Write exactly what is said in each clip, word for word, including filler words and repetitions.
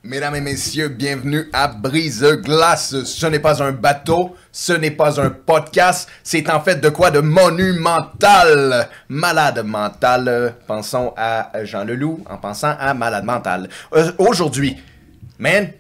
Mesdames et messieurs, bienvenue à Brise-Glace. Ce n'est pas un bateau, ce n'est pas un podcast, c'est en fait de quoi de monumental. Malade mental. Pensons à Jean Leloup en pensant à malade mental. Euh, aujourd'hui, man,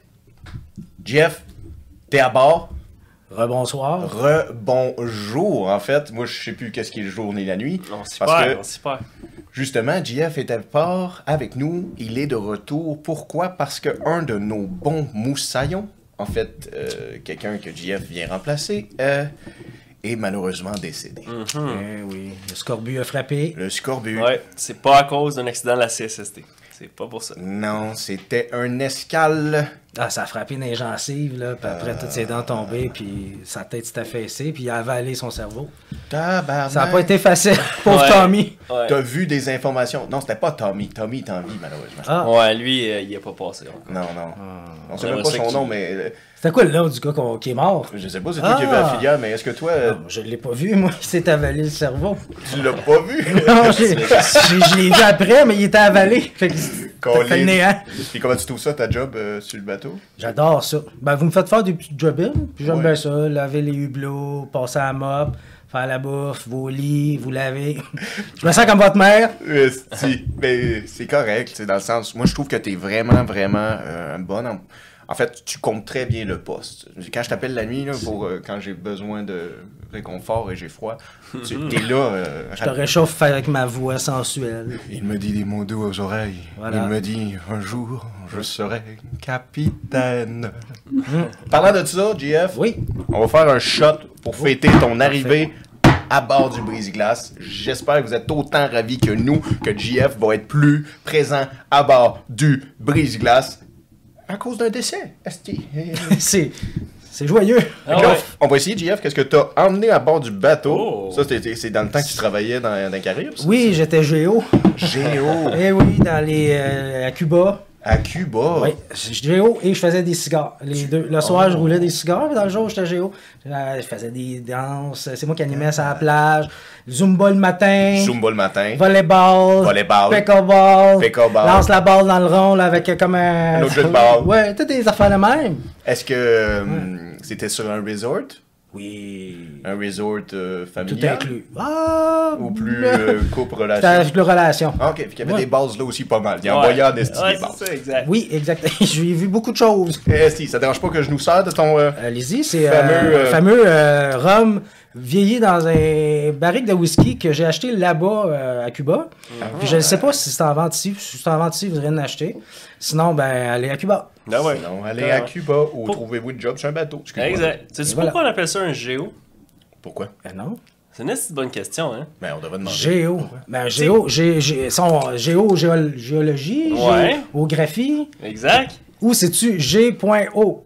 Jeff, t'es à bord. Rebonsoir. Rebonjour, en fait. Moi, je sais plus qu'est-ce qui est le jour ni la nuit. On s'y parce perd, que, on s'y perd. Justement, J F est à part avec nous. Il est de retour. Pourquoi? Parce que un de nos bons moussaillons, en fait, euh, quelqu'un que J F vient remplacer, euh, est malheureusement décédé. Mm-hmm. Eh oui, le scorbut a frappé. Le scorbut. Ouais, c'est pas à cause d'un accident de la C S S T. C'est pas pour ça. Non, c'était un escale. Ah, ça a frappé dans les gencives, là, puis après, toutes ses dents tombées, puis sa tête s'est affaissée, puis il a avalé son cerveau. Tabarnak. Ça n'a pas été facile, pauvre Ouais. Tommy. Ouais, T'as vu des informations? Non, c'était pas Tommy. Tommy est en vie, malheureusement. Ah, ouais lui, euh, il est pas passé encore. Non, non. On sait Ouais, même pas c'est son qui- nom, mais... euh, c'était quoi le nom du gars qu'on- qui est mort? Je sais pas, c'est toi qui as vu Ah. la filière, mais est-ce que toi, euh, Non, je l'ai pas vu, moi, il s'est avalé le cerveau. tu l'as pas vu? Non, j'ai- j'ai- je l'ai vu après, mais il était avalé. Fait que Qu'on t'as fait le lit. néant. Et comment tu trouves ça, ta job euh, sur le bateau? J'adore ça. Ben, vous me faites faire des petits job-ins, puis j'aime Ouais. bien ça. Laver les hublots, passer à la mop, faire la bouffe, vos lits, vous laver. Je me sens comme votre mère. Euh, si, mais c'est correct, c'est dans le sens... Moi, je trouve que t'es vraiment, vraiment euh, bonne. En... en fait, tu comptes très bien le poste. Quand je t'appelle la nuit, là, pour euh, quand j'ai besoin de réconfort et j'ai froid, tu es là... euh, Je te réchauffe avec ma voix sensuelle. Il me dit des mots doux aux oreilles. Voilà. Il me dit, un jour, je serai capitaine. Parlant de ça, J F, Oui. on va faire un shot pour fêter ton arrivée à bord du Brise-Glace. J'espère que vous êtes autant ravis que nous que J F va être plus présent à bord du Brise-Glace à cause d'un décès. Esti. C'est, c'est joyeux. Ah Donc là, ouais. on va essayer, J F, qu'est-ce que tu as emmené à bord du bateau? Oh. Ça, c'était- c'est dans le temps que tu travaillais dans, dans les Caraïbes? ça? Oui, j'étais géo. Géo. Eh oui, dans les, euh, à Cuba. À Cuba. Oui, j'étais géo et je faisais des cigares. Les deux. Le soir, je roulais des cigares, mais dans le jour, j'étais géo. Euh, Je faisais des danses. C'est moi qui animais ça à la plage. Zumba le matin. Zumba le matin. Volleyball. Volleyball. Pickleball. Pickleball. Lance la balle dans le rond là, avec euh, comme un. Un autre jeu de balle. Ouais, toutes des affaires de même. Est-ce que hum, c'était sur un resort? Oui. Un resort euh, Tout familial? inclus. Ah! Ou plus mais- euh, couple C'était relation? avec le relation. Ah, ok, puis il y avait Ouais. des bases là aussi pas mal. Il y a Ouais. envoyé en esti Ouais, des bases. c'est ça, exact. Oui, exactement. J'ai vu beaucoup de choses. Eh, si, ça dérange pas que je nous sers de ton... euh, Allez-y, c'est Fameux, euh, euh, fameux euh, rhum vieilli dans un barrique de whisky que j'ai acheté là-bas euh, à Cuba. Puis je ne sais pas si c'est en vente ici. Si c'est en vente ici, vous devriez en acheter. Sinon, ben, allez à Cuba. Ah ouais. Non, allez Ouais. à Cuba ou Pour- trouvez-vous une job sur un bateau. Excuse-moi. Exact. Sais-tu Et voilà. pourquoi on appelle ça un géo? Pourquoi? Ben non. C'est une assez bonne question, hein? Ben, on devrait demander. Géo. Ben, géo, gé, gé, son, géo, géol- géologie, Ouais. géographie. Exact. Ou c'est-tu G.O?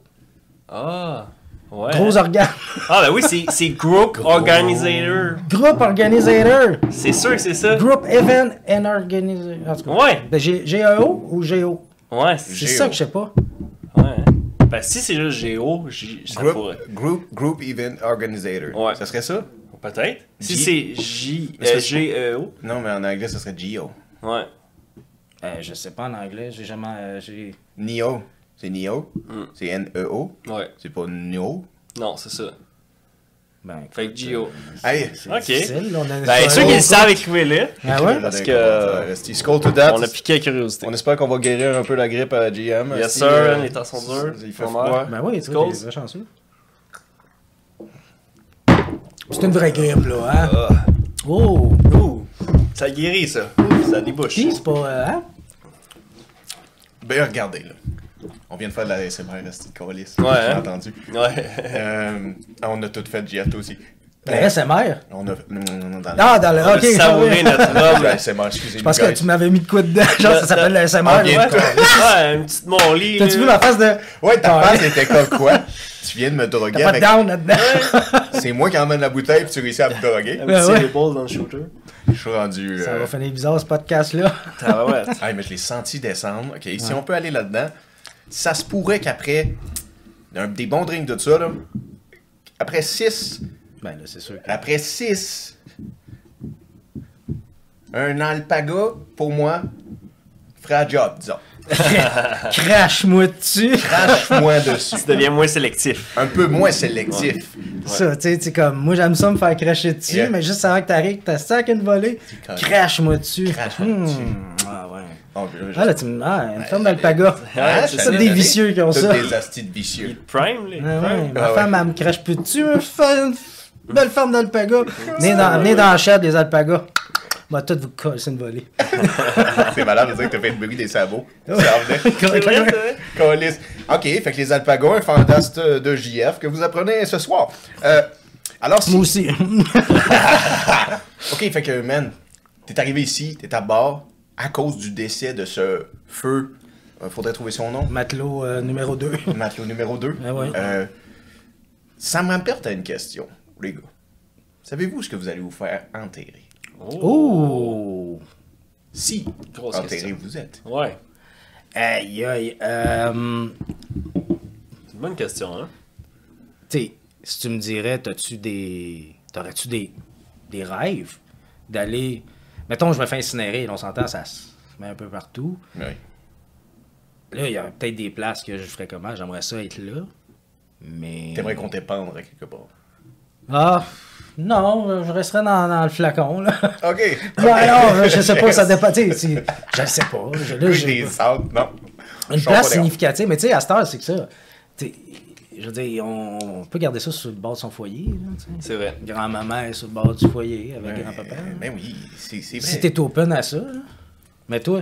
Ah. Ouais. Gros organe. Ah, ben oui, c'est, c'est Group Organizer. Groupe organisateur. C'est sûr que c'est ça. Group Event and Organizer. En tout cas. Ouais. Ben, G- G-E-O ou Géo? Ouais, C'est c'est Géo. ça que je sais pas. Ouais. Ben, si c'est juste géo, j- ça Group, pourrait. group, group Event Organizator. Ouais. Ça serait ça? Peut-être. Si G- c'est J, Mais c'est euh, G-E-O. Non, mais en anglais, ça serait Geo. Ouais. Euh, je sais pas en anglais, j'ai jamais. euh, j'ai... Neo. C'est Neo. Mm. C'est N E O. Ouais. C'est pas Neo. Non, c'est ça. Ben, Fait que Geo. Hey, c'est Ok. difficile, là, on a- Ben, ceux qui le savent, écrivez-le. Ah ouais? Parce Dans que- les commentaires. Esti, Skull to that. On a piqué la curiosité. On espère qu'on va guérir un peu la grippe à G M. Yes, Esti, sir, euh, les temps sont durs. Il fait On froid. meurt. Ben oui, tu Skulls. vois, t'es chanceux. C'est une vraie grippe, là, hein? Ah. Oh! Ouh. Ça guérit, ça. Ça débouche. Puis, c'est pas. euh, hein? Ben, regardez, là. On vient de faire de la A S M R, Esti, Colis. Ouais, J'ai hein? entendu. Ouais. Euh, on a tout fait, G F, toi aussi. La S M R? On a... Non, non, non, dans le... Ah, dans le. On a Ok, savouré sorry. notre La rhum. S M R, excusez-moi. Je pense que guys. tu m'avais mis de quoi dedans. Genre, ça s'appelle la S M R. On vient ouais. de- Ouais, une petite Molly. T'as-tu là. vu ma face de. Ouais, ta Ouais. face était comme quoi? Tu viens de me droguer T'as pas de avec... down là-dedans? C'est moi qui emmène la bouteille puis tu réussis à me droguer. Un Ben petit ouais. nipple dans le shooter. Je suis rendu... Ça euh, va finir bizarre, ce podcast-là. Ah ouais. Ah, mais je l'ai senti descendre. OK, si on peut aller là-dedans, ça se pourrait qu'après un- des bons drinks de ça, là, après six, Ben là, c'est sûr. après six, un alpaga, pour moi, fera job, disons. Crache-moi dessus. Crache-moi dessus. Tu deviens moins sélectif. Un peu moins sélectif. Ça, tu sais, c'est comme, moi j'aime ça me faire cracher dessus, Yeah. mais juste avant que t'arrives, t'as sac une volée, craches. crache-moi dessus. Crache-moi dessus. Ah ouais. Oh, je- je- Ah là, tu me. Ah, une femme d'alpaga. Ah, c'est je ça, savais. des vicieux qui ont Tous ça. des astis de vicieux. Prime, les. Ah ouais, ma Ah ouais. femme, elle me crache plus dessus, me fait une belle femme d'alpaga. Venez dans, venez dans la chatte des alpagas. Moi, tout vous coller, c'est une volée. C'est malade de dire que t'as fait le bruit des sabots. Ça Ouais. revenait. C'est vrai, c'est vrai. Câlisse. Ok, fait que les alpagas, un fantasme de J F que vous apprenez ce soir. Euh, alors si... Moi aussi. Ok, fait que, man, t'es arrivé ici, t'es à bord, à cause du décès de ce feu. Euh, faudrait trouver son nom. Matelot euh, numéro deux. Matelot numéro deux. Ah ouais. Euh, ça m'apporte à une question, les gars. Savez-vous ce que vous allez vous faire enterrer? Oh! Si Grosse enterré question. vous êtes. Ouais. Aïe, aïe. Euh, C'est une bonne question, hein. tu sais, si tu me dirais, t'as-tu des. T'aurais-tu des, des rêves d'aller. Mettons, je me fais incinérer, on s'entend, ça se met un peu partout. Oui. Là, il y a peut-être des places que je ferais comment, j'aimerais ça être là. Mais. T'aimerais qu'on t'épendre à quelque part. Ah, non, je resterais dans, dans le flacon, là. Ok. Ouais, non, je sais pas, ça dépend. Tu sais, si- je le sais pas. Je, là, Oui, j'ai des pas- centres, non. Une Je sens place pas des- significative, mais tu sais, à cette heure, c'est que ça. Tu sais, je veux dire, on, on peut garder ça sur le bord de son foyer. Là, tu sais. C'est vrai. Grand-maman est sur le bord du foyer avec Ouais, grand-papa. Ben oui, c'est c'est vrai. Si t'es open à ça, là. Mais toi,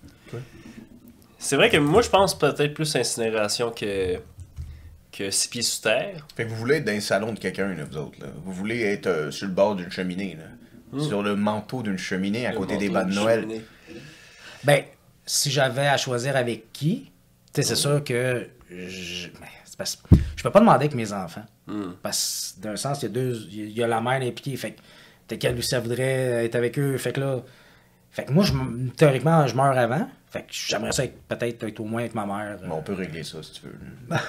C'est vrai que moi, je pense peut-être plus incinération que, que six pieds sous terre. Fait que vous voulez être dans le salon de quelqu'un, là, vous autres. Là. Vous voulez être euh, sur le bord d'une cheminée, là. Sur le manteau d'une cheminée à Le côté des manteau bancs de de Noël. cheminée. ben, si j'avais à choisir avec qui, tu sais, c'est sûr que. Je, ben, c'est parce- je peux pas demander avec mes enfants. Hmm. Parce que d'un sens, il y a deux. Il y a la mère impliquée. Fait que peut-être qu'elle aussi elle voudrait être avec eux. Fait que là. Fait que moi, je, m- théoriquement, je meurs avant. Fait que j'aimerais ça être- peut-être être au moins avec ma mère. Bon, on peut régler ça si tu veux.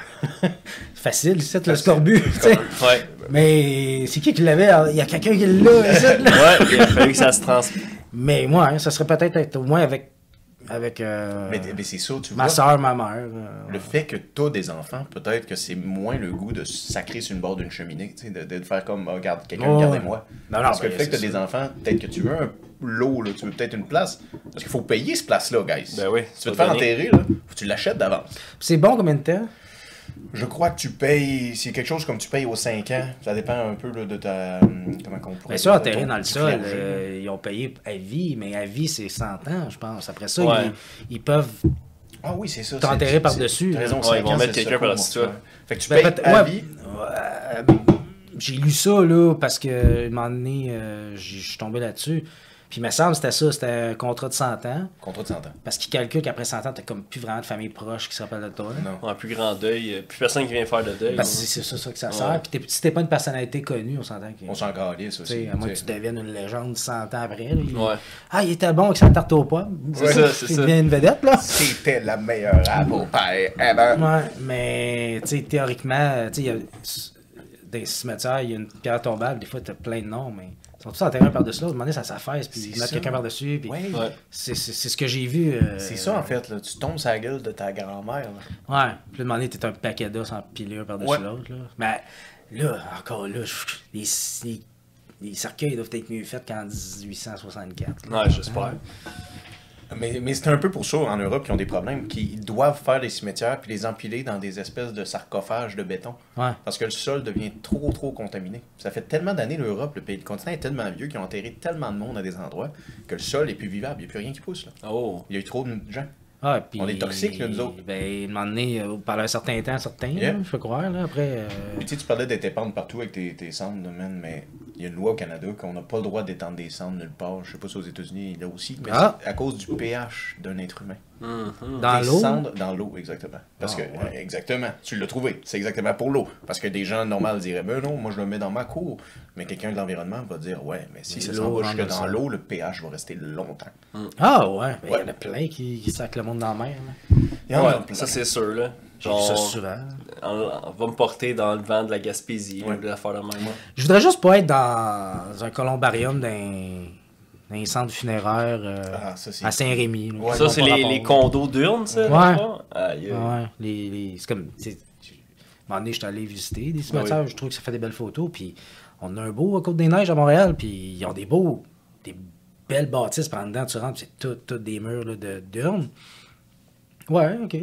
Facile, c'est le scorbut. tu sais. Ouais. Mais c'est qui qui l'avait? Il y a quelqu'un qui l'a, ici, là. Ouais, il a fallu que ça se trans... Mais moi, hein, ça serait peut-être être au moins avec, avec euh, Mais, mais c'est ça, tu ma vois. soeur, ma mère. euh, Le fait que t'as des enfants, peut-être que c'est moins le goût de se sacrer sur le bord d'une cheminée, tu sais, de, de faire comme, oh, regarde, quelqu'un, Oh, regardez-moi. non, non, Parce que ben, le fait que t'as c'est des ça. enfants, peut-être que tu veux un lot, là, tu veux peut-être une place. Parce qu'il faut payer ce place-là, guys. Ben oui, Si tu veux te faut faire donner. enterrer, là, faut que tu l'achètes d'avance. C'est bon combien de temps? Je crois que tu payes, c'est quelque chose comme tu payes aux cinq ans. Ça dépend un peu là, de ta. hum, Comment qu'on pourrait Bien sûr, dire, enterré ton- dans le du sol, clergé. euh, ils ont payé à vie, mais à vie, c'est cent ans, je pense. Après ça, Ouais. ils, ils peuvent. Ah oui, c'est ça. t'enterrer c'est- par-dessus, c'est- t'as là. raison, Ouais, cinq ils vont ans, mettre c'est le quelqu'un secours, par-dessus toi. ouais. Fait que tu Ben, payes peut- à ouais, vie. euh, j'ai lu ça, là, parce que, un moment donné, euh, j'ai- je suis tombé là-dessus. Puis, il me semble que c'était ça, c'était un contrat de cent ans. Contrat de cent ans. Parce qu'ils calculent qu'après cent ans, t'as comme plus vraiment de famille proche qui se rappelle de toi. là. Non. En plus grand deuil, euh, plus personne qui vient faire de deuil. Parce que hein. c'est ça, ça que ça Ouais. sert. Puis t'es- si t'es pas une personnalité connue, on s'entend que. On s'en calisse Tu aussi. sais, à moins que tu tu sais. deviennes une légende cent ans après. Là, il- Ouais. Ah, il était bon avec sa tarte aux pommes. C'est ça, c'est Il ça. devient une vedette, là. C'était la meilleure apple pie ever. Ouais, mais tu sais, théoriquement, tu sais, il y a des cimetières, il y a une pierre tombale, des fois, t'as plein de noms, mais ils sont tous enterrés un par-dessus l'autre. Demander ça s'affaisse, puis C'est ils mettent ça. quelqu'un par-dessus. Puis Ouais. Ouais. c'est, c'est, c'est ce que j'ai vu. euh, C'est ça en fait, là. Tu tombes sur la gueule de ta grand-mère. là. Ouais, puis demander, t'es un paquet d'os empilé un par-dessus Ouais. l'autre. Là. Mais là, encore là, je- les, les, les cercueils doivent être mieux faits qu'en dix-huit cent soixante-quatre. là. Ouais, j'espère. Mais, mais c'est un peu pour ça en Europe qui ont des problèmes, qu'ils doivent faire des cimetières puis les empiler dans des espèces de sarcophages de béton. Ouais. Parce que le sol devient trop trop contaminé. Ça fait tellement d'années l'Europe, le pays, le continent est tellement vieux qu'ils ont enterré tellement de monde à des endroits que le sol est plus vivable, il n'y a plus rien qui pousse. Là. Oh. Il y a eu trop de gens. Ah, puis, On est toxiques, là, nous autres. Ben, un moment donné, euh, pendant un certain temps, certains, Yeah. là, je peux croire, là, après... euh, Puis tu sais, tu parlais d'être épandre partout avec tes, tes cendres, là, man, mais il y a une loi au Canada qu'on n'a pas le droit d'étendre des cendres nulle part. Je sais pas si aux États-Unis, là aussi, mais Ah. c'est à cause du pH d'un être humain. Mhm. Dans Tes l'eau? cendres dans l'eau, exactement. Parce Ah, que, ouais. euh, exactement, tu l'as trouvé. C'est exactement pour l'eau. Parce que des gens normaux diraient, ben non, moi je le mets dans ma cour. Mais quelqu'un de l'environnement va dire, ouais, mais si Mais ça l'eau s'en va rentre jusque dans le dans sol. l'eau, le pH va rester longtemps. Ah, ouais, ben, il Ouais. y en a plein qui, qui sacent le monde dans la mer. là. Il y en a Ouais, plein. ça c'est sûr, là. J'ai vu ça Genre, souvent. on, on va me porter dans le vent de la Gaspésie, Ouais. ou de la faire de même. Je voudrais juste pas être dans un columbarium d'un dans les centres funéraires euh, Ah, ça, c'est- à Saint-Rémy. là. Ouais, Ça, Ils c'est ont pas les, rapport, les là. condos d'urnes, ça? Ouais. dans le fond? Aïe, aïe. Ouais, les, les, c'est comme. tu sais, À un moment donné, j'étais allé visiter des Ah cimetières, oui. je trouve que ça fait des belles photos. Puis on a un beau à Côte-des-Neiges à Montréal, puis ils ont des beaux, des belles bâtisses. Par en dedans, tu rentres, c'est tout, tout des murs là, de d'urnes. Ouais, ok.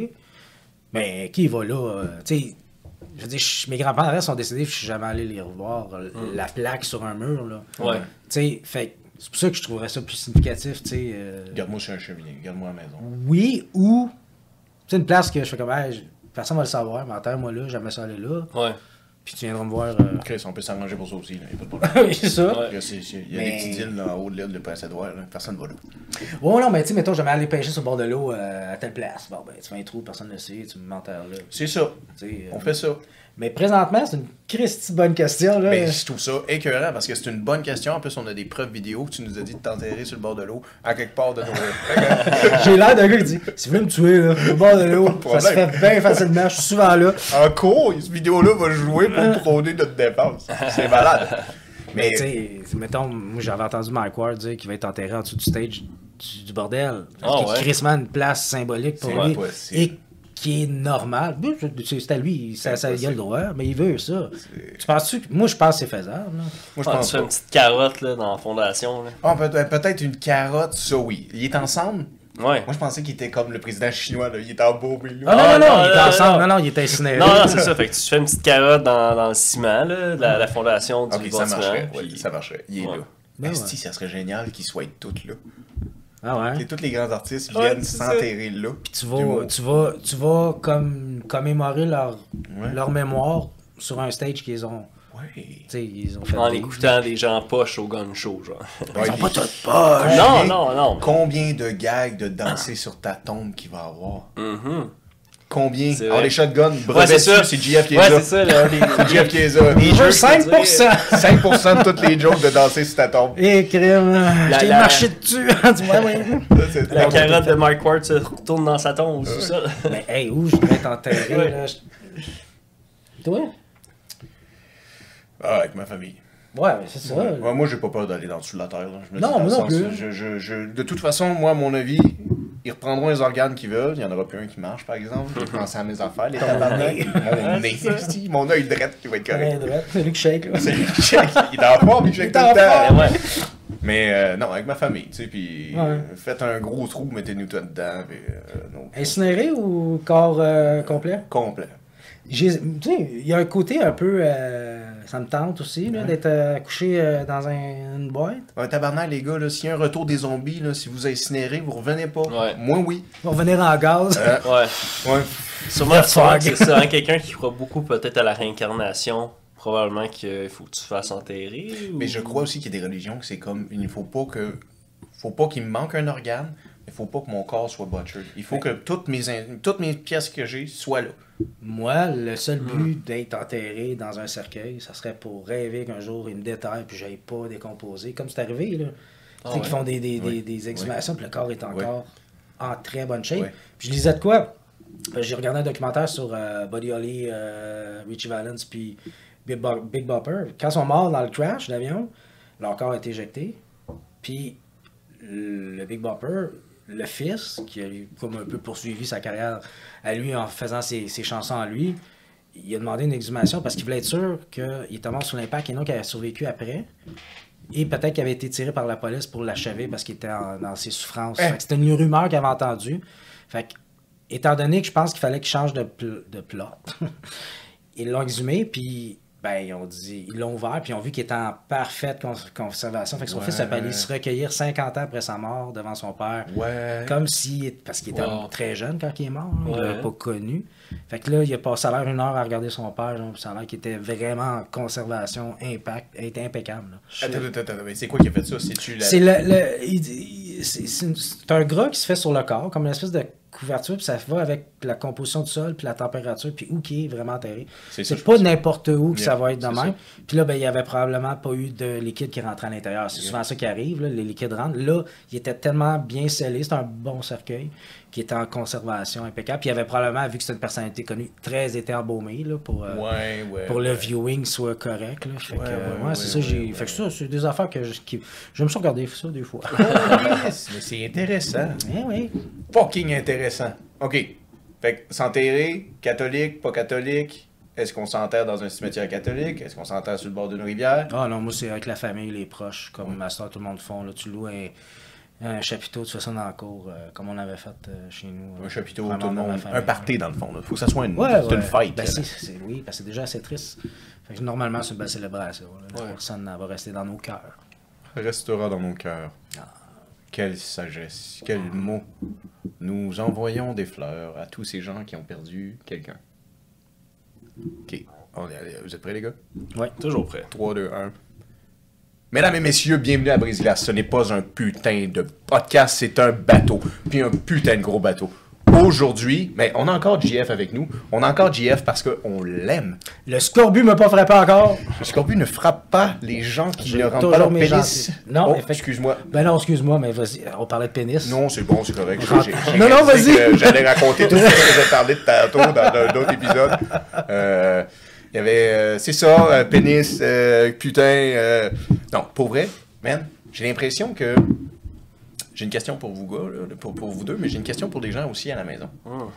Mais qui va là? euh, tu sais, je veux dire, je- mes grands-parents sont décédés, je suis jamais allé les revoir. euh, La plaque sur un mur, là. Ouais. Tu sais, fait que c'est pour ça que je trouverais ça plus significatif, tu sais. euh, Garde-moi chez un chevalier, garde-moi à la maison. oui, ou, c'est une place que je fais comme, hey, je- personne va le savoir, mais enterre-moi là, j'aimerais ça aller là. Ouais. Puis tu viendras me voir. euh, Chris, on peut s'arranger pour ça aussi, là. Y a pas de problème. oui, c'est ça. Ouais. Chris, c'est- c'est- Il y a Mais- des petites îles là, en haut de l'île de Prince-Édouard, là. Personne va là. Ouais, non, mais tu sais, mettons, j'aimerais aller pêcher sur le bord de l'eau euh, à telle place. Bon, ben, tu fais un trou, personne ne le sait, tu m'enterres là. C'est ça. Tu sais, euh, On fait ça. Mais présentement, c'est une Christy bonne question, là. Mais je trouve ça écœurant parce que c'est une bonne question. En plus, on a des preuves vidéo que tu nous as dit de t'enterrer sur le bord de l'eau, à quelque part de nos. J'ai l'air d'un gars qui dit, si vous voulez me tuer, là, au bord de l'eau, Pas de ça se fait problème. bien facilement, je suis souvent là. En cours, cette vidéo-là va jouer pour prôner notre dépense. C'est malade. Mais Mais tu sais, mettons, moi j'avais entendu Mike Ward dire qu'il va être enterré en dessous du stage du, du bordel. Ah qui est ouais. crissement une place symbolique pour C'est lui. impossible. Et qui est normal. Oui, c'est c'est à lui, ça, ça, il a le droit, mais il veut ça. Tu penses-tu que. Moi je pense que c'est faisable. Là. moi, je Ah, pense tu fais pas. une petite carotte là, dans la fondation. Là. Ah, peut- peut-être une carotte, ça oui. Il est ensemble? Ouais. Moi, je pensais qu'il était comme le président chinois, là. Il était embauché, là. Ah non, Ah, non, non, non, il est non, ensemble. non. Non, non, il est incinéré. Non, non, c'est ça. Fait que tu fais une petite carotte dans, dans le ciment, là, de la, la fondation du Ok, ça bâtiment. marcherait. puis- Oui, ça marcherait. Il est Ouais. là. Ben Esti, ça serait génial qu'ils soient tous là. Ah ouais. Que tous les grands artistes Ouais, viennent c'est ça. s'enterrer là. Tu vas, tu vas, tu vas comme commémorer leur, Ouais. leur mémoire sur un stage qu'ils ont. Ouais. Tu sais, ils ont fait. En des- écoutant des gens poches au gun show, genre. Ouais, Ils ont puis pas toutes pas. Non, non, non. Combien de gags de danser sur ta tombe qu'il va avoir? Mhm. Combien? C'est Alors, vrai. les shotguns, Ouais, brevet c'est ça. dessus, c'est G F qui est Ouais, là. c'est ça, là. Les, C'est G F qui est là. les Je veux jeux, cinq pour cent. cinq pour cent de toutes les jokes de danser sur ta tombe. Eh, crème, La- je t'ai la- marché dessus. Tu vois, ouais. Ça, c'est- La carotte de Mark Ward se retourne dans sa tombe, c'est ça. Mais hey, où je devrais t'enterrer, Ouais. là? je- Toi? Ah, avec ma famille. Ouais, mais c'est ça. Ouais, moi, j'ai pas peur d'aller dans le dessous de la terre. Là. Je me Non, dis, dans moi le non sens, plus. Je, je, je- de toute façon, moi, à mon avis, ils reprendront les organes qu'ils veulent. Il y en aura plus un qui marche, par exemple. Je vais penser à mes affaires, les tabarnak. Mon nez. Si, mon œil drette qui va être Ouais, correct. droite. C'est lui qui shake, là. C'est lui qui shake. Il est en forme, il shake tout Il est le en temps. forme. Ouais. Mais euh, non, avec ma famille, tu sais, puis Ouais. euh, faites un gros trou, mettez-nous tout dedans, puis euh, non, Incinéré ou corps euh, complet? complet. J'ai- Tu sais, il y a un côté un peu. euh, ça me tente aussi, là, d'être euh, couché euh, dans un- une boîte. Un tabarnak, les gars, là, s'il y a un retour des zombies, là, si vous incinérez, vous revenez pas. Ouais. Moi, oui. On va revenir en gaz. Euh, Ouais. ouais. Sûrement, The sûrement fog. que c'est ça. Hein, quelqu'un qui croit beaucoup peut-être à la réincarnation, probablement qu'il faut que tu te fasses enterrer. ou- Mais je crois aussi qu'il y a des religions que c'est comme, il ne faut pas que, faut pas qu'il me manque un organe, il faut pas que mon corps soit butchered. Il faut que toutes mes, in- toutes mes pièces que j'ai soient là. Moi, le seul but d'être enterré dans un cercueil, ça serait pour rêver qu'un jour il me déterre puis j'aille pas décomposer. Comme c'est arrivé, là. Tu sais, ouais. qu'ils font des, des, Oui. des, des exhumations puis le corps est encore en très bonne shape. Ouais. Puis je lisais de quoi? Euh, J'ai regardé un documentaire sur euh, Buddy Holly, euh, Richie Valens puis Big, Bo- Big Bopper. Quand ils sont morts dans le crash d'avion, leur corps a été éjecté. Puis le Big Bopper, le fils, qui a comme un peu poursuivi sa carrière à lui en faisant ses, ses chansons à lui, il a demandé une exhumation parce qu'il voulait être sûr qu'il était mort sous l'impact et non qu'il avait survécu après. Et peut-être qu'il avait été tiré par la police pour l'achever parce qu'il était en- dans ses souffrances. Hein? Fait que c'était une rumeur qu'il avait entendue. Fait que, étant donné que je pense qu'il fallait qu'il change de, pl- de plot, ils l'ont exhumé, puis ben, ils ont dit, ils l'ont ouvert, puis ils ont vu qu'il était en parfaite cons- conservation. Fait que son Ouais. fils a pu aller se recueillir cinquante ans après sa mort devant son père. Ouais. Comme si, parce qu'il était Wow. très jeune quand il est mort, hein, il Ouais. l'avait pas connu. Fait que là, il a passé à l'air une heure à regarder son père, genre, puis ça a l'air qu'il était vraiment en conservation, impact, était impeccable. là. Attends, attends, attends, mais c'est quoi qui a fait ça? C'est-tu la... C'est le, le- il- il- c'est- c'est une- c'est un gras qui se fait sur le corps, comme une espèce de couverture, puis ça va avec la composition du sol, puis la température, puis où qui est vraiment enterré. C'est C'est ça, je pas pense. n'importe où que Yeah, ça va être de c'est même. ça. Puis là, ben, il y avait probablement pas eu de liquide qui rentrait à l'intérieur. C'est souvent ça qui arrive, là, les liquides rentrent. Là, il était tellement bien scellé, c'était un bon cercueil, qui était en conservation impeccable. Puis il y avait probablement, vu que c'était une personnalité connue, très été embaumé, là, pour, euh, Ouais, ouais. pour le ouais. viewing soit correct. Là. Fait Ouais, que, ouais, ouais, ouais, c'est ça, ouais, j'ai. ouais. Fait que ça, c'est des affaires que je, qui... je me suis regardé ça des fois. Yes, mais c'est intéressant. Eh oui. Fucking intéressant. OK. Fait que s'enterrer, catholique, pas catholique, est-ce qu'on s'enterre dans un cimetière catholique? Est-ce qu'on s'enterre sur le bord d'une rivière? Ah non, moi, c'est avec la famille, les proches, comme ma soeur, tout le monde font. Là. Tu loues un, un chapiteau, tu fais ça dans la cour, euh, comme on avait fait euh, chez nous. Un euh, chapiteau, vraiment tout le dans ma monde. famille. Un party, dans le fond. Il faut que ça soit une, Ouais, c'est ouais. une fête. Ben, là. c'est, c'est- oui, parce que c'est déjà assez triste. Fait que normalement, c'est une belle célébration. Là. La Ouais. personne elle va rester dans nos cœurs. Restera dans nos cœurs. Quelle sagesse, quel mot. Nous envoyons des fleurs à tous ces gens qui ont perdu quelqu'un. OK. On est allé- Vous êtes prêts, les gars? Toujours prêt. trois, deux, un. Mesdames et messieurs, bienvenue à Brise-Glace. Ce n'est pas un putain de podcast, c'est un bateau. Puis un putain de gros bateau. Aujourd'hui, mais on a encore J F avec nous. On a encore J F parce qu'on l'aime. Le scorbut m'a pas frappé encore. Le scorbut ne frappe pas les gens qui J'ai ne rentrent toujours pas leur mes pénis. gentils. Non, Oh, effectivement. excuse-moi. Ben non, excuse-moi, mais vas-y, on parlait de pénis. Non, c'est bon, c'est correct. Rentre- J'ai- j'ai Non, non, réalisé vas-y. que J'allais raconter tout ce que j'ai parlé de tantôt dans un autre épisode. Euh, Il y avait, euh, c'est ça, euh, pénis, euh, putain. euh, Non, pour vrai, man, j'ai l'impression que. J'ai une question pour vous, gars, là, pour, pour vous deux, mais j'ai une question pour les gens aussi à la maison.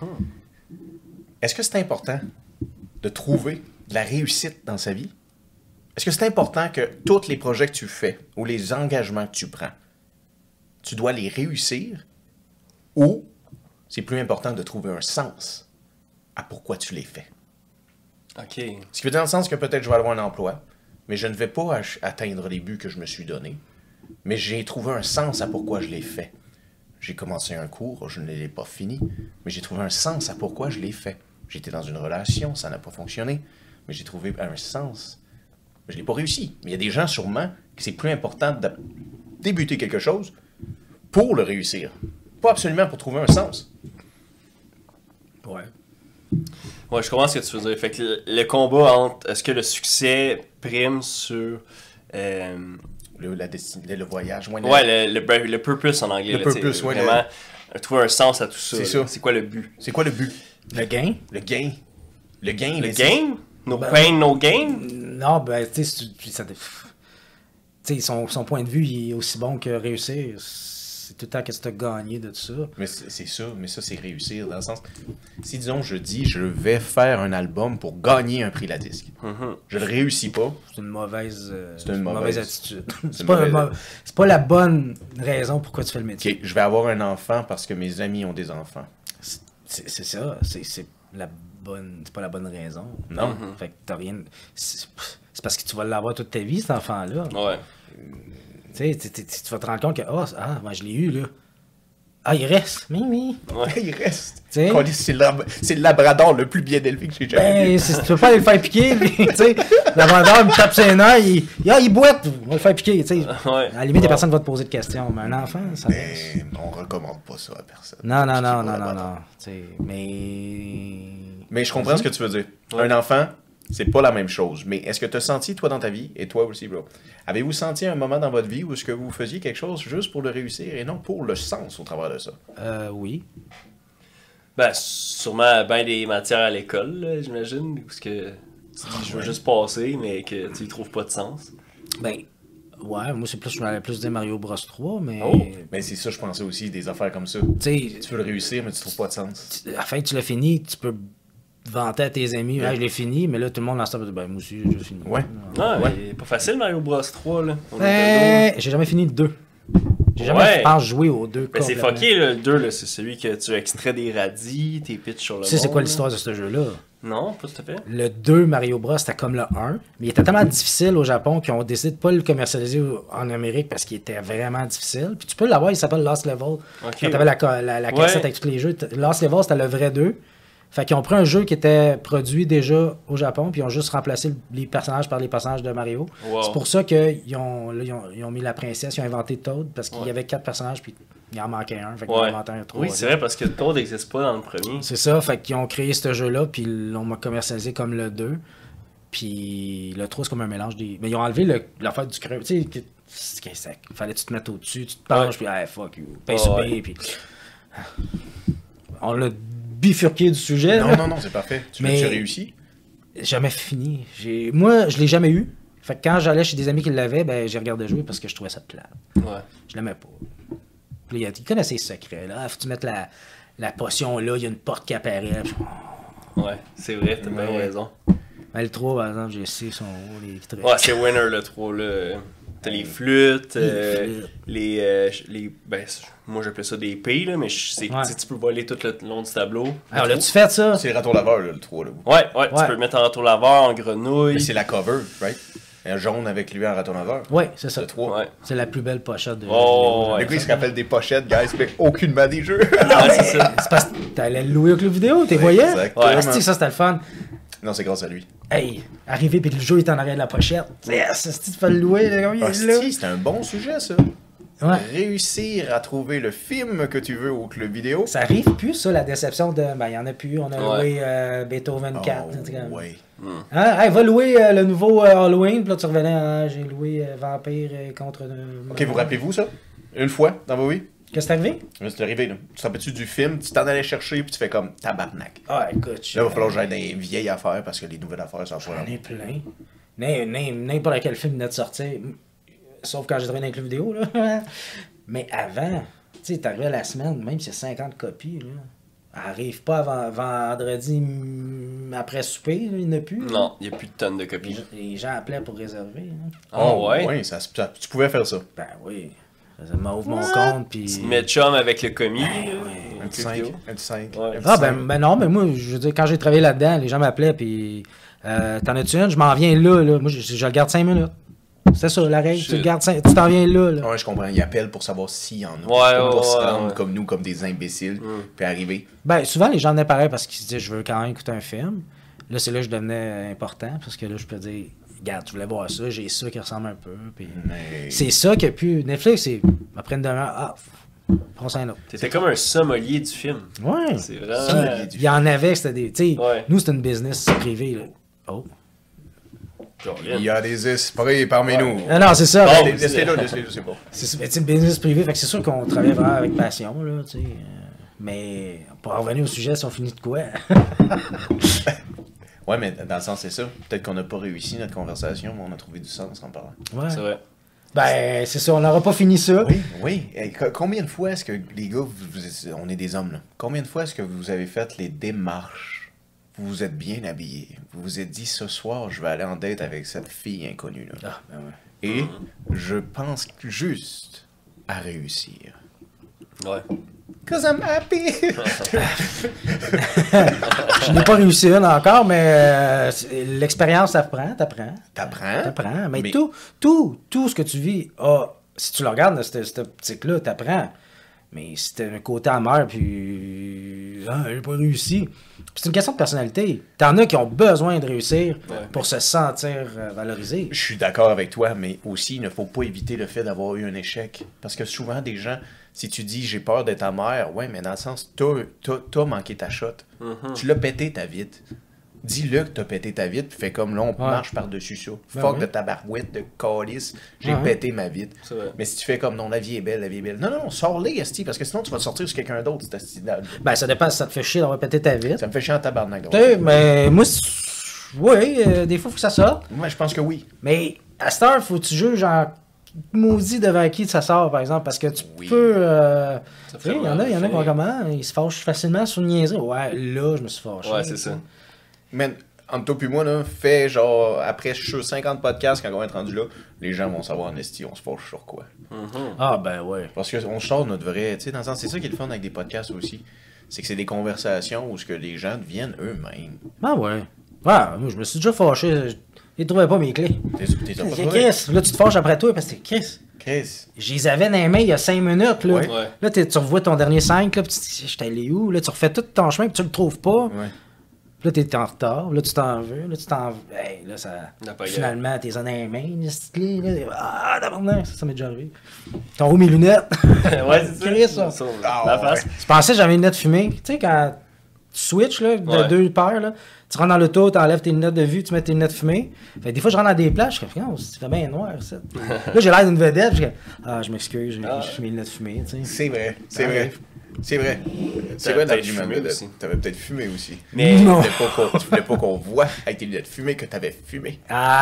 Est-ce que c'est important de trouver de la réussite dans sa vie? Est-ce que c'est important que tous les projets que tu fais ou les engagements que tu prends, tu dois les réussir ou c'est plus important de trouver un sens à pourquoi tu les fais? OK. Ce qui veut dire dans le sens que peut-être je vais avoir un emploi, mais je ne vais pas ach- atteindre les buts que je me suis donnés, mais j'ai trouvé un sens à pourquoi je l'ai fait. J'ai commencé un cours, je ne l'ai pas fini, mais j'ai trouvé un sens à pourquoi je l'ai fait. J'étais dans une relation, ça n'a pas fonctionné, mais j'ai trouvé un sens. Je ne l'ai pas réussi. Mais il y a des gens sûrement que c'est plus important de débuter quelque chose pour le réussir. Pas absolument pour trouver un sens. Ouais. Ouais, je comprends ce que tu veux dire. Fait que le, le combat entre est-ce que le succès prime sur. euh, Le, la destinée, le voyage. Moi, ouais, le, le, le purpose en anglais. Le là, tu sais, purpose, ouais, Vraiment, euh, trouver un sens à tout ça. C'est là. ça. C'est quoi le but? C'est quoi le but? Le gain? Le gain. Le gain. Le mais game? No Ben- pain, no gain? Non, ben, tu sais, c'est- ça. Tu sais, son, son point de vue, il est aussi bon que réussir. C'est tout le temps qu'est-ce que tu as gagné de tout ça. Mais c'est c'est ça, mais ça c'est réussir dans le sens. Si disons je dis je vais faire un album pour gagner un prix la disque, Mhm. je le réussis pas. C'est une mauvaise, euh, C'est une mauvaise, mauvaise- attitude. une C'est pas, mauvaise- un mau- c'est pas la bonne raison pourquoi tu fais le métier. Ok, je vais avoir un enfant parce que mes amis ont des enfants. C'est c'est ça. C'est c'est la bonne. C'est pas la bonne raison. Non. Mhm. Fait que t'as rien. C'est c'est parce que tu vas l'avoir toute ta vie, cet enfant-là. Ouais. Tu sais, tu- tu tu vas te rendre compte que, ah, ah, moi je l'ai eu, là. Ah, il reste. Mimi. Ouais. Il reste. Tu sais? Câlisse, C'est le, lab- c'est le labrador le plus bien élevé que j'ai jamais vu. Ben, si tu peux pas aller le faire piquer, lui, tu sais. Le vendeur me tape ses nerfs, il, il, ah, il boite, on va le faire piquer, tu sais. Ouais. À la limite, des personnes vont te poser de questions, mais un enfant, ça. Mais on recommande pas ça à personne. Non, non, Qui non, va non, non, là-bas. non. Tu sais, mais. Mais je comprends ce que tu veux dire. Ouais. Un enfant, c'est pas la même chose. Mais est-ce que tu as senti, toi, dans ta vie, et toi aussi, bro, avez-vous senti un moment dans votre vie où est-ce que vous faisiez quelque chose juste pour le réussir et non pour le sens au travers de ça? Euh, oui. Ben, sûrement bien des matières à l'école, là, j'imagine. Parce que tu dis, je veux Ouais. juste passer, mais que tu y trouves pas de sens. Ben, ouais, moi, c'est plus, je m'allais plus dire Mario Bros trois, mais. Oh. Mais c'est ça, je pensais aussi, des affaires comme ça. Tu sais, Tu veux le réussir, mais tu trouves pas de sens. à la fin, tu l'as fini, tu peux vanter à tes amis, ah, je l'ai fini, mais là, tout le monde en stop, ben, moi aussi, j'ai fini. Ouais. Ah, Ouais. mais pas facile, Mario Bros trois, là. On est Ben, j'ai jamais fini le deux. J'ai jamais, Ouais. je pense, joué aux deux. Ben, c'est complètement. fucké, là, le deux, là, c'est celui que tu extrais des radis, tes pitches sur le Tu sais, c'est monde, quoi là. l'histoire de ce jeu-là? Non, pas tout à fait. Le deux Mario Bros, c'était comme le un, mais il était tellement difficile au Japon qu'ils ont décidé de pas le commercialiser en Amérique parce qu'il était vraiment difficile. Puis tu peux l'avoir, il s'appelle Lost Level. Ok. Quand t'avais la, ca- la, la cassette Ouais. avec tous les jeux, t- Lost Level, c'était le vrai deux. Fait qu'ils ont pris un jeu qui était produit déjà au Japon, puis ils ont juste remplacé le- les personnages par les personnages de Mario. Wow. C'est pour ça qu'ils ont, là, ils ont, ils ont mis la princesse, ils ont inventé Toad, parce qu'il Ouais. y avait quatre personnages, puis Il en manquait un, fait qu'ils Ouais. ont inventé un trois. Oui, c'est vrai, parce que le code n'existe pas dans le premier. C'est ça, fait qu'ils ont créé ce jeu-là, puis ils l'ont commercialisé comme le deux. Puis le trois, c'est comme un mélange des. Mais ils ont enlevé le- l'affaire du creux. Tu sais, que- c'est que ça- fallait que tu te mettes au-dessus, tu te penches, puis hey, fuck you. Paye Ouais, sur ouais. B, puis. On l'a bifurqué du sujet. Non, là. non, non, c'est parfait. Tu Mais- l'as réussi? Jamais fini. J'ai... Moi, je l'ai jamais eu. Fait que quand j'allais chez des amis qui l'avaient, ben j'ai regardé jouer parce que je trouvais ça plate. Ouais. Je l'aimais pas. Puis là, il connaissait ses secrets. Là. Faut que tu mettes la, la potion là, il y a une porte qui apparaît. Puis, Ouais, c'est vrai, t'as bien Ouais. raison. ben, le trois, par exemple, j'ai essayé son haut, les vitres. Ouais, c'est winner le trois là. T'as les flûtes, euh, Les flûtes. les, euh, les. Ben, moi j'appelais ça des pays, là, mais je- c'est, Ouais. tu sais, tu peux voler tout le long du tableau. Alors, l'as-tu fait ça? C'est le râteau laveur, là, le trois. Là. Ouais, ouais, tu Ouais. peux le mettre en râteau laveur, en grenouille. Mais c'est la cover, right? Un jaune avec lui en râteau laveur. Ouais, c'est ça. Le trois. Ouais. C'est la plus belle pochette de Oh, jeu ouais. Le gars, il se rappelle des pochettes, guys, mais aucunement des jeux. Ouais, c'est ça. C'est parce que t'allais le louer au club vidéo, t'es voyais? exactement. Ah, c'est-tu que ça c'était le fun. Non, c'est grâce à lui. Hey, arrivé puis le jeu est en arrière de la pochette. Yes, c'est-tu tu fais le louer, là, comme il est là. Hostie, c'était un bon sujet, ça. Ouais. Réussir à trouver le film que tu veux au club vidéo. Ça arrive plus, ça, la déception de. Ben, il y en a plus. On a Ouais. loué euh, Beethoven quatre. Oh, tu sais, comme- ouais. Hein? Hey, va louer euh, le nouveau euh, Halloween. Puis là, tu revenais, ah, j'ai loué euh, Vampire euh, contre. euh, Ok, vous rappelez-vous ça? Une fois dans vos vies? Qu'est-ce qui t'est arrivé? C'est arrivé, là. Tu te rappelles-tu du film? Tu t'en allais chercher, puis tu fais comme tabarnak. Ah, écoute. Là, il va falloir que j'aille dans les vieilles affaires, parce que les nouvelles affaires, ça va J'en pas ai plein. N'im- n'im- N'importe quel film venait de sortir. Sauf quand j'ai travaillé dans les clubs vidéo, là. Mais avant, tu sais, t'arrivais la semaine, même si c'est cinquante copies, là. Arrive pas avant vendredi mm, après souper, là, il n'y en a plus. là. Non, il n'y a plus de tonnes de Les, copies. gens- les gens appelaient pour réserver. là. Ah ouais? Oui, ça, se- ça- tu pouvais faire ça. Ben oui. Ça m'ouvre mon compte, puis... Tu te mets chum avec le commis. Ben là, ouais. au Un petit club cinq. vidéo. Un petit cinq. Ouais. un petit Ah cinq. ben, ben non, mais moi, je veux dire, quand j'ai travaillé là-dedans, les gens m'appelaient, puis euh, t'en as-tu une? Je m'en viens là, là. Moi, je, je le garde cinq minutes. C'est ça, la règle. Tu le Shit. gardes cinq... Tu t'en viens là, là. Ouais, je comprends. Ils appellent pour savoir s'il y en a. Ouais, Pour pas ouais, se ouais, rendre ouais. comme nous, comme des imbéciles, puis arriver. Ben, souvent, les gens venaient pareil parce qu'ils se disaient, je veux quand même écouter un film. Là, c'est là que je devenais important, parce que là, je peux dire, regarde, tu voulais voir ça, j'ai ça qui ressemble un peu. Puis... Mais... C'est ça qui a pu. Netflix, c'est après une demi-heure, ah, prends ça un autre. T'étais comme un sommelier du film. Ouais. C'est vraiment. Sommelier du Il y en avait, c'était des. Tu sais, Ouais. nous, c'était une business privée, là. Oh. Il y a des esprits parmi nous. Non, non, c'est ça. Bon, ben, Laissez-les là, laissez-les, je sais pas. c'est mais, tu sais, une business privée, fait que c'est sûr qu'on travaillait vraiment avec passion, là, tu sais. euh, Mais pour en revenir au sujet, si on finit de quoi? Ouais, mais dans le sens, c'est ça. Peut-être qu'on n'a pas réussi notre conversation, mais on a trouvé du sens en parlant. Ouais. C'est vrai. Ben, c'est ça, on n'aura pas fini ça. Oui, oui. Hey, co- combien de fois est-ce que, les gars, vous- vous- on est des hommes, là. Combien de fois est-ce que vous avez fait les démarches? Vous vous êtes bien habillé. Vous vous êtes dit, ce soir, je vais aller en date avec cette fille inconnue, là. Ah, ben ouais. Et je pense juste à réussir. Ouais. Cause I'm happy! Je n'ai pas réussi une encore, mais euh, c'est- l'expérience, t'apprends, t'apprends. T'apprends? T'apprends. Mais, Mais- tout, tout, tout ce que tu vis, ah, si tu le regardes dans cette, cette optique-là, t'apprends. Mais si t'as un côté amer, puis ah, j'ai pas réussi. Puis c'est une question de personnalité. T'en as qui ont besoin de réussir Ouais. pour se sentir euh, valorisé. Je suis d'accord avec toi, mais aussi, il ne faut pas éviter le fait d'avoir eu un échec. Parce que souvent, des gens, si tu dis j'ai peur d'être amer, ouais, mais dans le sens, t'as, t'as, t'as manqué ta shot. Tu l'as pété ta vite. Dis-le que t'as pété ta vite, puis fais comme là, on Ouais. marche par-dessus ça. Ben Fuck oui. de tabarouette, de calice, j'ai Ouais. pété ma vite. C'est vrai. Mais si tu fais comme non, la vie est belle, la vie est belle. Non, non, non, sors-les, esti, parce que sinon tu vas te sortir sur quelqu'un d'autre, cet esti. Ben, ça dépend si ça te fait chier d'avoir pété ta vie. Ça me fait chier en tabarnak. donc. Tu sais, mais moi, c'est- oui, euh, des fois, il faut que ça sorte. Moi, je pense que oui. Mais à cette heure, faut que tu juges en maudit devant qui ça sort, par exemple, parce que tu Oui. peux... euh, Ça tu fait sais, il y en a, mal, il y en a fait. qui vont comment? Ils se fâchent facilement sur une niaiserie. Ouais, là, je me suis fâché. Ouais, c'est ça. Man, entre toi puis moi, là, fait genre, après je suis sûr, cinquante podcasts, quand on va être rendu là, les gens vont savoir en esti, on se fâche sur quoi. Ah, ben ouais. Parce qu'on sort notre vrai, tu sais, dans le sens, c'est ça qui est le fun avec des podcasts aussi. C'est que c'est des conversations où ce que les gens deviennent eux-mêmes. Ah, ouais. Ouais, moi, je me suis déjà fâché. Je ne trouvais pas mes clés. T'es, t'es pas Chris, trouvé? là, tu te fâches après toi parce que Chris. Chris. Je les avais dans les mains il y a cinq minutes. Là, Ouais. Ouais. là t'es- tu revois ton dernier cinq, là, puis tu te dis, j'étais allé où? Là, tu refais tout ton chemin, puis tu le trouves pas. Ouais. Puis là, t'es en retard. Là, tu t'en veux. Là, tu t'en veux. Hey, là, ça. N'a pas Finalement, t'es en les mains. Là, ah, d'abord, ça, ça m'est déjà arrivé. T'en haut mes lunettes. Ouais, c'est Chris, ça. ça. Ah, La ouais. face. Tu pensais que j'avais une lunette fumée? Tu sais, quand tu switches là, de Ouais. deux paires, là, tu rentres dans l'auto, tu enlèves tes lunettes de vue, tu mets tes lunettes fumées. Fait que des fois, je rentre dans des plages, je fais, non, ça fait bien noir, ça. Là, j'ai l'air d'une vedette, je fais, ah, je m'excuse, j'ai Ah. j'ai mes lunettes fumées, tu sais. C'est vrai, c'est Ah, vrai. ouais. C'est vrai. C'est T'as vrai peut-être l'argument fumé de aussi. T'avais peut-être fumé aussi. Mais Tu Non. voulais pas qu'on- tu voulais pas qu'on voit avec tes lunettes fumées que t'avais fumé.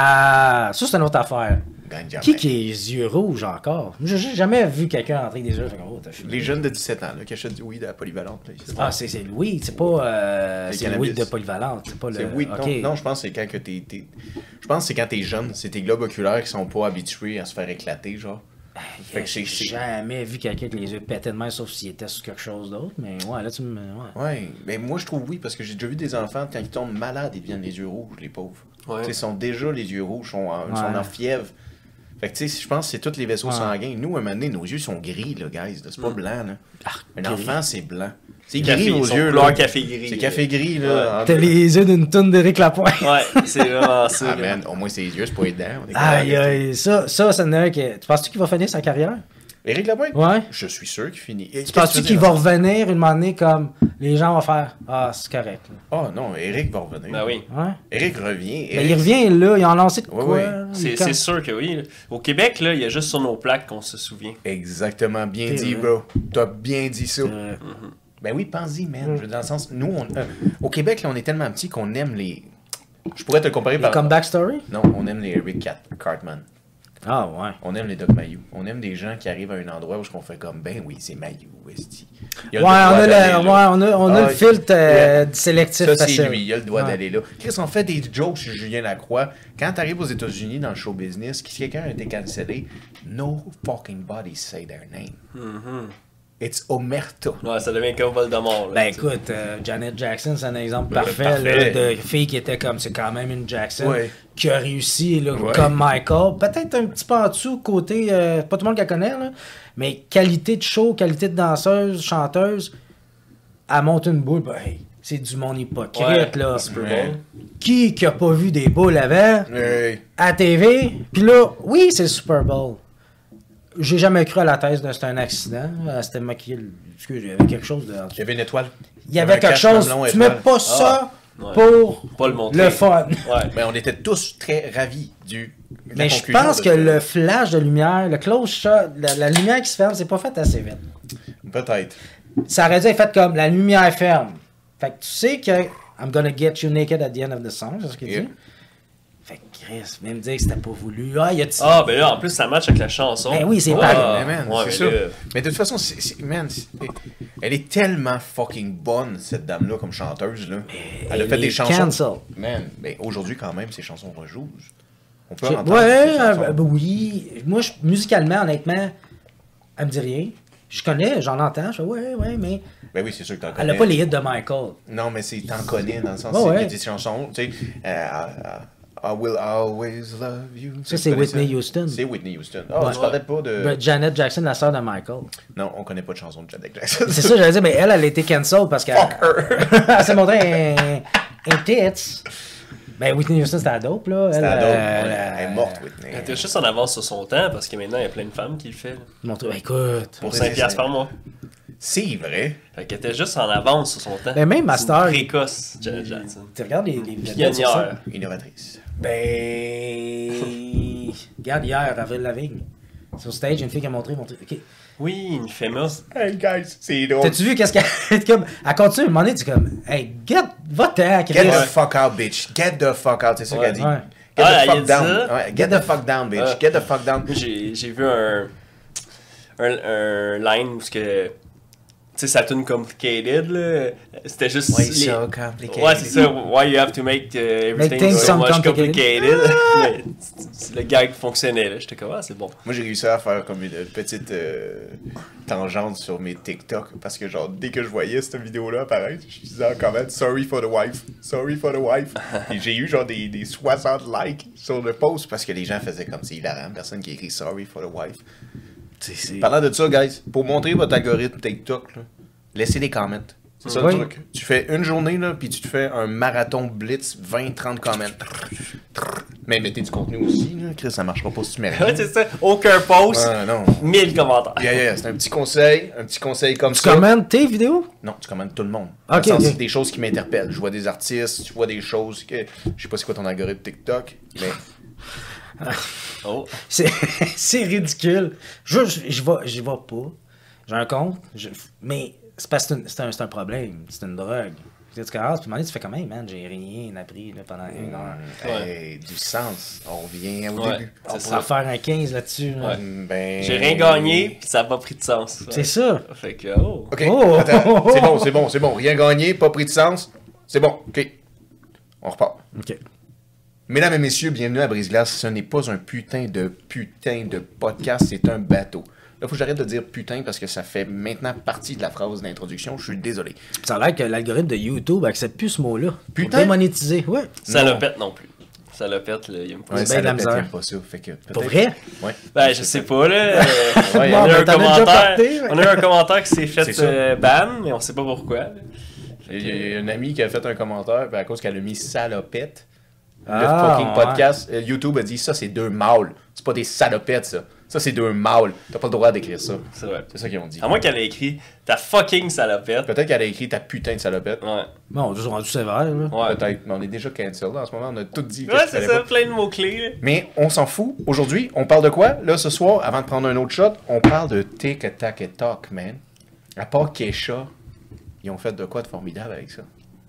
Ah, ça, c'est une autre affaire. Ganja, Qui man. qui a les yeux rouges encore? J'ai j'ai jamais vu quelqu'un entrer avec des yeux, fait comme, oh, t'as fumé. Les jeunes de dix-sept ans là, qui achètent du weed à la polyvalente. Là, ici. Ah, c'est c'est le weed, c'est pas. Euh, Le c'est le cannabis. weed de polyvalente, c'est pas le. C'est weed. Ok. Non, non, je pense que c'est quand que t'es. t'es- Je pense que c'est quand t'es jeune, c'est tes globes oculaires qui sont pas habitués à se faire éclater, genre. Fait que J'ai c'est- c'est- jamais vu quelqu'un avec les yeux pétés de main, sauf s'il était sur quelque chose d'autre, mais ouais, là, tu me. Ouais. Ouais, mais moi je trouve oui, parce que j'ai déjà vu des enfants, quand ils tombent malades, ils deviennent les yeux rouges, les pauvres. Ouais. Tu sais, ils sont déjà les yeux rouges, sont en, Ouais. sont en fièvre. Fait que tu sais, je pense que c'est tous les vaisseaux Ouais. sanguins. Nous, à un moment donné, nos yeux sont gris, là, guys. là. C'est pas blanc, là. Ah, Un gris. enfant, c'est blanc. C'est Café, gris, nos son yeux, couleur là. café gris. C'est café gris, là. en- T'as les yeux d'une toune d'Éric Lapointe. Ouais, c'est vraiment ça. Ah, là. man, au moins ses yeux, c'est pas les dents. on est Aïe, correct. aïe, ça, ça, ça n'est que. Tu penses-tu qu'il va finir sa carrière? Éric Lapointe? Ouais. Je suis sûr qu'il finit. Tu penses-tu qu'il va revenir une année comme les gens vont faire ah, c'est correct. là. Oh non, Éric va revenir. Ben oui. Ouais. Éric revient. Ben, il revient là, il en a lancé de Ouais, quoi? ouais. là, il C'est est comme- c'est sûr que oui. là. Au Québec, là, il y a juste sur nos plaques qu'on se souvient. Exactement, bien C'est dit, vrai. bro. T'as bien dit ça. Euh, Ben oui, pense-y, man. Je veux dire, dans le sens, nous, on- euh, au Québec, là, on est tellement petits qu'on aime les. Je pourrais te le comparer les par. comeback story? Non, on aime les Eric Cat- Cartman. Ah ouais. On aime les Doc Mayou. On aime des gens qui arrivent à un endroit où on fait comme, ben oui, c'est Mayou, esti. Il Ouais, on a le droit a, d'aller le, ouais, là. on a, on a Ah, le filtre euh, ouais. sélectif Ça, c'est facile. lui, il a le droit Ouais. d'aller là. Chris, on fait des jokes sur Julien Lacroix. Quand t'arrives aux États-Unis dans le show business, si quelqu'un a été cancellé, no fucking body say their name. Mhm. It's Omerta. Ouais, ça devient comme Voldemort. là, Ben tu sais. écoute, euh, Janet Jackson, c'est un exemple Ben, parfait, parfait. là, de fille qui était comme, c'est quand même une Jackson, Ouais. qui a réussi là, Ouais. comme Michael. Peut-être un petit peu en dessous, côté, euh, pas tout le monde qui la connaît, là, mais qualité de show, qualité de danseuse, chanteuse, elle monte une boule, ben, hey, c'est du monde hypocrite, Ouais, là. le Super Ouais. Bowl. Qui qui a pas vu des boules avant, Hey. à T V, puis là, oui, c'est le Super Bowl. J'ai jamais cru à la thèse de c'était un accident. Elle s'était maquillée. le- Excuse, il y avait quelque chose de. Il y avait une étoile. Il y avait un quelque cache chose. mamelon Tu mets étoile. pas ça ouais. pour Pas le montrer. le fun. Ouais. Mais on était tous très ravis du. de la Mais je conclusion pense de que ça. le flash de lumière, le close shot, la, la lumière qui se ferme, c'est pas fait assez vite. Peut-être. Ça aurait dû être fait comme la lumière ferme. Fait que tu sais que I'm gonna get you naked at the end of the song, c'est ce qu'il Yeah. dit. Fait que Chris, même dire que c'était pas voulu. Ah, il y a Ah, ben là, en plus, ça match avec la chanson. Ben oui, c'est Ouais, pareil. Mais man, ouais, c'est mais ça. là, Mais de toute façon, c'est, c'est- man, c'est- elle est tellement fucking bonne, cette dame-là, comme chanteuse. Là. Elle a elle fait des est chansons. cancel. Man, mais aujourd'hui, quand même, ses chansons rejouent. On peut Ouais, entendre euh, ses chansons. euh, ben oui. Moi, je- musicalement, honnêtement, elle me dit rien. Je connais, j'en entends. Je fais ouais, ouais, mais Ben oui, c'est sûr que t'en elle connais. a pas les hits de Michael. Non, mais c'est, t'en connais dans le sens Ouais, c'est ouais. il y a des chansons, tu sais, euh, I, I will always love you. Ça, Tu c'est connais Whitney Houston. C'est Whitney Houston. Oh, Ouais. tu parlais pas de... Ben, Janet Jackson, la sœur de Michael. Non, on connaît pas de chanson de Janet Jackson. C'est ça, j'allais dire, mais elle, elle a été cancel parce qu'elle elle s'est montrée un, un tits. Ben, Whitney Houston, c'était la dope, là. C'était Elle, la dope. euh, Elle est morte, Whitney. elle était juste en avance sur son temps parce que maintenant, il y a plein de femmes qui le font. là. montre- ben, écoute. Pour Ouais, cinq c'est piastres ça. par mois. C'est vrai. Fait qu'elle était juste en avance sur son temps. Ben, même C'est Master. une précoce, Janet Jackson. Tu regardes les, les vedettes sur ça. Pionnière. Innovatrice. Ben. Regarde hier, Avril Lavigne. Sur stage, une fille qui a montré, montré. Ok. Oui, une famous. Hey, guys, c'est drôle. T'as-tu vu qu'est-ce qu'elle. comme, elle continue, à un moment donné, tu es comme. Hey, get, va-t'en, Chris. Get the fuck out, bitch. Get the fuck out, c'est ça Ouais. qu'elle dit. Ouais. Get Ah, the elle a fuck dit down. ça? Ouais, get the fuck down, bitch. Ah. Get the fuck down. Moi, j'ai j'ai vu un, un, un line où ce que. Tu sais, ça tourne complicated, là. C'était juste. Why les- so complicated? Ouais, c'est ça. Why you have to make uh, everything things so sound much complicated. complicated. Mais c'est le gag fonctionnait, là. J'étais comme, ah, c'est bon. Moi, j'ai réussi à faire comme une petite euh, tangente sur mes TikTok parce que, genre, dès que je voyais cette vidéo-là apparaître, je disais en comment sorry for the wife, sorry for the wife. Et j'ai eu, genre, des, des soixante likes sur le post parce que les gens faisaient comme c'est hilarant, personne qui écrit sorry for the wife. C'est- c'est- Parlant de ça, guys, pour montrer votre algorithme TikTok, là, laissez des comments. C'est ça Oui. le truc. Tu fais une journée, là, puis tu te fais un marathon blitz, vingt trente comments. Mais mettez du contenu aussi, là. Chris, ça marchera pas si tu mets rien. Ouais, c'est ça. Aucun post, Ah, non. mille commentaires. Yeah, yeah, c'est un petit conseil, un petit conseil comme Tu ça. commandes tes vidéos? Non, tu commandes tout le monde. Ok, Dans le sens, ok. c'est des choses qui m'interpellent. Je vois des artistes, tu vois des choses que... Je sais pas c'est quoi ton algorithme TikTok, mais... Oh. C'est c'est ridicule. Je je je vais je vais pas. J'ai un compte, je- mais c'est parce que c'est un, c'est un, c'est un problème, c'est une drogue. Tu sais, tu commences, puis à un moment donné, tu fais comme, hey man, j'ai rien appris là, pendant une heure. Hey, du sens. On revient au Ouais, début. c'est On ça. pourra faire un quinze là-dessus. là. Ouais. Ben... J'ai rien gagné, pis ça n'a pas pris de sens. C'est ça. Fait que, oh. OK, Oh! attends. C'est bon, c'est bon, c'est bon. Rien gagné, pas pris de sens. C'est bon, OK. On repart. OK. Mesdames et messieurs, bienvenue à Brise-Glace. Ce n'est pas un putain de putain de podcast, c'est un bateau. Là, faut que j'arrête de dire putain parce que ça fait maintenant partie de la phrase d'introduction. Je suis désolé. Ça a l'air que l'algorithme de YouTube accepte plus ce mot-là. Pour Putain? démonétiser. Ouais. Ça Non. le pète non plus. Ça le pète, là, il aime pas Ouais, C'est ça. ça bien de la la pète, misère. il aime pas ça. Fait que Pour peut-être- vrai? Ouais. Ben, je sais pas, là. Euh, Ouais, on, a bon, eu un ben, t'en as déjà commentaire, parlé, ouais. on a eu un commentaire qui s'est fait C'est ça. euh, ban, mais on sait pas pourquoi. Il y a- il y a une amie qui a fait un commentaire, puis à cause qu'elle a mis salopette, le Ah, fucking ouais. podcast, euh, YouTube a dit ça, c'est deux mâles. C'est pas des salopettes, ça. Ça, c'est deux mâles. T'as pas le droit d'écrire ça. C'est vrai. C'est ça qu'ils ont dit. À moins qu'elle ait écrit ta fucking salopette. Peut-être qu'elle a écrit ta putain de salopette. Ouais. Bon, on est rendu sévère, là. Ouais. Peut-être, mais on est déjà cancel là en ce moment, on a tout dit. Ouais, qu'est-ce qu'il c'est fallait ça, pas. plein de mots-clés. Mais on s'en fout. Aujourd'hui, on parle de quoi? Là, ce soir, avant de prendre un autre shot, on parle de Tic Tac et Talk, man. À part Kesha, ils ont fait de quoi de formidable avec ça?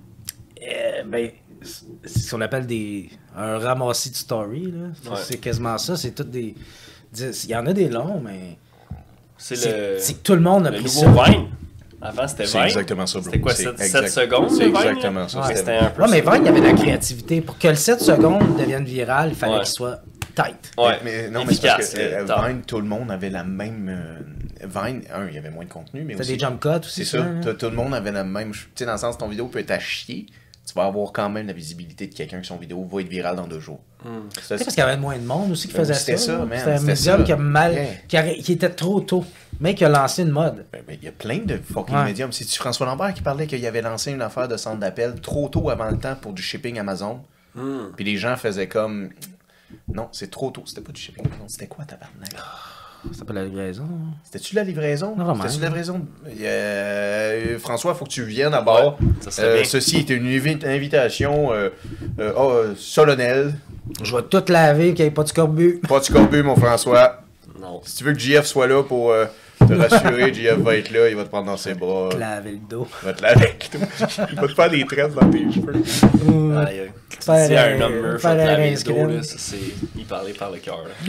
Euh, ben, c'est ce qu'on appelle des un ramassis de story, là. Ouais. C'est quasiment ça. C'est tout des. des- Il y en a des longs, mais. C'est C'est le, c'est que tout le monde a le pris nouveau ça. Vine. Avant, c'était C'est Vine. exactement ça, bro. C'était quoi, C'est sept exact- secondes? c'est le Vine, exactement là? ça, Ouais, c'était- c'était un peu Ouais, mais ça. Vine, il y avait de la créativité. Pour que le sept secondes devienne viral, il fallait Ouais. qu'il soit tight. Ouais, Mais non, mais c'est efficace. parce que euh, là, Vine, tout le monde avait la même. euh, Vine, un, il y avait moins de contenu, mais T'as aussi. des jump cuts aussi. C'est ça. hein? Tout tout le monde avait la même. Tu sais, dans le sens, ton vidéo peut être à chier. Tu vas avoir quand même la visibilité de quelqu'un que son vidéo va être virale dans deux jours. Ça, Tu sais, parce qu'il y avait moins de monde aussi qui Ben, faisait c'était ça. ça, là. man, C'était un c'était médium ça. qui a mal. Yeah. Qui, a- qui était trop tôt. Mais qui a lancé une mode. Ben, ben, il y a plein de fucking Ouais. médiums. C'est-tu François Lambert qui parlait qu'il avait lancé une affaire de centre d'appel trop tôt avant le temps pour du shipping Amazon? Hmm. Puis les gens faisaient comme. Non, c'est trop tôt. C'était pas du shipping Amazon. C'était quoi, tabarnak? Ça s'appelle la livraison. hein. C'était-tu la livraison? Non, vraiment. C'était-tu la livraison? Euh, François, faut que tu viennes à bord. Ouais, ça serait Euh, bien. ceci était une invi- invitation euh, euh, oh, euh, solennelle. Je vais tout laver, qu'il n'y ait pas de scorbut. Pas de scorbut, mon François. Non. Si tu veux que J F soit là pour euh, te rassurer, J F va être là, il va te prendre dans ses bras. Laver le dos. Il va te laver avec tout. Il va te faire des tresses dans tes cheveux. Aïe, aïe. Faire, Si un euh, homme meurt, faire faut te un laver le rince dos, crème. là, ça, c'est y parler par le cœur. là.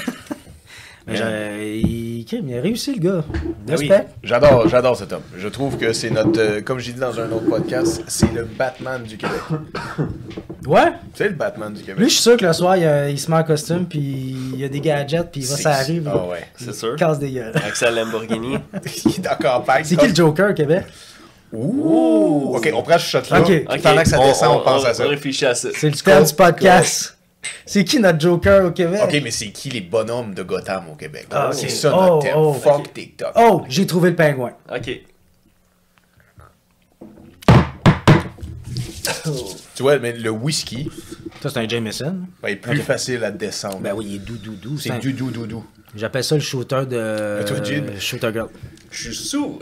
Mais j'ai- il... crime, il a réussi, le gars. Ben oui. Respect. J'adore, j'adore cet homme. Je trouve que c'est notre, euh, comme j'ai dit dans un autre podcast, c'est le Batman du Québec. Ouais. C'est le Batman du Québec. Lui, je suis sûr que le soir, il, a- il se met en costume, puis il a des gadgets, puis il va, C'est- ça arrive. Ah ouais. C'est sûr. Il casse des gueules. Avec sa Lamborghini. Il est en campagne. C'est qui le Joker au Québec? Ouh! Ok, on prend ce shot-là. Ok. Pendant que ça descend, on, pense à ça. On réfléchit à ça. C'est le thème du podcast. C'est qui notre Joker au Québec? Ok, mais c'est qui les bonhommes de Gotham au Québec? Ah, c'est ok. ça Oh, notre thème. oh, Fuck ok. TikTok. Oh, j'ai trouvé le pingouin. Ok. Tu vois, mais le whisky, Ça, c'est un Jameson. ben, est plus facile à descendre. Ben oui, il est doux, doux, doux. c'est un- du doudou doudou. J'appelle ça le shooter de. Mais toi, Jim? euh, Shooter Girl. Je suis sous.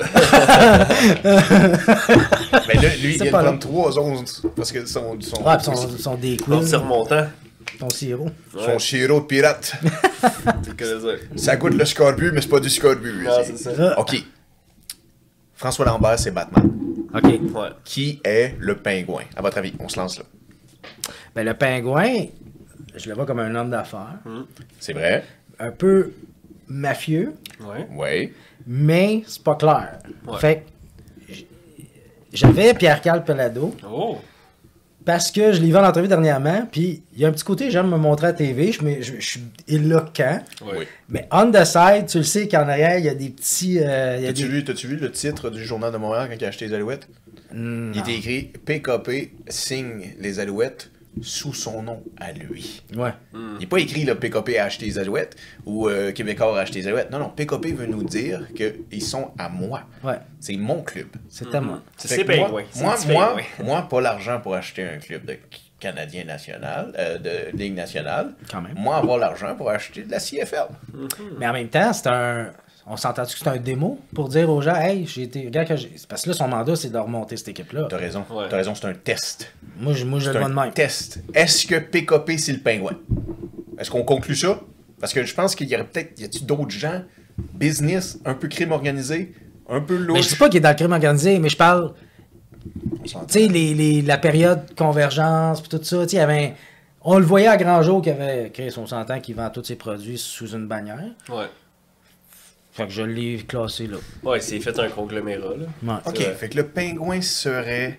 Mais là, lui, il C'est vient de pas prendre long. trois onces parce que son, son, Ouais, pis son, son découle, Parti remontant. ton sirop. son sirop de pirate. C'est que dire. Ça goûte le scorbut, mais c'est pas du scorbut. Non, c'est ça. Ok. François Lambert, c'est Batman. Ok. Ouais. Qui est le pingouin? À votre avis, on se lance là. Ben, le pingouin, je le vois comme un homme d'affaires. C'est vrai? Un peu mafieux, Ouais. Oui. mais c'est pas clair. Ouais. Fait que j- j'avais Pierre-Carl Pelado Oh. parce que je l'ai vu en entrevue dernièrement, puis il y a un petit côté, j'aime me montrer à la T V, je, me- je- je suis éloquent, Ouais. mais on the side, tu le sais qu'en arrière, il y a des petits... euh, il y a T'as-tu des... vu, t'as-tu vu le titre du Journal de Montréal quand il a acheté les Alouettes? Hmm, Il était écrit P K P signe les Alouettes sous son nom à lui. Ouais. Il n'est pas écrit là, P K P a acheté les Alouettes ou euh, Québécois a acheté les Alouettes. Non, non, P K P veut nous dire qu'ils sont à moi. Ouais. C'est mon club. C'est à moi. C'est Fait ses que moi, pingouins. C'est moi, des petits moi, pingouins. moi, pas l'argent pour acheter un club de Canadien national, euh, de Ligue nationale. Quand même. Moi, avoir l'argent pour acheter de la C F L. Mais en même temps, c'est un. On s'entend-tu que c'est un démo pour dire aux gens, hey, j'ai été. Regarde que j'ai. Parce que là, son mandat, c'est de remonter cette équipe-là. T'as raison. Ouais. T'as raison, c'est un test. Moi, je, moi, je le C'est vois de un même. test. Est-ce que P K P, c'est le pingouin? Est-ce qu'on conclut ça? Parce que je pense qu'il y aurait peut-être. Y a-t-il d'autres gens, business, un peu crime organisé, un peu louche? Mais je dis pas qu'il est dans le crime organisé, mais je parle. On s'entend. Tu sais, les, les, la période convergence, puis tout ça, tu sais, il y avait. un- On le voyait à grand jour qu'il y avait. Chris, on s'entend qu'il vend tous ses produits sous une bannière. Ouais. Fait que je l'ai classé là. Ouais, c'est fait un conglomérat, là. Ouais. OK, Ouais. fait que le pingouin serait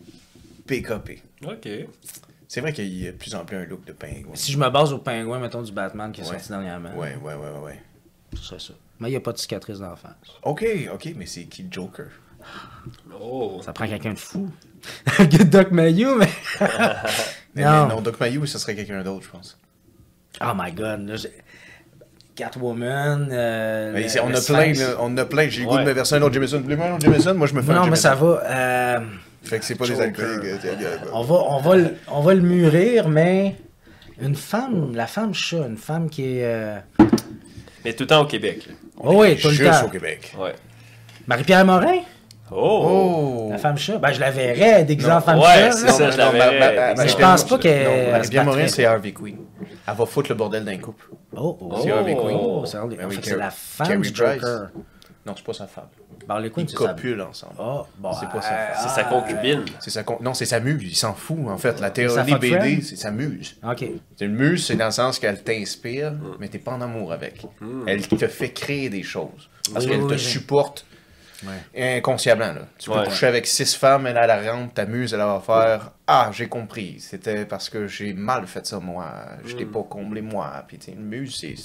P K P. Ok. C'est vrai qu'il y a de plus en plus un look de pingouin. Si je me base au pingouin, mettons, du Batman qui est Ouais. sorti dernièrement, Ouais, ouais, ouais, ouais, ouais. ce serait ça. Mais il n'y a pas de cicatrice d'en face. OK, OK, mais c'est qui le Joker? Oh. Ça prend quelqu'un de fou. Que Doc Mayou, mais. Mais non. mais non, Doc Mayou, ce serait quelqu'un d'autre, je pense. Oh my god. Là, j'ai- Catwoman. Euh, Mais le- c'est- on, le a plein, Sphinx. là, on a plein, j'ai le goût Ouais. de me verser un autre Jameson. Plus un autre Jameson, moi je me fais un Non, mais Jameson. ça va. euh, Fait que c'est pas des Joker. alcooliques. euh, t'es- euh, on, va, on, va le, on va le mûrir, mais. Une femme, la femme chat, une femme qui est. euh, Mais tout le temps au Québec. là. Oh oui, tout le Juste temps. au Québec. Ouais. Marie-Pierre Morin, Oh. Oh! la femme chat. Ben, je la verrais d'exemple Non, femme ouais, chat. c'est là. ça, je la ma- ma- verrais. ma- Mais Marie-Pierre je pense pas Morin- qu'elle- non, elle se Marie-Pierre Morin, battrait. c'est Harvey Queen. Elle va foutre le bordel d'un couple. Oh, oh, C'est Harvey Queen. oh, c'est Harley- Ben oui, fait que c'est Carrie- la femme Carrie du Price. Joker. Non, c'est pas sa femme. Ben, Harley Quinn, Ils c'est sa... copulent ensemble. Oh, bon, C'est pas sa euh, femme. C'est sa concubine. C'est sa con- Non, c'est sa muse. Il s'en fout, en fait. La sa théorie fuck B D, friend? c'est sa muse. OK. C'est une muse, c'est dans le sens qu'elle t'inspire, mais t'es pas en amour avec. Elle te fait créer des choses. Parce Oui, qu'elle oui, te oui. supporte Ouais. inconsciemment. Là. Tu peux Ouais. coucher avec six femmes, elle, elle rentre, ta muse, elle va faire « Ah, j'ai compris. C'était parce que j'ai mal fait ça, moi. Je t'ai pas comblé, moi. » Puis, tu sais, une muse, c'est...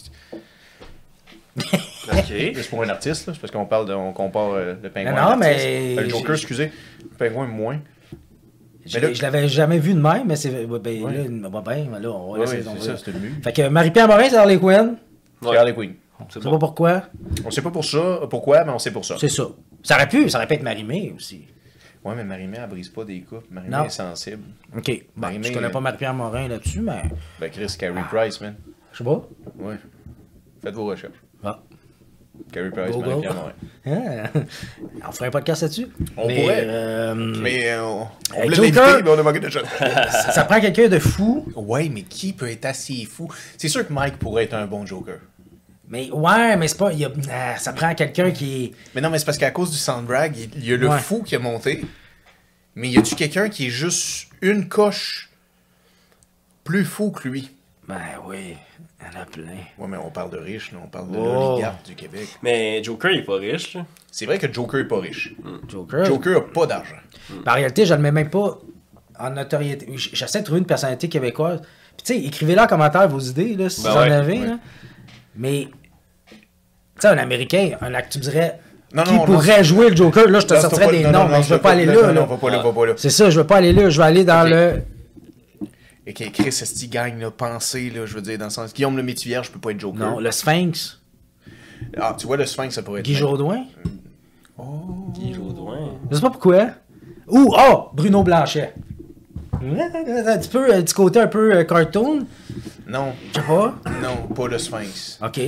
Ok. C'est pour un artiste, là. C'est parce qu'on parle de... On compare euh, le pingouin Non, à l'artiste. mais- Euh, le Joker, excusez. Le pingouin, moins. Je, là- je l'avais jamais vu de même, mais c'est. Ben, Ouais. là, ben, ben, là, on va Oui, essayer c'est d'en ça, voir. c'est une muse. Fait que Marie-Pierre Morin, c'est Harley Quinn. C'est Ouais. Harley Quinn. Je C'est sais bon. pas pourquoi. On sait pas pour ça, pourquoi, mais on sait pour ça. C'est ça. Ça aurait pu, ça aurait pu être Marie-Mé aussi. Ouais, mais Marie-Mé, elle brise pas des coupes. Marie-Mé Non. est sensible. OK. Bon, Marie-Mé, je connais euh, pas Marie-Pierre Morin là-dessus, mais. Ben, Chris, Carrie Price, man. Je sais pas. Ouais. Faites vos recherches. Ah. Carrie Price, Go, go. Marie-Pierre Morin. Hein? On ferait un podcast là-dessus. On Mais, pourrait. euh, Mais euh, on, on Hey, voulait Joker! l'inviter, mais on a manqué de chance. ça prend quelqu'un de fou. Ouais, mais qui peut être assez fou? C'est sûr que Mike pourrait être un bon Joker. Mais ouais, mais c'est pas. il y a- ah, ça prend quelqu'un qui est. Mais non, mais c'est parce qu'à cause du soundbrag, il il y a le Ouais. fou qui a monté. Mais y a-tu quelqu'un qui est juste une coche plus fou que lui? Ben oui, il y en a plein. Ouais, mais on parle de riche, là, on parle de Oh. l'oligarque du Québec. Mais Joker, il est pas riche, là. C'est vrai que Joker est pas riche. Joker. Joker a pas d'argent. En réalité, je le mets même pas en notoriété. J- J'essaie de trouver une personnalité québécoise. Puis tu sais, écrivez-le en commentaire vos idées, là, si Ben vous en ouais, avez. ouais. Là. Mais, tu sais, un Américain, un acte, tu dirais, Non, qui non, pourrait non, jouer le Joker? Là, je te Non, sortirais c'est des pas- noms, non, non, mais non, je veux c'est pas aller non, là. Non, là. non, va pas là, va pas là. C'est ça, je veux pas aller là. Je veux aller dans Ok. le... Et que Chris, Esti gagne, là, penser, là, je veux dire, dans le sens. Guillaume le Métivier, je peux pas être Joker. Non, le Sphinx. Ah, tu vois, le Sphinx, ça pourrait être. Guy Jodoin. Guy Jodoin. Je sais pas pourquoi. Ou, oh, Bruno Blanchet. Un petit peu, un petit côté un peu euh, cartoon. Non, Je sais pas. non, pas le Sphinx. OK.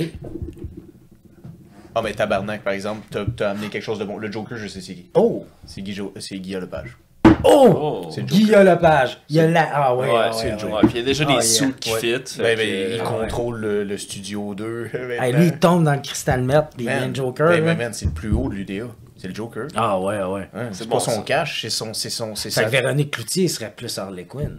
Ah, mais Tabarnak, par exemple, t'as t'as amené quelque chose de bon. Le Joker, je sais c'est qui. Oh! C'est Guy, jo... c'est Guy Lepage. Oh! Oh. C'est le Guy Lepage. Il y a la... Ah ouais, Ouais, ah c'est ouais, le ouais. Joker. Puis il y a déjà Ah, des yeah. sous qui Ouais. fit. Ben, fait ben, que- il ah, contrôle le, le studio deux. Hey, lui, il tombe dans le cristal mètre, puis il Man, vient le Joker. Ben, là. ben, man, c'est le plus haut de l'U D A. C'est le Joker. Ah ouais, ouais. Ouais, c'est c'est pas bon, son ça. cash, c'est son. C'est son. C'est Fait ça. que Véronique Cloutier serait plus Harley Quinn.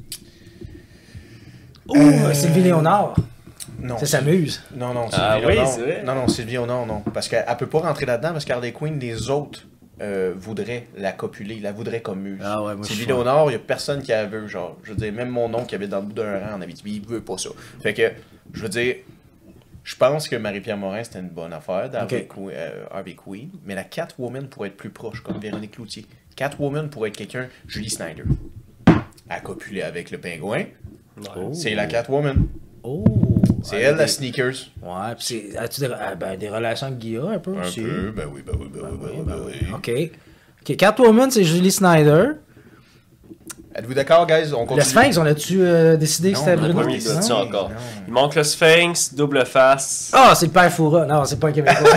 Ouh, Euh, Sylvie Léonard. Non. C'est sa muse. Non, non, Ah Sylvie oui, Léonard- c'est vrai. Non, non, Sylvie Léonard, non. Parce qu'elle elle peut pas rentrer là-dedans parce qu'Harley Quinn, les autres euh, voudraient la copuler, la voudraient comme muse. Ah ouais, moi, je Sylvie suis Léonard, il y a personne qui la veut, genre. Je veux dire, même mon oncle qui habite dans le bout d'un rang en Abitibi, il veut pas ça. Fait que, je veux dire, je pense que Marie-Pierre Morin, c'était une bonne affaire d'Harley Ok. Quinn, euh, Harley Quinn, mais la Catwoman pourrait être plus proche, comme Véronique Cloutier. Catwoman pourrait être quelqu'un, Julie Snyder. à copuler avec le pingouin. Ouais. C'est la Catwoman. Oh! C'est Ouais, elle, des- la Sneakers. Ouais, pis c'est. As-tu des, ah, ben, des relations avec Guilla un peu Un aussi? peu, ben oui, ben oui, ben oui, ben oui, ben oui. Ok. Ok, Catwoman, c'est Julie Snyder. Êtes-vous d'accord, guys? On Le continue. Sphinx, on a-tu euh, décidé que Non, c'était on a On a Bruno? pas mis de Non? ça encore. non. Il manque le Sphinx, double face. Ah, c'est le père Foura. Non, c'est pas un Québécois.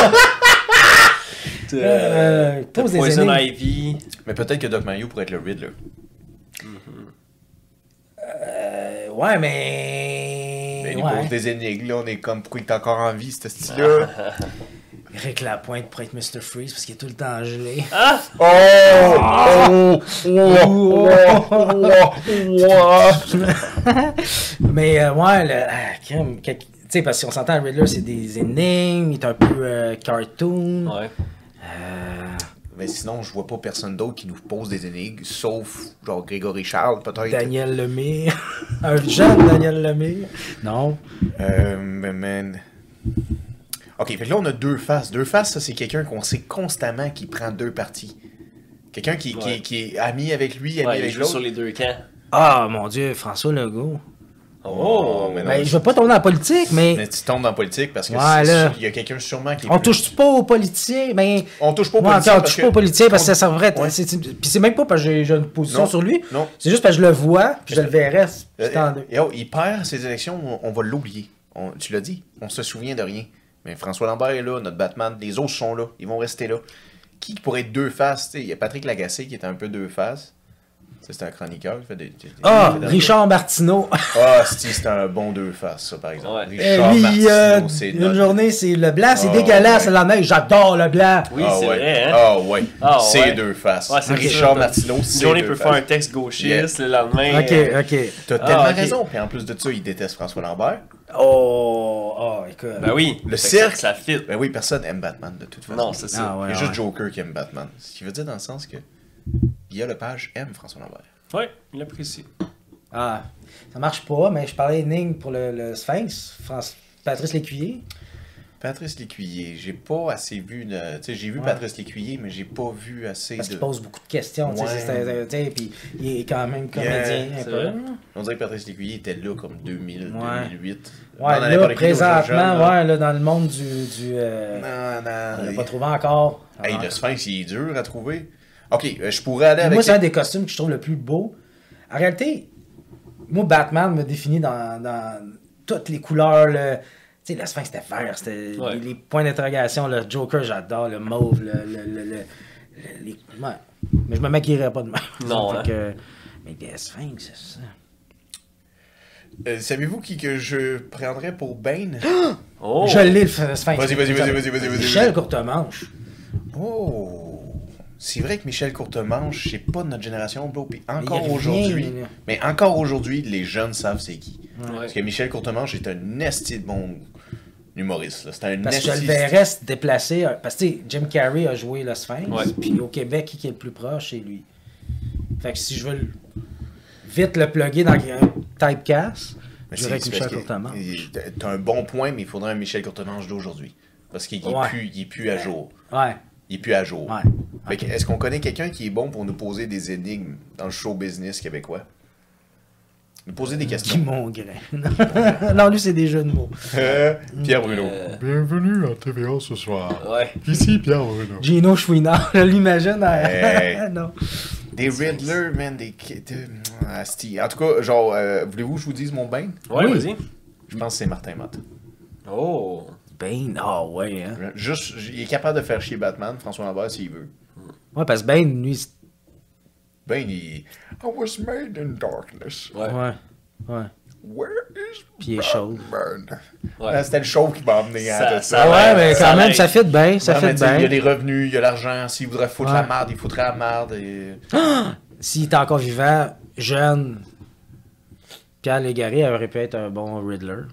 t'as- euh, t'as pose des Poison énigmes. Ivy. Mais peut-être que Doc Mayo pourrait être le Riddler. Euh, ouais, mais. Mais il ouais. pose des énigmes, là. On est comme, pourquoi il est encore en vie, ce style-là? Eric Lapointe pour être mister Freeze parce qu'il est tout le temps gelé. Ah! Oh! Oh! Oh! Oh! Oh! Mais euh, ouais, le. Ah, crème, quel- tu sais, parce qu'on s'entend, le Riddler, c'est des énigmes, il est un peu euh, cartoon. Ouais. Euh, Mais sinon, je vois pas personne d'autre qui nous pose des énigmes, sauf, genre, Grégory Charles, peut-être. Daniel Lemire. Un jeune Daniel Lemire. Non. Euh, mais man. Ok, fait que là, on a deux faces. Deux faces, ça, c'est quelqu'un qu'on sait constamment qui prend deux parties. Quelqu'un qui, qui, Ouais. qui est ami avec lui, ami Ouais, il avec joue l'autre. sur les deux camps. Ah, mon Dieu, François Legault. Oh, mais non. Ben, je veux pas tourner en politique, mais. Mais tu tombes dans la politique parce que Ouais, c'est- là. il y a quelqu'un sûrement qui est On plus- touche pas aux politiciens, mais. On touche pas aux Ouais, politiciens encore, on parce touche que- pas aux politiciens parce que ça servrait. Ouais. c'est- c'est- Puis c'est même pas parce que j'ai j'ai une position Non. sur lui. Non. C'est juste parce que je le vois, puis je le verrais. Euh, puis tant de- yo, il perd ses élections, on, on va l'oublier. On- Tu l'as dit, on se souvient de rien. Mais François Lambert est là, notre Batman, les autres sont là, ils vont rester là. Qui pourrait être deux faces? Tu sais, il y a Patrick Lagacé qui est un peu deux faces. Ça, c'est un chroniqueur. qui fait des- des- des- Ah, des- Richard Martineau. Ah, c'est c'est un bon deux faces, ça, par exemple. Ouais. Richard Euh, lui, Martineau, euh, c'est une notre- journée, c'est le blanc, c'est Ah, dégueulasse. ouais. Le lendemain, j'adore le blanc. Oui, ah, c'est ouais. vrai, hein? Ah, ouais. Ah, c'est ouais. deux faces. Ouais, c'est Richard ça. Martineau, Une c'est journée, il deux peut faces. faire un texte gauchiste, le lendemain. Ok, euh, ok. T'as Ah, tellement ok. raison. Puis en plus de ça, il déteste François Lambert. Oh, oh, écoute. Ben oui. Le Fait que cirque. Ça, ça fit. Ben oui, personne aime Batman de toute façon. Non, c'est ça. Ah, ouais, Il y a ouais. juste Joker qui aime Batman. Ce qui veut dire dans le sens que Guillaume Lepage aime François Lambert. Ouais, il apprécie. Ah, ça marche pas, mais je parlais d'énigmes pour le, le Sphinx. France... Patrice Lécuyer. Patrice Lécuyer, j'ai pas assez vu. de- Tu sais, j'ai vu Ouais. Patrice Lécuyer, mais j'ai pas vu assez Parce de. qu'il pose beaucoup de questions. tu sais, Ouais. c'est- c'est- tu sais, Puis il est quand même comédien Yeah, un c'est peu. vrai. On dirait que Patrice Lécuyer était là comme deux mille, Ouais. deux mille huit. Ouais, Dans là, n'importe qui, aux jeunes, présentement, là. ouais, là, dans le monde du. du euh, Non, on l'a non. pas trouvé encore. Hey, Ah. le Sphinx, il est dur à trouver. Ok, euh, je pourrais aller Puis avec. moi, c'est un des costumes que je trouve le plus beau. En réalité, moi, Batman me définit dans, dans toutes les couleurs. Le... Tu sais, le Sphinx, c'était vert. C'était Ouais. les, les points d'interrogation. Le Joker, j'adore. Le mauve. Le, le, le, le- le- les... ouais. Mais je me maquillerais pas de même. Non, Fait hein. que- Mais des Sphinx, c'est ça. Euh, Savez-vous qui que je prendrais pour Bane? Oh! Je l'ai, le Sphinx. Vas-y, vas-y, vas-y, vas-y, vas-y, vas-y. Michel Courtemanche. Oh! C'est vrai que Michel Courtemanche, c'est pas de notre génération, bro. Puis il encore revient, aujourd'hui, là. mais encore aujourd'hui, les jeunes savent c'est qui. Ouais. Parce que Michel Courtemanche est un esti de bon humoriste. là. C'est un Parce que je esti- le verrais se déplacer. euh, Parce que tu sais, Jim Carrey a joué le Sphinx. Ouais. Puis au Québec, qui est le plus proche, c'est lui. Fait que si je veux le- vite le plugger dans un typecast, Mais je c'est- dirais c'est que Michel parce que- Courtemanche. il- T'as un bon point, mais il faudrait un Michel Courtemanche d'aujourd'hui. Parce qu'il est, Ouais. plus, il est plus à jour. Ouais, Il est plus à jour. ouais. Fait que, est-ce qu'on connaît quelqu'un qui est bon pour nous poser des énigmes dans le show business québécois? Nous poser des Guy questions. Mongrain. Non, lui, c'est des jeux de mots. Euh, Pierre Bruno. Euh, Bienvenue à T V A ce soir. Ouais. Ici Pierre Bruno. Gino Chouinard, je l'imagine. à- Hey. non. Des Riddler, man, des... de- Ah, sti. En tout cas, genre, euh, voulez-vous que je vous dise mon bain? Ouais, Oui. vas-y. Je pense que c'est Martin Matt. Oh! Bane, ah ouais. Hein. Juste, il est capable de faire chier Batman, François Lambert, s'il veut. Ouais, parce que Bane, lui, c'est- Ben, il... I was made in darkness. Ouais. ouais. Ouais. Where is Puis il est chauve. Batman? Ouais. Ah, c'était le chauve qui m'a amené à Ça- tout ça- Ouais, l'aide, mais quand ça même, l'aide. ça fit bien. Ça Non, mais fit tu sais, il y a bien. les revenus, il y a l'argent. S'il voudrait foutre Ouais. la merde, il foutrait la merde. Et... S'il était encore vivant, jeune, Pierre Légaré aurait pu être un bon Riddler.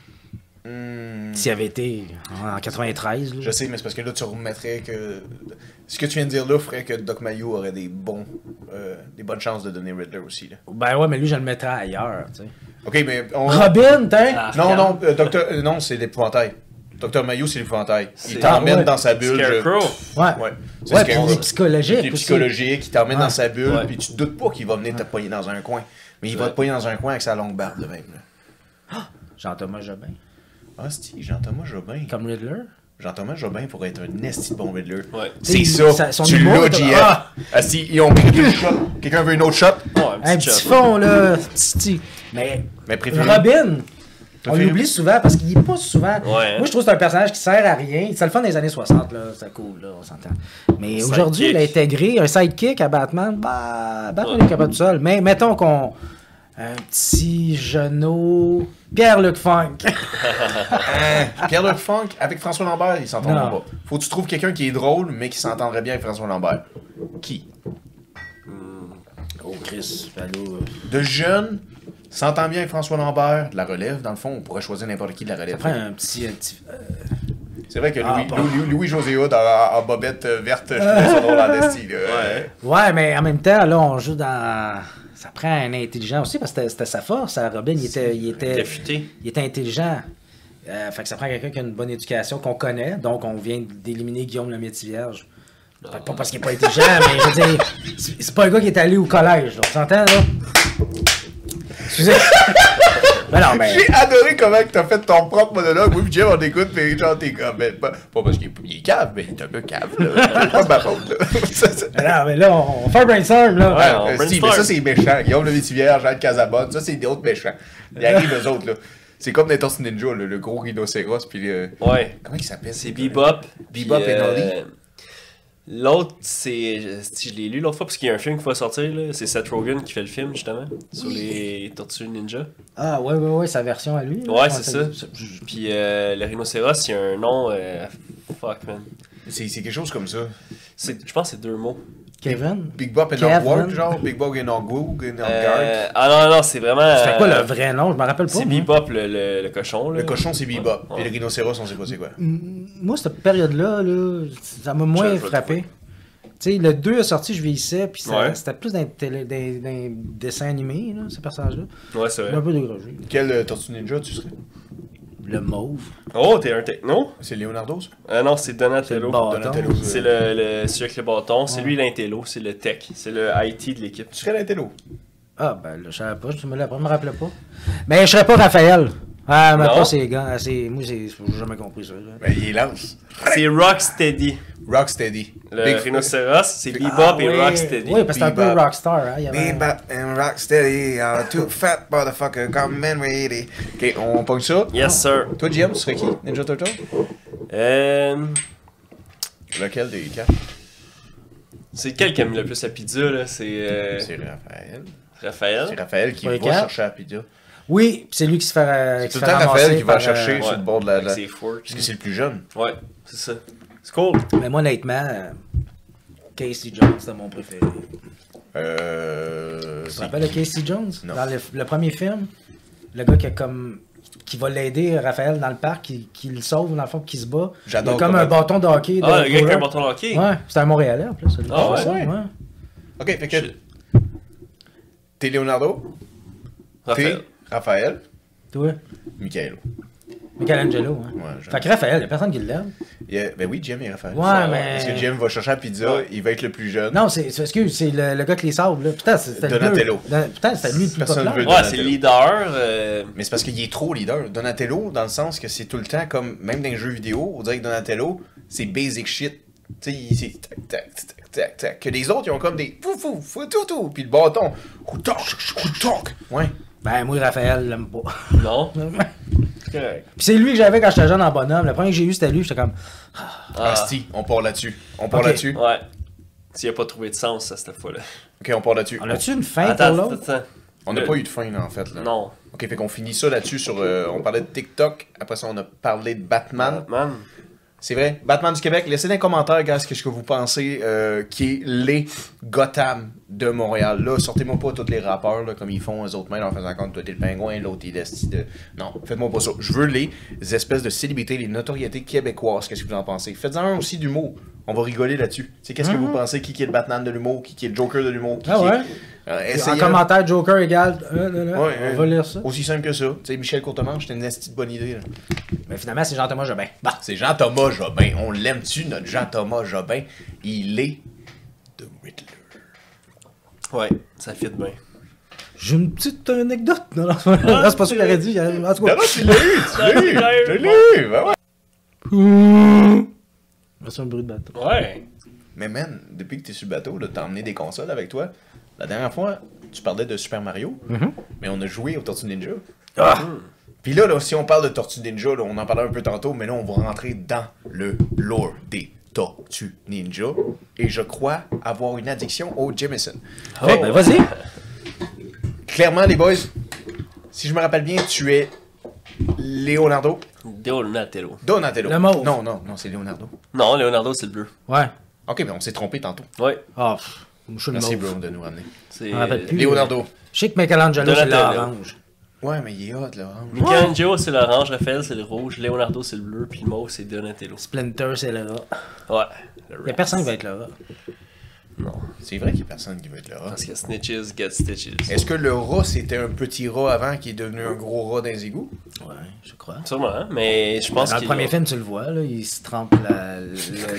Hmm, S'il avait été en quatre-vingt-treize. Là. Je sais, mais c'est parce que là, tu remettrais que... Ce que tu viens de dire là ferait que Doc Mayo aurait des bons, euh, des bonnes chances de donner Riddler aussi. Là. Ben ouais, mais lui, je le mettrais ailleurs. Tu sais. Ok, mais on... Robin, t'in? Ah, Non, regarde. non, euh, docteur... euh, non, c'est l'épouvantail. Docteur Mayo, c'est l'épouvantail. Il C'est- t'emmène Ah, ouais. dans sa bulle. je- Scarecrow. Ouais. Ouais. C'est Ouais, ce puis qu'on- il est psychologique. Il est aussi. psychologique, il t'emmène Ouais. dans sa bulle, Ouais. puis tu te doutes pas qu'il va venir te pogner dans un coin. Mais il va Ouais. te pogner dans un coin avec sa longue barbe de même. là. Jean-Thomas Jobin. Ah, c'est Jean-Thomas Jobin. Comme Riddler. Jean-Thomas Jobin pourrait être un esti de bon Riddler. Ouais. C'est Il- ça, sa- son tu humour, l'as, t'as- J F. Ah! Ah, si, ils ont pris deux shots. Quelqu'un veut une autre shot? Ouais, Un petit petit shot. fond, là. Petit. Mais Mais préféré. Robin, on Préféré. l'oublie souvent parce qu'il est pas souvent. Ouais. Moi, je trouve que c'est un personnage qui sert à rien. C'est le fun des années soixante, là. C'est cool, là, on s'entend. Mais Sidekick. aujourd'hui, il a intégré un sidekick à Batman. Bah, Batman est capable tout seul. Mais mettons qu'on. Un petit genou. Pierre-Luc Funk. Hein, Pierre-Luc Funk, avec François Lambert, ils s'entendront Non. pas. Faut que tu trouves quelqu'un qui est drôle, mais qui s'entendrait bien avec François Lambert. Qui? Oh, Chris. Allô. De jeune, s'entend bien avec François Lambert, de la relève, dans le fond, on pourrait choisir n'importe qui de la relève. Après, un petit. Un petit euh, C'est vrai que Ah, Louis, bon. Louis- Louis-José Hood en, en bobette euh, verte, je trouvais ça drôle en esti, là. Ouais. Ouais, mais en même temps, là, on joue dans. Ça prend un intelligent aussi parce que c'était- c'était sa force. hein. Robin, il était, il Il était, était futé. il était intelligent. Euh, fait que ça prend quelqu'un qui a une bonne éducation, qu'on connaît. Donc, on vient d'éliminer Guillaume le Métis-Vierge. Fait que pas parce qu'il n'est pas intelligent, mais je veux dire, c'est c'est pas un gars qui est allé au collège. là. On s'entend, là? Excusez. Mais non, mais. J'ai adoré comment que t'as fait ton propre monologue. Oui, puis Jim, on écoute, mais genre, t'es comme, ben, pas, pas parce qu'il est, il est cave, mais il est un peu cave, là. C'est pas de ma faute, là. Ça, ça- Mais non, mais là, on, on fait un brainstorm, là. Ouais, on Euh, si, brainstorm. mais ça, c'est méchant. Guillaume le Métivier, Jean Casabonne, ça, c'est d'autres méchants. Ils arrivent, eux autres, là. C'est comme dans les Tortues Ninja, le, le gros rhinocéros, puis le... Ouais. Comment il s'appelle? C'est Bebop. Bebop puis, et euh, Nolly. L'autre, c'est. Je, je l'ai lu l'autre fois parce qu'il y a un film qui va sortir, là. C'est Seth Rogen qui fait le film, justement. Sur les Tortues Ninja. Ah, ouais, ouais, ouais, sa version à lui. là. Ouais, Ouais, c'est ça. Puis euh, le rhinocéros, il y a un nom. euh, Fuck, man. C'est c'est quelque chose comme ça. C'est- Je pense que c'est deux mots. Kevin. Big Bop et Kevin. Nogward, genre? Big Bop et Nogwoog, et Nogguard. Euh, ah non, non, c'est vraiment. C'était quoi euh, le vrai nom? Je me rappelle pas. C'est moi. Bebop, le, le, le cochon. Là. Le cochon, c'est Bebop. Ouais. Puis le rhinocéros, on sait pas c'est quoi. Mm, Moi, cette période-là, là, ça m'a moins Je- je vais frappé. Tu sais, le deux est sorti, je vieillissais, puis ça- Ouais. c'était plus d'un télé- d'un- d'un dessin animé, là, ces personnages-là. Ouais, c'est vrai. Un peu dégrogé. Quel euh, Tortue Ninja tu serais? Le mauve. Oh, t'es un techno? C'est Leonardo, ça? Ah non, c'est C'est le Donatello. bâton. Donatello. C'est le, le, celui avec le bâton, c'est Ouais. lui l'intello, c'est le tech, c'est le I T de l'équipe. Tu serais l'intello. Ah, ben là, je savais pas, je me, la- je me rappelais pas. Mais je serais pas Raphaël. Ah, mais Non. pas ces gars. c'est- Moi, c'est- j'ai jamais compris ça. là. Ben, il lance. C'est Rocksteady. Rocksteady. Le Big- rhinocéros, c'est Bebop Ah, et oui. Rocksteady. Oui, parce que c'est un peu Bebop. rockstar. Hein, il y avait un- Bebop and Rocksteady, uh, two fat motherfucker, come and ready. Ok, on pogne ça. Yes, sir. Toi, G M, tu serais qui? Ninja Turtle? Euh, Lequel des quatre? c'est lequel qui aime le plus la pizza, là? C'est euh, C'est Raphaël. C'est Raphaël. Raphaël qui Pour va les quatre? chercher la pizza. Oui, puis c'est lui qui se fait. euh, C'est qui tout se le fait temps Raphaël ramasser qui va par, chercher euh, sur le bord de la... Avec la- ses forks. Parce que c'est le plus jeune. Ouais, c'est ça. C'est cool. Mais moi, honnêtement, euh, Casey Jones, c'était mon préféré. Euh... Tu te c'est- rappelles de Casey Jones? Non. Dans le, le premier film, le gars qui a comme. Qui va l'aider, Raphaël, dans le parc, qui, qui le sauve, dans le fond, puis qui se bat. J'adore Il a comme comment- un bâton de hockey. de Ah, le gars avec un roller. bâton de hockey. Ouais, c'était un Montréalais, en plus. celui qui Ah, fait ça, ouais? Ok, fait que... Shit. T'es Leonardo, Raphaël. t'es Raphaël, Toi, Michaelo. Michelangelo. Hein. Ouais, je- Fait que Raphaël, il n'y a personne qui l'aime. Il y a- Ben oui, Jim et Raphaël. Ouais, Ça, mais- Parce que Jim va chercher la pizza, Ouais. il va être le plus jeune. Non, c'est, c'est, excuse, c'est le, le gars qui les sauve, là. Putain, c'était le Donatello. deux. Putain, c'était lui le plus Personne populaire. veut Ouais, c'est Donatello. le leader. euh, Mais c'est parce qu'il est trop leader. Donatello, dans le sens que c'est tout le temps comme, même dans les jeux vidéo, on dirait que Donatello, c'est basic shit. Tu sais, il- c'est tac, tac, tac, tac, tac. Que les autres, ils ont comme des fou, fou, fou, tout, tout. Puis le bâton, who talk, who talk. Ouais. Ben, moi, Raphaël, je l'aime pas. Non. C'est correct. Puis c'est lui que j'avais quand j'étais jeune en bonhomme. Le premier que j'ai eu, c'était lui. J'étais comme. Ah, Asti, on part là-dessus. On part Ok. là-dessus. ouais. S'il a pas trouvé de sens à cette fois-là. Ok, on part là-dessus. On a-tu une fin Attends, pour attends, l'autre? attends. On n'a Le- pas eu de fin, là, en fait. Là. Non. Ok, fait qu'on finit ça là-dessus sur. euh, on parlait de TikTok. Après ça, on a parlé de Batman. Batman. C'est vrai. Batman du Québec. Laissez dans les commentaires, gars, ce que vous pensez euh, qui est les Gotham de Montréal. Là, sortez-moi pas tous les rappeurs là, comme ils font eux autres mêmes en faisant compte toi t'es le pingouin, l'autre il est esti de. Non, faites-moi pas ça. Je veux les espèces de célébrités, les notoriétés québécoises. Qu'est-ce que vous en pensez? Faites-en un aussi d'humour. On va rigoler là-dessus. C'est qu'est-ce que Mhm. vous pensez qui, qui est le Batman de l'humour, qui, qui est le Joker de l'humour, qui, Ah qui est- ouais? Euh, En essayez- commentaire, Joker égale. euh, là, là, Ouais, on euh, va lire ça. Aussi simple que ça. Tu sais, Michel Courtemanche, c'était une petite bonne idée. Là. Mais finalement, c'est Jean-Thomas Jobin. Bah. C'est Jean-Thomas Jobin. On l'aime-tu, notre Jean-Thomas Jobin? Il est The Riddler. Ouais, ça fit bien. J'ai une petite anecdote. Non, non, non, c'est pas ça qu'il aurait dit. En tout cas. Non, tu l'as eu, tu l'as eu, tu l'as eu. Ben ouais. C'est un bruit de bateau. Ouais. Mais man, depuis que t'es sur le bateau, là, t'as emmené des consoles avec toi. La dernière fois, tu parlais de Super Mario, Mhm. mais on a joué au Tortue Ninja. Ah! Puis là, là, si on parle de Tortue Ninja, là, on en parlait un peu tantôt, mais là, on va rentrer dans le lore des Tortues Ninja. Et je crois avoir une addiction au Jameson. Oh, Fait- ben vas-y. Clairement, les boys, si je me rappelle bien, tu es Leonardo Donatello. Donatello. Le mauve. Non, non, non, c'est Leonardo. Non, Leonardo, c'est le bleu. Ouais. Ok, mais on s'est trompé tantôt. Ouais. Ah, pff, moi, je suis le Merci, mauve. bro, de nous ramener. C'est. Je me rappelle plus. Leonardo. Je sais que Michelangelo, c'est Donatello. l'orange. Ouais, mais il est hot, là. hein. Michelangelo, c'est l'orange, Raphaël, c'est le rouge, Leonardo, c'est le bleu, puis le mauve, c'est Donatello. Splinter, c'est le rat. Ouais. Le Il y a rat. personne qui va être le rat. Non. C'est vrai qu'il n'y a personne qui veut être le rat. Parce que snitches get stitches. Est-ce que le rat, c'était un petit rat avant qui est devenu un gros rat dans les égouts? Ouais, je crois. Sûrement, hein, mais je pense Dans le qu'il premier film, tu le vois, là, il se trempe la- le,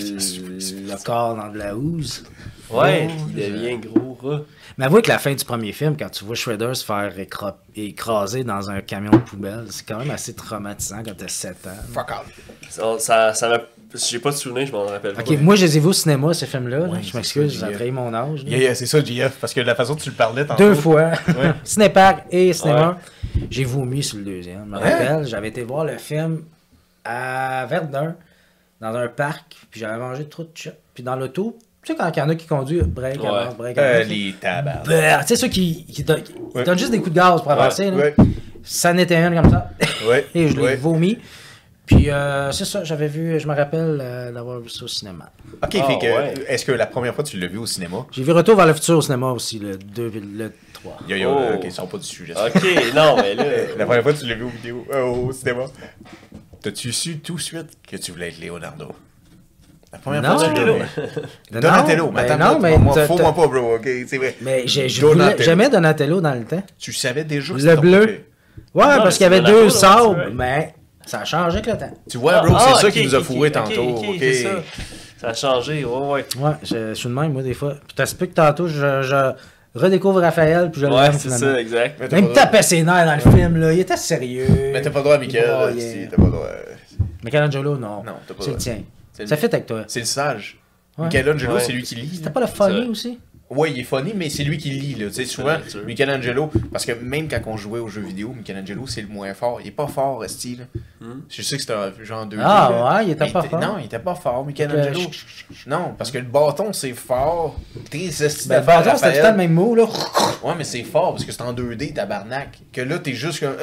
le corps dans de la housse. Ouais, Oh, il devient gros rat. Mais avoue que la fin du premier film, quand tu vois Shredder se faire écra- écraser dans un camion de poubelle, c'est quand même assez traumatisant quand t'as sept ans. Fuck off. Ça, ça, ça m'a. J'ai pas de souvenir, je m'en rappelle Ok, pas. moi je les ai vus au cinéma, ces films-là. là. Ouais, je c'est m'excuse, ça, j'ai J F. trahi mon âge. là. Yeah, yeah, c'est ça, J F, parce que la façon dont tu le parlais tantôt. Deux fois. Cinépark et cinéma. J'ai vomi sur le deuxième. Je me Hein? rappelle, j'avais été voir le film à Verdun, dans un parc, puis j'avais mangé trop de chips. Puis dans l'auto, tu sais, quand il y en a qui conduisent, break, Ouais. avance, break, Euh, avance. les tabacs. Ben, tu sais, ceux qui, qui, donnent, qui Ouais. donnent juste des coups de gaz pour avancer. là. Ouais, Ça n'était un comme ça. ouais. Et je l'ai ouais. vomi. Puis euh, c'est ça, j'avais vu, je me rappelle euh, d'avoir vu ça au cinéma. Ok, Ah, fait que, ouais. est-ce que la première fois tu l'as vu au cinéma? J'ai vu Retour vers le futur au cinéma aussi, le deux et le trois. Yo, yo, Oh. euh, ok, ils sont pas du sujet. ça. Ok, non, mais là. La première fois tu l'as vu au, vidéo, euh, au cinéma. T'as-tu su tout de suite que tu voulais être Leonardo? La première Non. fois tu l'as vu. Non, Donatello, ben attends, non, là, mais moi, t'as- faut-moi pas, bro, ok, c'est vrai. Mais j'ai, je Donatello. voulais, j'aimais Donatello dans le temps. Tu savais déjà que Le c'était ton bleu. préféré. Ouais, mais parce qu'il y c'est avait Donatello, deux là, sabres, c'est vrai. mais ça a changé avec le temps. Tu vois, bro, Ah, c'est ah, ça ok, qui nous a ok, fourré ok, tantôt, ok, ok? c'est ça. Ça a changé, ouais, ouais. Ouais, je, je suis de même, moi, des fois. Puis t'as ce peu que tantôt, je, je redécouvre Raphaël, puis je Ouais, l'aime c'est finalement. ça, exact. Mais t'as Même pas le droit- tapait ses nerfs dans le film, là. Il était sérieux. Mais t'as pas le droit à Michael, Oh, là, yeah. si, t'as pas le droit. Michelangelo, non. Non, t'as pas C'est le le tien. C'est le- Ça fait avec toi. C'est le sage. Ouais. Michelangelo, Ouais. c'est lui qui lit. C'était pas le funny vrai. aussi? Ouais, il est funny, mais c'est lui qui lit, là. Tu sais, souvent, vrai, c'est vrai. Michelangelo, parce que même quand on jouait aux jeux vidéo, Michelangelo, c'est le moins fort. Il est pas fort, Esti, là. Hmm. Je sais que c'était un genre deux D. Ah, là. ouais, il était Mais pas fort. Non, il était pas fort, Michelangelo. Donc, Non, parce que le bâton, c'est fort. Tes Esti Ben, d'affaires, Bâton, c'était tout le temps le Raphaël. même mot, là. Ouais, mais c'est fort, parce que c'est en deux D, tabarnak. Que là, t'es juste comme...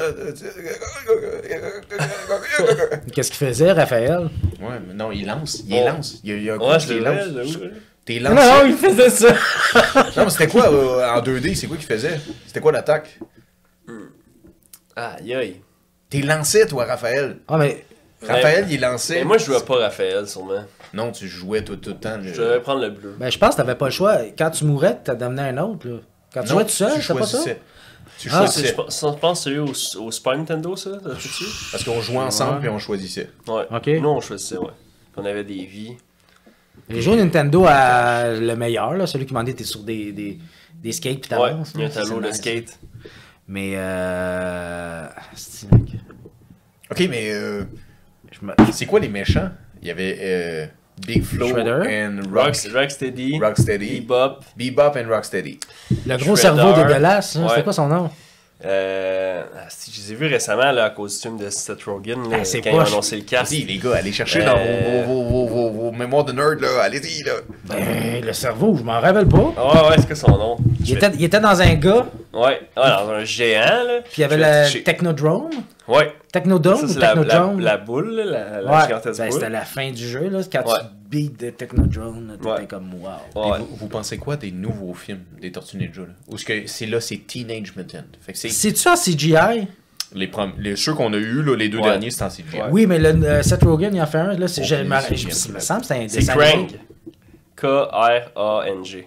Qu'est-ce qu'il faisait, Raphaël? Ouais, mais non, il lance. Il les Oh. lance. Il y a, il y a un coup Ouais, qui c'est les vrai, lance. j'avoue. T'es Non, lancé. non, il faisait ça. Non, mais c'était quoi euh, en deux D? C'est quoi qu'il faisait? C'était quoi l'attaque? Aïe, aïe. T'es lancé, toi, Raphaël. Ah, mais Raphaël, il est lancé. Mais moi, je jouais pas Raphaël, sûrement. Non, tu jouais tout, tout le temps. le- Je devais prendre le bleu. ben, je pense que t'avais pas le choix. Quand tu mourais, t'as amené un autre, là. Quand tu Non, jouais tout seul, tu c'était pas ça? choisissais. Tu Ah, C'est- choisissais. Je pense je pense que c'est eu au, au Super Nintendo, ça? ça se peut-tu? Parce qu'on jouait ensemble Ouais. puis on choisissait. Ouais. Ok. Nous, on choisissait, ouais. Puis on avait des vies. J'ai joué au Nintendo à le meilleur, là, celui qui m'en dit t'es sur des, des, des skates pis Ouais, t'avances. il y a un là. tableau C'est de nice. skate. Mais euh. c'est- mec, Ok, mais euh, je me- c'est quoi les méchants? Il y avait euh, Big Flo Shredder. and Rock, Rock, Rocksteady. Rocksteady. Bebop. Bebop and Rocksteady. Le gros Shredder. cerveau dégueulasse, hein, Ouais. c'était quoi son nom? Euh, ah, si, je les ai vus récemment là, à costume de Seth Rogen là, Ah, c'est quand ils ont poche. annoncé le cast. Vas-y, les gars, allez chercher Euh, dans vos, vos, vos, vos, vos mémoires de nerd, là. Allez-y, là. Ben, le cerveau, je m'en rappelle pas. Ah ouais, ouais, c'est quoi son nom? Il Je était, il était dans un gars, vais- Ouais, ouais, dans un géant là. puis il y avait Je vais le tricher. Technodrome. Ouais, Technodome ça ou c'est la, la, Technodrome? la boule, là, la, la Ouais, gigantesque ben, boule. c'était la fin du jeu, là. Quand Ouais. tu beats de Technodrome, là, t'étais Ouais. comme wow. Et Ouais. vous, vous pensez quoi des nouveaux films des Tortues Ninja, là? Où ce que c'est là, c'est Teenage Mutant. Fait que c'est C'est-tu en C G I? les, prom- les ceux qu'on a eu là, les deux Ouais. derniers, c'est en C G I. Ouais. Oui, mais le, euh, Seth Rogen, il en fait un, là. C'est, Oh, je, oui, me- c'est je- bien, il me là. semble que c'est un C'est dessin Krang. animé. K R A N G.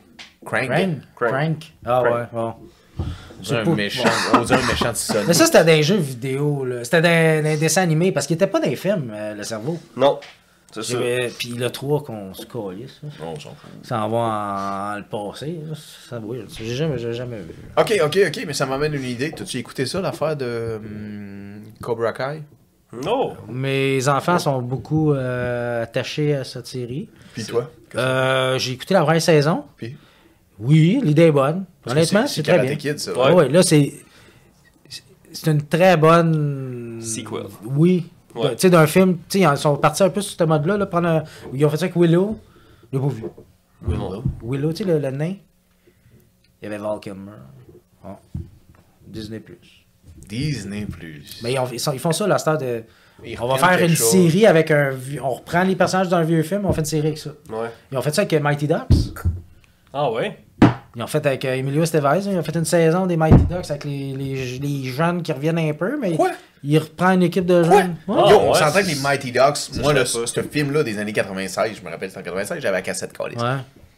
Crank. Crank. Crank. Crank. Ah Crank. ouais, bon. On dirait pas- un méchant, on dirait un méchant de sonne. Mais ça, c'était des jeux vidéo, là. C'était des, des dessins animés, parce qu'il était pas dans les films, euh, le cerveau. Non, c'est ça. J'avais- Puis le trois qu'on se calisse, ça. Non, on s'en fout. Ça en va en, en le passé, là. Ça, oui, j'ai jamais, j'ai jamais vu. Ok, ok, ok, mais ça m'amène une idée. T'as-tu écouté ça, l'affaire de hum, Cobra Kai? Non. Mes enfants sont beaucoup euh, attachés à cette série. Puis toi? Euh, j'ai écouté la première saison. Puis? Oui, l'idée est bonne. Parce que Honnêtement, c'est- c'est c'est très Karate bien. Kid, ça. Ouais, ouais, là, c'est. C'est une très bonne. Sequel. Oui. Ouais. Tu sais, d'un film. Tu sais, ils sont partis un peu sur ce mode-là. Là, prendre un- Ils ont fait ça avec Willow. Je l'ai pas vu. Willow. Willow, tu sais, le, le nain. Il y avait Val Kilmer. Bon. Disney Plus. Disney Plus. Mais ils, ont- ils sont- ils font ça, la star de. Ils On va reprennent faire quelque une chose. série avec un. vieux- On reprend les personnages d'un vieux film, on fait une série avec ça. Ouais. Ils ont fait ça avec euh, Mighty Ducks. Ah ouais? Ils ont fait avec euh, Emilio Estevez, ils ont fait une saison des Mighty Ducks avec les, les, les jeunes qui reviennent un peu, mais Quoi? ils reprennent une équipe de jeunes. Ouais. Ah, Yo, on ouais, s'entend que c'est- les Mighty Ducks, ça, moi, je là, savais pas. ce film-là des années quatre-vingt-seize, je me rappelle, c'était en quatre-vingt-seize, j'avais la cassette collée. Ouais.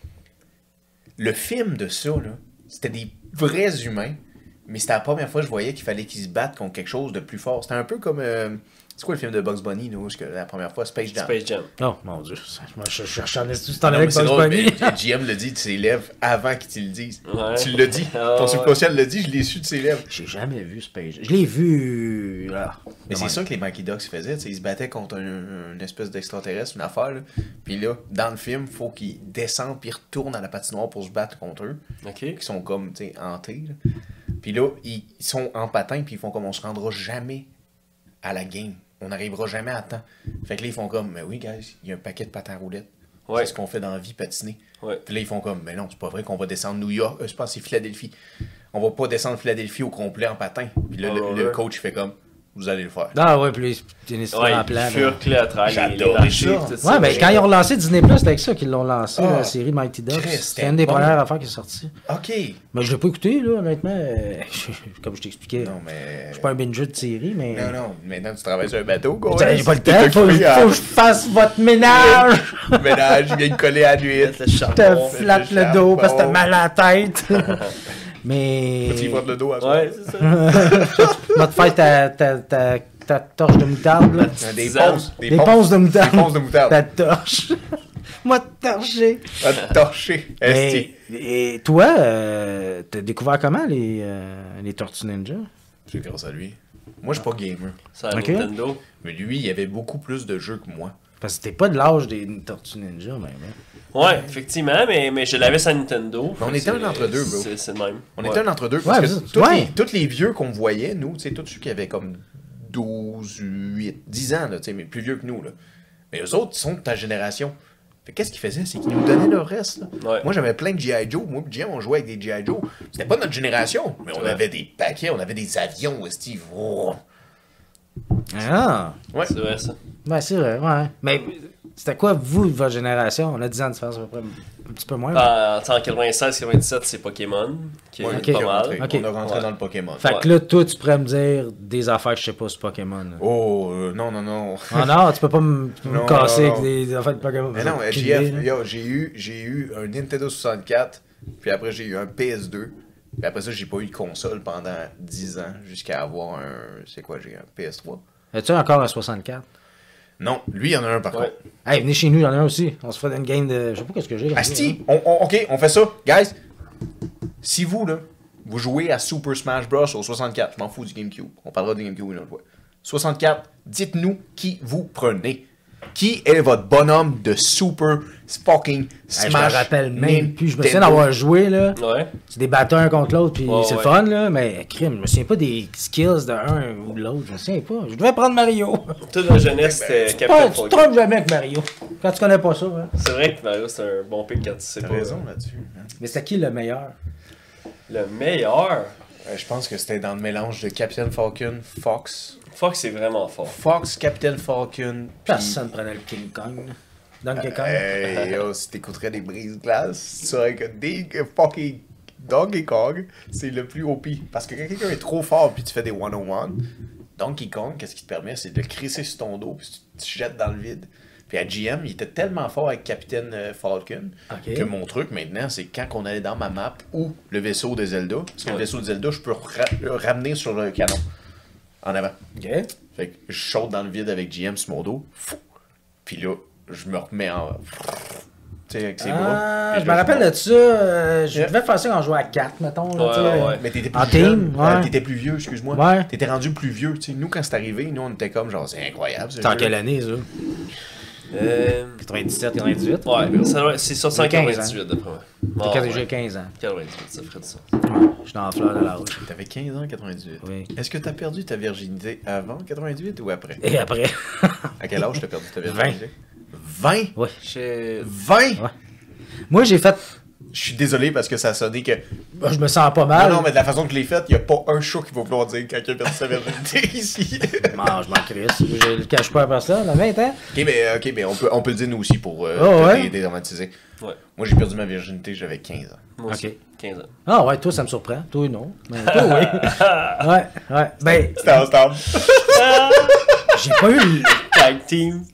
Le film de ça, là, c'était des vrais humains, mais c'était la première fois que je voyais qu'il fallait qu'ils se battent contre quelque chose de plus fort. C'était un peu comme. euh, c'est quoi le film de Bugs Bunny, nous, que la première fois, Space Jam? Space Jam. Oh mon dieu, ça- moi je cherchais en est-tu t'en Non, avec mais c'est Bugs drôle, Bunny? mais G M le dit de ses lèvres avant qu'il te le dise. Ouais. Tu l'as dit. Ah, Ton ouais. subconscient le dit, je l'ai su de ses lèvres. J'ai jamais vu Space. Je l'ai vu là. Mais c'est ça que les Mighty Ducks faisaient, tu sais, ils se battaient contre un- une espèce d'extraterrestre, une affaire, là. Puis là, dans le film, faut qu'ils descendent puis ils retournent à la patinoire pour se battre contre eux, Ok. qui sont comme, tu sais, hantés, là. Puis là, ils, ils sont en patin puis ils font comme on se rendra jamais à la game. On n'arrivera jamais à temps. Fait que là, ils font comme, mais oui, guys, il y a un paquet de patins à roulettes. Ouais. C'est ce qu'on fait dans la vie, patiner. Ouais. Puis là, ils font comme, mais non, c'est pas vrai qu'on va descendre New York. Euh, je pense que c'est Philadelphie. On va pas descendre Philadelphie au complet en patin. Puis là, Ah, le, ouais. le coach, il fait comme, vous allez le faire. Ah ouais, puis c'est une histoire Ouais, en il plan. là. furque là à travers les, les J'adore marchés, ça. tout Ouais, ça. ben quand ils ont relancé Disney Plus, c'est avec ça qu'ils l'ont lancé, Ah, la série Mighty Ducks. Christ, C'est une des bon. premières affaires qui est sortie. OK. Mais je l'ai pas écouté, là, honnêtement. Euh, Comme je t'expliquais. Non, mais. Je suis pas un binger de série, mais. Non, non. Maintenant, tu travailles sur un bateau, quoi. T'as pas le temps, faut, faut que je fasse votre ménage! Ménage, il vient de coller à l'huile. Le Je charbon. te flatte le le dos parce que t'as charbon. mal à la tête. Mais. Tu y frottes le dos à toi. Ouais, c'est ça. Va te faire ta, ta, ta, ta torche de moutarde, là. Des Tisane. ponces. Des ponces de moutarde. Des ponces de moutarde. Ta torche. Moi, te torcher. À te torcher. Esti. Mais, et toi, euh, t'as découvert comment les, euh, les Tortues Ninja? C'est grâce à lui. Moi, je suis pas gamer. C'est un Ok. Nintendo. Mais lui, il avait beaucoup plus de jeux que moi. Parce que t'es pas de l'âge des Tortues Ninja, même. hein. Ouais, effectivement, mais, mais je l'avais sur Nintendo. Mais on était un entre-deux, bro. C'est c'est le même. On Ouais. était un entre-deux parce Ouais, que vous- tous, ouais. les, tous les vieux qu'on voyait, nous, tu sais, tous ceux qui avaient comme douze, huit, dix ans, là, tu sais, mais plus vieux que nous, là. Mais eux autres, ils sont de ta génération. Fait qu'est-ce qu'ils faisaient? C'est qu'ils nous donnaient le reste, là. Ouais. Moi, j'avais plein de G I. Joe. Moi, et G M, on jouait avec des G I. Joe. C'était pas notre génération, mais on Ouais. avait des paquets, on avait des avions, Steve. Oh. Ah! Ouais. C'est vrai, ça. Ben, c'est vrai, ouais. Mais c'était quoi, vous, votre génération? On a dix ans de différence, à peu près. Un petit peu moins. mais- En, en quatre-vingt-seize quatre-vingt-dix-sept, c'est Pokémon, qui est Ouais, Ok. on pas est mal. rentré, Ok. on a rentré Ouais. dans le Pokémon. Fait que là, toi, tu pourrais me dire des affaires que je sais pas sur Pokémon. là. Oh, euh, non, non, non. Ah non, tu peux pas me, tu peux me Non, casser non, avec non. des, des affaires de Pokémon. Mais non, J'ai aucune G F, idée, là. yo, j'ai eu, j'ai eu un Nintendo soixante-quatre, puis après j'ai eu un P S deux, puis après ça j'ai pas eu de console pendant dix ans, jusqu'à avoir un, c'est quoi, j'ai eu un P S trois. As-tu encore un soixante-quatre? Non, lui il y en a un par Ouais. contre. Hey, venez chez nous, il y en a un aussi. On se ferait une game de. Je sais pas qu'est-ce que j'ai. là. Asti, on, on- ok, on fait ça, guys. Si vous là, vous jouez à Super Smash Bros au soixante-quatre, je m'en fous du GameCube, on parlera du GameCube une autre fois. soixante-quatre, dites-nous qui vous prenez. Qui est votre bonhomme de Super fucking Hey, Smash? je me rappelle même. Puis je me souviens Nintendo? d'avoir joué, là. Ouais. C'est des batteurs un contre l'autre, puis Ouais, c'est le ouais. fun, là. Mais crime, je me souviens pas des skills de un ou de l'autre. Je me souviens pas. Je devais prendre Mario. Toute la jeunesse, c'était Ouais, Captain tu te Falcon. trompes jamais avec Mario. Quand tu connais pas ça, hein. C'est vrai que Mario, c'est un bon pick quand tu sais T'as pas. raison là-dessus. hein. Mais c'était qui le meilleur? Le meilleur. Euh, je pense que c'était dans le mélange de Captain Falcon, Fox. Fox, c'est vraiment fort. Fox, Captain Falcon. puis- Personne prenait le King Kong. là. Donkey Kong. Hey, yo, si t'écouterais des brises-glaces, tu saurais que des fucking Donkey Kong, c'est le plus O P. Parce que quand quelqu'un est trop fort puis tu fais des one oh one, Donkey Kong, qu'est-ce qui te permet? C'est de le crisser sur ton dos puis tu te jettes dans le vide. Puis à G M, il était tellement fort avec Capitaine euh, Falcon Ok. que mon truc maintenant, c'est quand on allait dans ma map ou le vaisseau de Zelda, parce que le Ouais. vaisseau de Zelda, je peux ra- le ramener sur le canon en avant. Ok. Fait que je saute dans le vide avec G M sur mon dos, fou. Puis là, je me remets en. Tu sais, avec ses bras. Ah, Puis je là, me rappelle monte. de ça. euh, je Yeah. devais faire ça quand on jouait à quatre, mettons. Là, Ouais, tu sais. ouais, ouais. Mais t'étais En plus jeune. team, Euh, ouais. T'étais plus vieux, excuse-moi. Ouais. T'étais rendu plus vieux. Tu sais, nous, quand c'est arrivé, nous, on était comme genre, c'est incroyable. ce C'était en jeu. quelle année, ça? Euh, quatre-vingt-dix-sept, quatre-vingt-dix-huit? ouais, ça doit- c'est sorti en quinze ans. quatre-vingt-dix-huit d'après moi. T'as Ah, quand ouais. j'ai quinze ans. quatre-vingt-dix-huit, ça ferait de ça. Je suis dans la fleur de l'âge. T'avais quinze ans en quatre-vingt-dix-huit. Oui. Est-ce que t'as perdu ta virginité avant quatre-vingt-dix-huit ou après? Et après? À quel âge t'as perdu ta virginité? vingt. Ouais. Chez... vingt? Ouais. Moi, j'ai fait. Je suis désolé parce que ça a sonné que. Bah, je me sens pas mal. Non, non, mais de la façon que je l'ai faite, il n'y a pas un chat qui va vouloir dire quand il a perdu sa virginité ici. Non, je m'en crisse. Je le cache pas après ça. À vingt ans. Ok, mais, euh, ok, mais on, peut, on peut le dire nous aussi pour euh, Oh, te ouais. dé- dédramatiser. Ouais, Moi, j'ai perdu ma virginité, j'avais quinze ans. moi aussi. Ok. quinze ans. Ah ouais, toi, ça me surprend. Toi, non. Mais toi, oui. Ouais, ouais. Ben, C'était en stable. j'ai pas eu le... Tag team.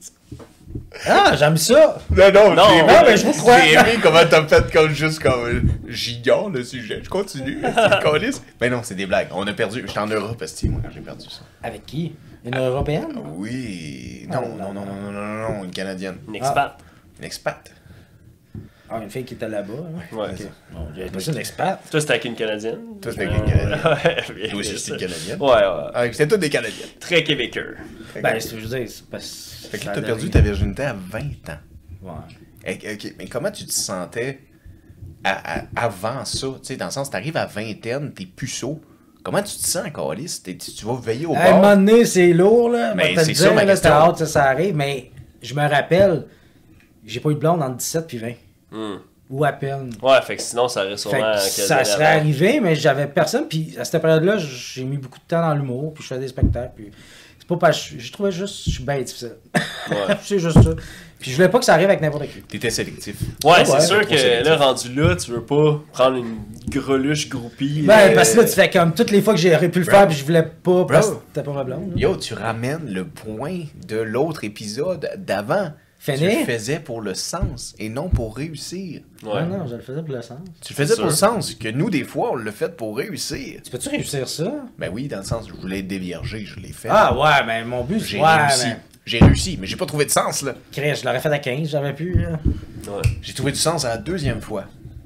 Ah, j'aime ça. Non, non, Non, j'ai aimé, non, mais je vous crois. J'ai aimé comment t'as fait comme juste comme euh, j'ignore le sujet. Je continue. C'est câlisse. Mais non, c'est des blagues. On a perdu. J'étais en Europe, parce moi, quand j'ai perdu ça. Avec qui? Une Européenne? Oui. Ah, Non, non, non, non, non, non, non, non, une Canadienne. Une expat. Une expat. Ah, une fille qui était là-bas. Hein? Ouais. C'est ça. Bon, j'avais pas ça d'expat. Toi, c'était avec une Canadienne. Toi, c'était avec une Canadienne. Ouais, bien Toi aussi, sûr. c'était une Canadienne. Ouais, ouais. Ah, c'était tous des Canadiennes. Très québécois. Ben, c'est- je veux dire, c'est parce Fait que ça t'as a perdu donné- ta virginité à vingt ans. Ouais. Eh, ok, mais comment tu te sentais à- à- avant ça? Tu sais, dans le sens, t'arrives à vingtaine, t'es puceau. Comment tu te sens, Calis? T'es- Tu tu vas veiller au À un moment bar? donné, c'est lourd, là. Mais Mais te c'est le ça, dire, ma là, c'était question. hâte que ça arrive, mais je me rappelle, j'ai pas eu de blonde entre dix-sept puis vingt. Hmm. Ou à peine. Ouais, fait que sinon, ça aurait Fait sûrement... que quelques ça années serait avant. arrivé, mais j'avais personne. Puis à cette période-là, j'ai mis beaucoup de temps dans l'humour, puis je faisais des spectacles. Puis c'est pas parce que je, je trouvais juste, je suis bien difficile. Ouais. c'est juste ça. Puis je voulais pas que ça arrive avec n'importe qui. T'étais sélectif. Ouais, Ouais, c'est sûr trop que sélectif. là, rendu là, tu veux pas prendre une greluche groupie. Ben, euh, parce que là, tu fais comme toutes les fois que j'aurais pu le Bro. faire, puis je voulais pas, parce que Bro. t'es pas ma blonde. là. Yo, tu ramènes le point de l'autre épisode d'avant. Tu Fini? le faisais pour le sens et non pour réussir. Ouais. Non, non, je le faisais pour le sens. Tu le faisais C'est pour le sûr. sens, que nous, des fois, on l'a fait pour réussir. Tu peux-tu réussir ça? Ben oui, dans le sens, je voulais être déviergé, je l'ai fait. Ah ouais, mais mon but, J'ai ouais, réussi. mais... J'ai réussi, mais j'ai pas trouvé de sens, là. Chris, je l'aurais fait à quinze, j'aurais pu. là. Ouais. J'ai trouvé du sens à la deuxième fois.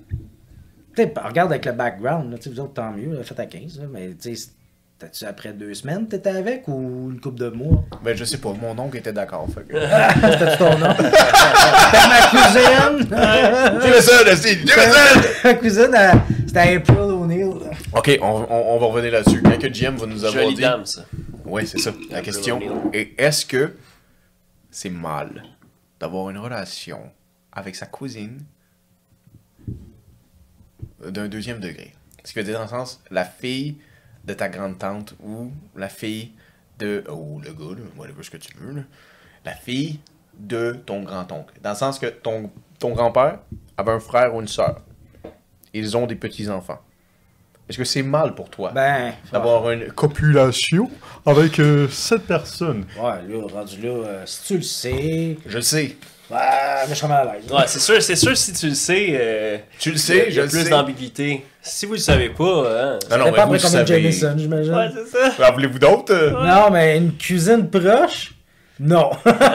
Tu sais, regarde avec le background, là, tu sais, vous autres, tant mieux, là, fait à quinze, là, mais tu sais, t'as-tu après deux semaines t'étais avec ou une couple de mois? Ben, je sais pas, mon oncle était d'accord. Fait que... C'était ton nom? C'était ma cousine! Dis-le ça, le style, dis-le ça! Ma cousine, elle- c'était April O'Neil. là. Ok, on, on- on va revenir là-dessus. Quand que G M va nous avoir Jolie dit... dame, ça. Oui, c'est ça, la April question. O'Neil. Et est-ce que c'est mal d'avoir une relation avec sa cousine d'un deuxième degré? Ce qui veut dire dans le sens, la fille de ta grande-tante ou la fille de... Oh, le gars, là, whatever ce que tu veux, là. La fille de ton grand-oncle. Dans le sens que ton, ton grand-père avait un frère ou une sœur. Ils ont des petits-enfants. Est-ce que c'est mal pour toi Ben, d'avoir une... Copulation avec euh, cette personne. ouais, là, rendu là, euh, si tu le sais, Je le sais. ouais, mais je serais mal à l'aise. Ouais, c'est sûr, c'est sûr, si tu le sais, euh, Tu le il y a- sais, il y je a le plus sais. d'ambiguïté. Si vous le savez pas, hein. Non, non, C'était mais pas vous après le comme une savez. Jameson, j'imagine. Ouais, c'est ça. En voulez-vous d'autres? euh? Non, mais une cuisine proche? Non.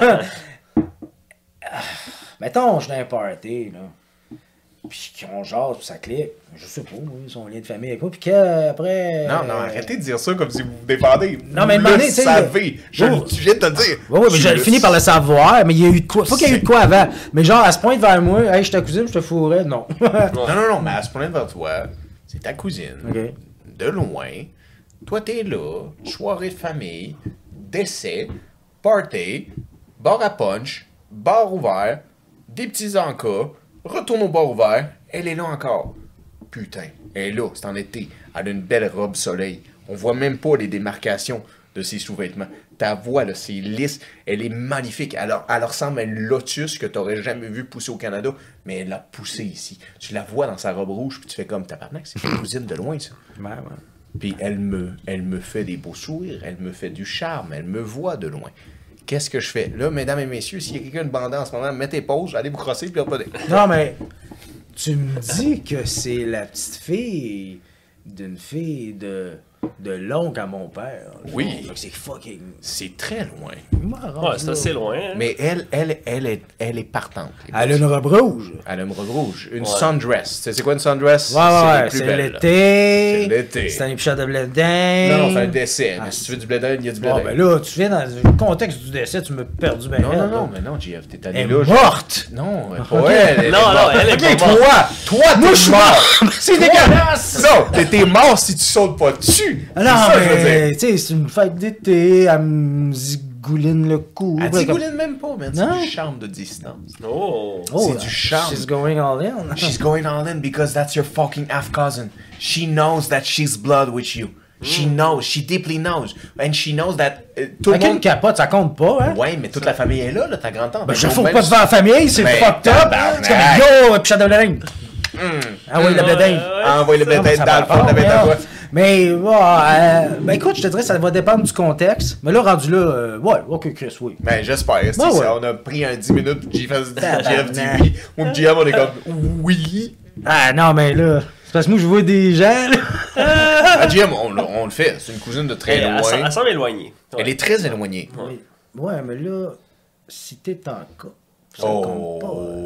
Mettons, je suis dans un party, là. Puis qu'on jase, puis ça clique. Je sais pas, moi, ils sont liés de famille avec moi. Puis qu'après. Non, non, arrêtez de dire ça comme si vous vous défendez. Non, mais vous demandez, le tu sais, savez. Je, oh. je viens de te le dire. Ouais, ouais, mais Tu j'ai le fini par le savoir, mais il y a eu de quoi. Faut qu'il y ait eu de quoi avant. Mais genre, à ce point vers moi, hey, je te cousine, je te fourrais. Non. Non, non, non, mais à ce point vers toi, c'est ta cousine. Ok. De loin. Toi, t'es là. Soirée de famille. Décès. Party. Bar à punch. Bar ouvert. Des petits encas. Retourne au bar ouvert. Elle est là encore. Putain. Elle est là. C'est en été. Elle a une belle robe soleil. On voit même pas les démarcations de ses sous-vêtements. Ta voix, là, c'est lisse. Elle est magnifique. Alors, elle ressemble à une lotus que t'aurais jamais vu pousser au Canada, mais elle l'a poussée ici. Tu la vois dans sa robe rouge, puis tu fais comme tabarnak, c'est ta cousine de loin, ça. Ouais, ouais. Puis elle me, elle me fait des beaux sourires, elle me fait du charme, elle me voit de loin. qu'est-ce que je fais? Là, mesdames et messieurs, s'il y a quelqu'un de bandé en ce moment, mettez pause, allez vous crosser, puis revenez. Non, mais tu me dis que c'est la petite fille d'une fille de, de l'oncle à mon père. genre. Oui. Fait que c'est fucking... C'est très loin. Ouais, c'est assez loin. Hein? Mais elle, elle, elle est, elle est partante. Elle a une robe rouge. Elle a une robe rouge. Une Ouais. sundress. Tu sais, c'est quoi une sundress? Ouais, ouais, c'est ouais, les plus c'est belles, là. l'été. C'est l'été. C'est un épisode de blé d'Inde. Non, non, c'est un décès. Ah, mais si tu veux du blé d'Inde, il y a du blé Bon, d'Inde. ben là, tu viens dans le contexte du décès, tu m'as perdu ben non, non, raide, non, là. mais non, J F, t'es Elle allé est là. je- morte! Non, mais Ok. pas elle. elle est Non, non, morte. elle est Ok, pas morte. toi, toi, Moi, t'es je suis mort. C'est dégueulasse! Non, t'es- t'es mort si tu sautes pas dessus. Ah C'est non, ça, je veux mais, dire. tu sais, c'est une fête d'été, elle me zigouline le cou. Elle ben, digouline même pas, man. C'est Non. du charme de distance. Oh! Oh, c'est du charme. She's going all in. She's going all in because that's your fucking half cousin. She knows that she's blood with you. She knows, she deeply knows. And she knows that euh, tout le Avec une monde... capote, ça compte pas, hein? Ouais, mais toute la famille est là, là, ta grand-tante. Ben, je Donc, fous même pas si- devant la famille, c'est Ben, fucked up. tabarnak. C'est comme, yo, puis de blé Ah oui, le blé d'Inde. Ah, envoie le blé Non, d'Inde ça dans va le fond de la pas, bête à mais, toi. Mais, ouais, euh, ben écoute, je te dirais, ça va dépendre du contexte. Mais là, rendu là, euh, ouais, ok, Chris, oui. Ben, j'espère. c'est Ben ça. ouais. On a pris un dix minutes, J F dit Tabarnak. oui. Ou J M, on est comme oui. Ah non, mais là, c'est parce que moi, je vois des gens, là. Ah, J M, on, on le fait. C'est une cousine de très Elle, elle, sem- loin. elle semble éloignée. Ouais. Elle est très éloignée. Ouais, mais là, si t'es en cas, ça compte pas.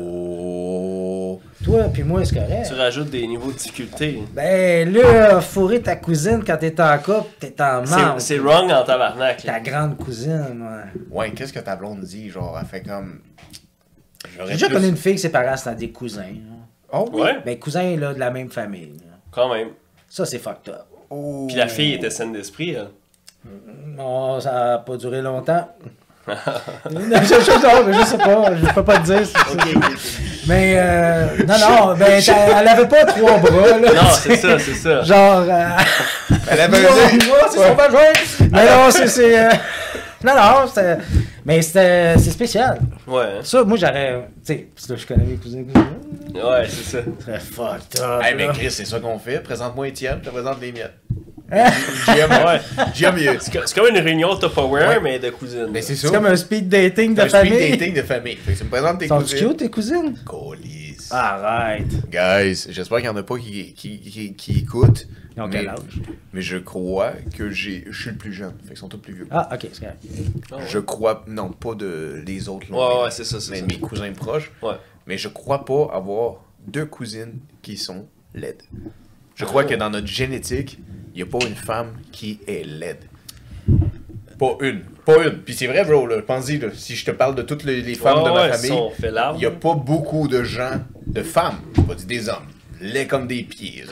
Oh. Toi, puis moi, c'est correct. Tu rajoutes des niveaux de difficulté. Ben là, fourrer ta cousine quand t'es en couple, t'es en C'est manque. c'est wrong en tabarnak. Ta là. grande cousine, ouais. Ouais, qu'est-ce que ta blonde dit? Genre, elle fait comme. J'aurais J'ai déjà plus- connu une fille que ses parents c'était des cousins. là. Oh oui. Ouais, Ben, cousins, là, de la même famille. là. quand même. Ça, c'est fucked up. Oh. Puis la fille était saine d'esprit, elle. Non, ça a pas duré longtemps. non, je, je, non, mais je sais pas, je peux pas te dire. c'est- c'est- Mais, euh, non, non, ben, t'as- elle avait pas trois bras, là. Non, c'est ça, c'est ça. Genre, euh, Elle avait non, un non, c'est son vagin. Mais non, c'est, c'est, euh, non, non, c'était, mais c'était, c'est spécial. Ouais, Ça, moi, j'aurais, tu sais, parce que là, je connais mes cousins, cousins. hein. ouais, c'est ça. Très fucked up. Hey, mais là. Chris, c'est ça qu'on fait. Présente-moi Étienne, je te présente les miettes. Hein? J M, Ouais. J M, il- C'est co- c'est comme une réunion Tupperware, Ouais. mais de cousine. Mais c'est ça. C'est comme un speed dating de un famille. speed dating de famille. Fait que tu me présentes tes Sont-tu cousines. cute, tes cousines? Colis. Arrête. Guys, j'espère qu'il n'y en a pas qui, qui, qui, qui écoutent. Ils ont mais, quel âge? mais je crois que j'ai, je suis le plus jeune. Fait qu'ils sont tous plus vieux. Ah, ok, c'est correct. Ah ouais. Je crois, non, pas de les autres. là, Ouais, mais- ouais, c'est ça, c'est mais ça. mes cousins proches. Ouais. Mais je crois pas avoir deux cousines qui sont laides. Je crois Oh. que dans notre génétique, il n'y a pas une femme qui est laide. Pas une. Pas une. Puis c'est vrai, bro, là, pense-y, là, si je te parle de toutes les, les femmes Ouais, de ma ouais, famille, sont fait large. il n'y a pas beaucoup de gens, de femmes, je vais pas dire des hommes, laids comme des pieds.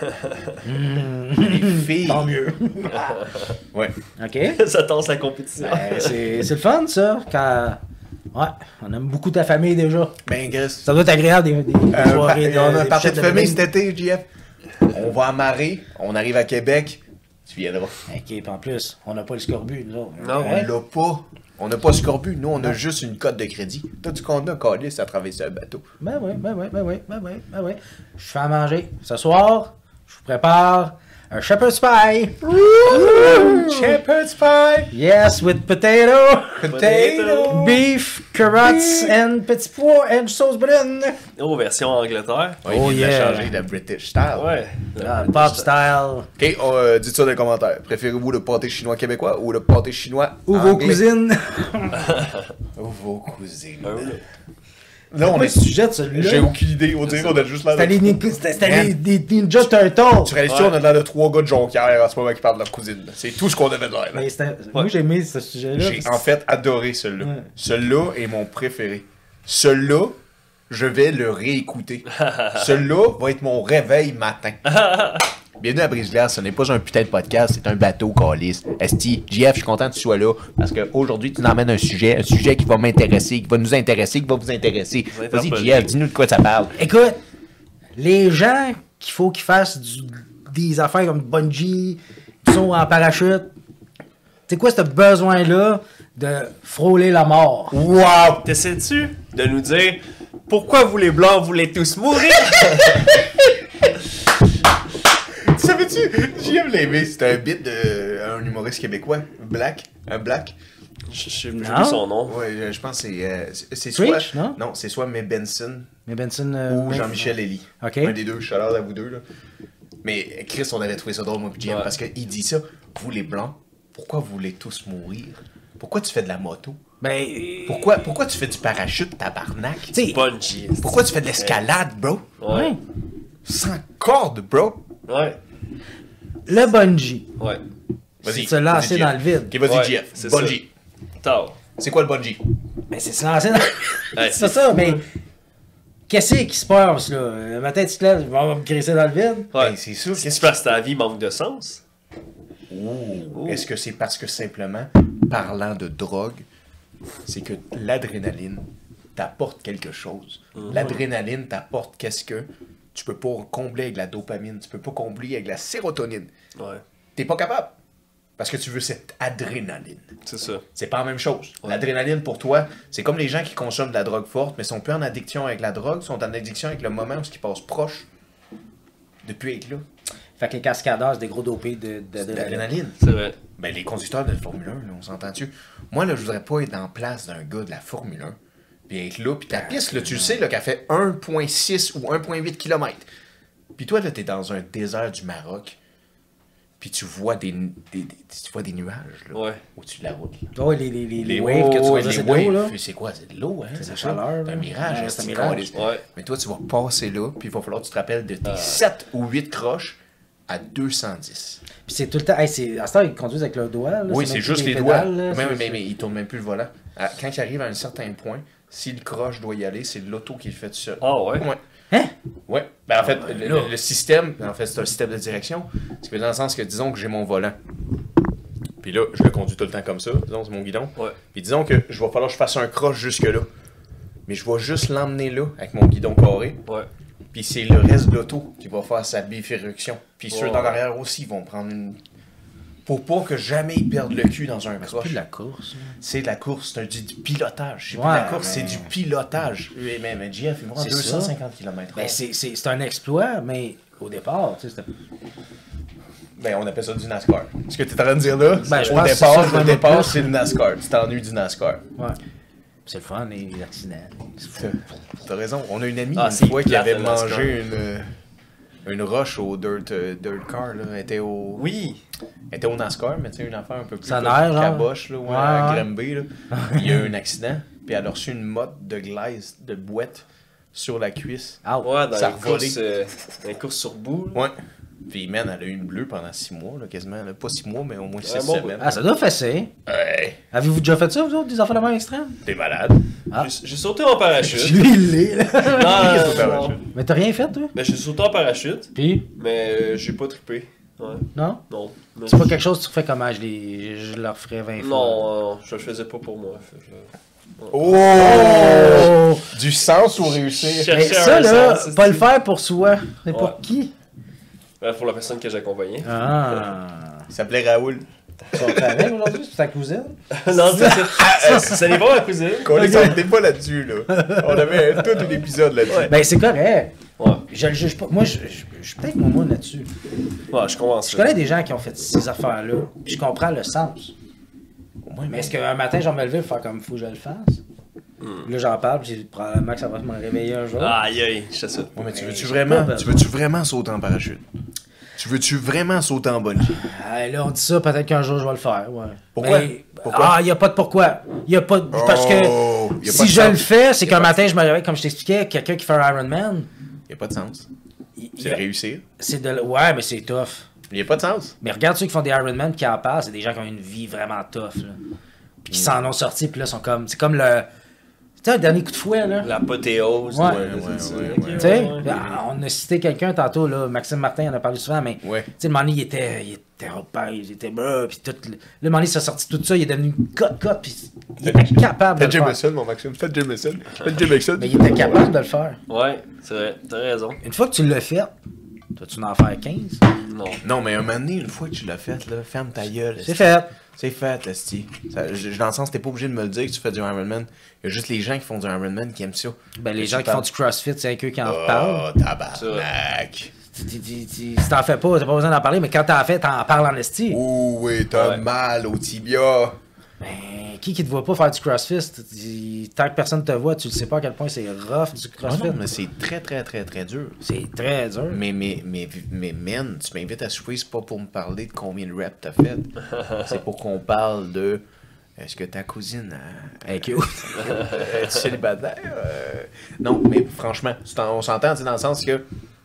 Les filles. Tant mieux. Ouais. Ok. Ça tense la compétition. Ben, c'est, c'est le fun, ça. Quand... Ouais, on aime beaucoup ta famille déjà. Ben, Chris. Ça doit être agréable des, des Euh, soirées. pa- on a un des party de fêtes famille Noël. cet été, J F. On va à Marée, on arrive à Québec, tu viendras. Ok, puis en plus, on n'a pas le scorbut, nous autres. Non, On Ouais. l'a pas. On n'a pas scorbut, nous on a juste une cote de crédit. T'as du contenu, calice à traverser un bateau. Ben oui, ben oui, ben oui, ben oui, ben oui. Je fais à manger. Ce soir, je vous prépare un shepherd's pie. Shepherd's pie! Yes, with potato, Potato! beef, carrots, and petits pois, and sauce brune. Oh, version Angleterre. Ouais, il Oh, vient de la yeah. changer de British style. Ouais. Ah, pop style. Ok, on, euh, dites ça dans les commentaires. Préférez-vous le pâté chinois québécois ou le pâté chinois Ou vos anglais? cousines. Ou vos cousines. Un, là. Là, on Pourquoi est... tu jettes celui-là? J'ai aucune idée. On dirait qu'on a juste l'air C'était de... les, nin- c'était- c'était Man. les, des Ninja Turtles. Tu réalises ça, Ouais. on a l'air de trois gars de Jonquière en ce moment qui parlent de leur cousine. là. C'est tout ce qu'on avait de l'air. là. Mais c'était- Moi, j'ai aimé ce sujet-là. J'ai en fait adoré celui-là. Ouais. Celui-là est mon préféré. Celui-là, je vais le réécouter. Celui-là va être mon réveil matin. Bienvenue à Brise-Glace, ce n'est pas un putain de podcast, c'est un bateau calice. Esti, J F, je suis content que tu sois là parce qu'aujourd'hui, tu nous emmènes un sujet, un sujet qui va m'intéresser, qui va nous intéresser, qui va vous intéresser. va Vas-y, interpeller. J F, dis-nous de quoi ça parle. Écoute, les gens qu'il faut qu'ils fassent du- des affaires comme bungee, qui sont en parachute, c'est quoi ce besoin-là de frôler la mort? Wow! T'essaies-tu de nous dire pourquoi vous les blancs voulez tous mourir? Tu savais-tu? J F l'a aimé, c'était un bit de un humoriste québécois, Black, un Black. Je sais plus Non. son nom. Ouais, je pense que c'est. euh, c'est c'est Preach, soit. non? Non, c'est soit May Benson Mais Benson. euh, ou mais- Jean-Michel Elie. Ok. Un des deux, shout-out à vous deux. Là. Mais Chris, on avait trouvé ça drôle, moi, puis Jim, Ouais. parce qu'il dit ça. Vous, les Blancs, pourquoi vous voulez tous mourir? Pourquoi tu fais de la moto? Ben. Pourquoi, pourquoi tu fais du parachute, tabarnak? Tu sais. Bungee. Pourquoi tu fais de l'escalade, bro? Ouais. Sans corde, bro! Ouais. Le bungee. Ouais. Vas-y. C'est de se lancer vas-y, dans Jeff. le vide. Ok, vas-y, Ouais, Jeff. c'est Bungee. Tard. C'est quoi le bungee? Ben, c'est se lancer dans. Ouais, c'est ça, mais. Qu'est-ce qui se passe, là? Le matin, tu te lèves, je vais me crisser dans le vide. Ouais. Ben, c'est sûr. Qu'est-ce Qu'est-ce que parce que ta vie manque de sens? Ouh. Est-ce que c'est parce que simplement, parlant de drogue, c'est que l'adrénaline t'apporte quelque chose? L'adrénaline t'apporte qu'est-ce que tu peux pas combler avec la dopamine, tu peux pas combler avec la sérotonine. Ouais. T'es pas capable. Parce que tu veux cette adrénaline. C'est ça. C'est pas la même chose. L'adrénaline pour toi, c'est comme les gens qui consomment de la drogue forte, mais sont plus en addiction avec la drogue, sont en addiction avec le moment où ils passent proche de plus être là. Fait que les cascadeurs, c'est des gros dopés de, de, de- L'adrénaline. C'est vrai. Ben, les conducteurs de Formule un, là, on s'entend-tu? Moi, là, je voudrais pas être en place d'un gars de la Formule un, puis être là, puis ta piste, là, tu le sais, là, qu'elle fait un virgule six ou un virgule huit kilomètres. Puis toi, là, t'es dans un désert du Maroc, puis tu vois des, des, des- tu vois des nuages, là, Ouais. au-dessus de la route. Oh, les, les, les, les Les waves que tu vois, les c'est de l'eau, là. waves, c'est quoi? C'est de l'eau, hein? C'est de la ça? chaleur, C'est un là. mirage, Ouais, hein, c'est un c'est mirage. câlisse. Ouais. Mais toi, tu vas passer là, puis il va falloir que tu te rappelles de Ah. tes sept ou huit croches à deux cent dix. Puis c'est tout le temps. Hey, c'est... À ce temps, ils conduisent avec leurs doigts. Là. Oui, même c'est plus juste des les doigts. pédales, là. Mais, C'est- mais, mais il tourne même plus le volant. À- Quand il arrive à un certain point, si le croche doit y aller, c'est l'auto qui le fait tout seul. Ah ouais? Ouais. Hein? Ouais. Ben, en fait, ouais, le, là. le système, en fait, c'est un système de direction. C'est que dans le sens que, disons que j'ai mon volant. Puis là, je le conduis tout le temps comme ça. Disons, c'est mon guidon. Ouais. Puis disons que je vais falloir que je fasse un croche jusque-là. Mais je vais juste l'emmener là, avec mon guidon carré. Ouais. Puis c'est le reste de l'auto qui va faire sa bifurcation. Puis ceux Ouais. dans l'arrière aussi vont prendre une... Pour pas que jamais ils perdent le cul dans un C'est croche. plus de la course. là. C'est de la course, c'est un- du, du pilotage. C'est plus Ouais, de la course, mais- c'est du pilotage. Oui, mais, mais Jeff, il me rend C'est deux cent cinquante ça. kilomètres. Ben, c'est, c'est, c'est un exploit, mais au départ, tu sais, c'était. Ben, on appelle ça du NASCAR. Ce que tu es en train de dire là, Ben, je au pense que c'est ça, départ, je au m'en départ plus. c'est le NASCAR. Tu t'ennuies du NASCAR. Ouais. C'est le fun, les accidents. C'est fou. T'as- T'as raison. On a une amie Ah, une c'est fois qui plate, avait le NASCAR. mangé une, euh, une roche au dirt, euh, dirt car. Là. Elle était au, Oui. elle était au NASCAR, mais tu sais, une affaire un peu plus Ça comme neige, genre? caboche, là, ouais, Ouais, à ouais. Granby, là. Il y a eu un accident, puis elle a reçu une motte de glaise, de boîte, sur la cuisse. Ah, Ouais, dans Ça a les revolé. courses, euh, dans les courses sur bout. là. Ouais. Puis, man, elle a eu une bleue pendant six mois, là, quasiment. là. Pas six mois, mais au moins six bon, semaines. Ah, ça doit fesser. Ouais, Avez-vous déjà fait ça, vous autres, des affaires de même extrêmes? t'es malade. Ah. J'ai- J'ai sauté en parachute. Lui, il l'est, là. Non, non, sauté en non. parachute. Mais t'as rien fait, toi? Ben, j'ai sauté en parachute, Puis? mais euh, j'ai pas trippé. Ouais. Non? Non. Mais C'est pas je- quelque chose que tu refais comme ah, je, les... je le referais vingt fois. Non, non, je le faisais pas pour moi. Fait que, Oh! Oh! Du sens ou je réussir? cherchais Mais ça, un là, sens, pas c'est- le faire pour soi. C'est pour Ouais. qui? Ben, pour la personne que j'accompagnais. Ah. Il s'appelait Raoul. Tu vas avec aujourd'hui? C'est ta cousine? non, c'est ça. Ça n'est pas ma cousine. Qu'on les s'arrêtait pas là-dessus, là. On avait tout un épisode là-dessus. Ben, c'est correct. Ouais. Je le juge pas. Moi, je, je, je suis peut-être mon là-dessus. Ouais, je commence. Je connais des gens qui ont fait ces affaires-là. Puis je comprends le sens. Mais est-ce qu'un matin, je vais me lever et faire comme faut que je le fasse? Là, j'en parle, puis probablement que ça va me réveiller un jour. Aïe, aïe, je sais ça. Ouais, mais tu Mais veux-tu je vraiment, sais pas, tu veux-tu vraiment sauter en parachute? Tu veux-tu vraiment sauter en bungee? Ah, là, on dit ça, peut-être qu'un jour, je vais le faire. Ouais. Pourquoi? Mais- Pourquoi? Ah, il n'y a pas de pourquoi. Il y a pas de... Parce que Oh, y a pas si de je sens. le fais, c'est Y a qu'un pas de matin, je me réveille, comme je t'expliquais, quelqu'un qui fait un Ironman. Il n'y a pas de sens. il- C'est il- de réussir. C'est de... Ouais, mais c'est tough. Il n'y a pas de sens. Mais regarde ceux qui font des Ironman qui en parlent, c'est des gens qui ont une vie vraiment tough. Là. Puis qui s'en ont sorti, puis là, sont comme. C'est comme le. Tu sais, un dernier coup de fouet, là. L'apothéose. Ouais. de- Ouais, de- ouais, de- ouais, ok, ouais. Tu sais, ouais, ouais. ah, on a cité quelqu'un tantôt, là, Maxime Martin, on en a parlé souvent, mais Ouais. tu sais, le moment donné, il était, il était repère, il était brr, puis tout. Le, le moment donné, il s'est sorti tout ça, il est devenu cote-cote, puis il était capable de le faire. Jameson, mon Maxime. Faites Jameson. Faites Jameson. Mais il était capable de le faire. Ouais, c'est vrai, t'as raison. Une fois que tu l'as fait, dois-tu en faire quinze? Non. Non, mais un moment donné, une fois que tu l'as fait, là, ferme ta gueule. C'est fait. C'est fait, Esti. Ça- je- Dans le sens, t'es pas obligé de me le dire que tu fais du Ironman. Il y a juste les gens qui font du Ironman qui aiment ça. Ben, les Mais gens tu qui font parles- du CrossFit, c'est avec eux qui en parlent. Oh, tabarnak. Tu- tu- tu- tu- Si t'en fais pas, t'as pas besoin d'en parler, mais quand t'en fais, t'en parles en esti. Ouh, oui, t'as Ouais. mal au tibia. Ben, qui qui te voit pas faire du CrossFit? Il- Tant que personne te voit, tu le sais pas à quel point c'est rough du Ah CrossFit. non, mais c'est très, très, très, très dur. C'est très dur. Mais, mais, mais, mais, man, tu m'invites à souper, c'est pas pour me parler de combien de reps t'as fait. C'est pour qu'on parle de. Est-ce que ta cousine a. Hey, cute. Es-tu célibataire? Euh, Non, mais franchement, c'est en- on s'entend, tu sais, dans le sens que.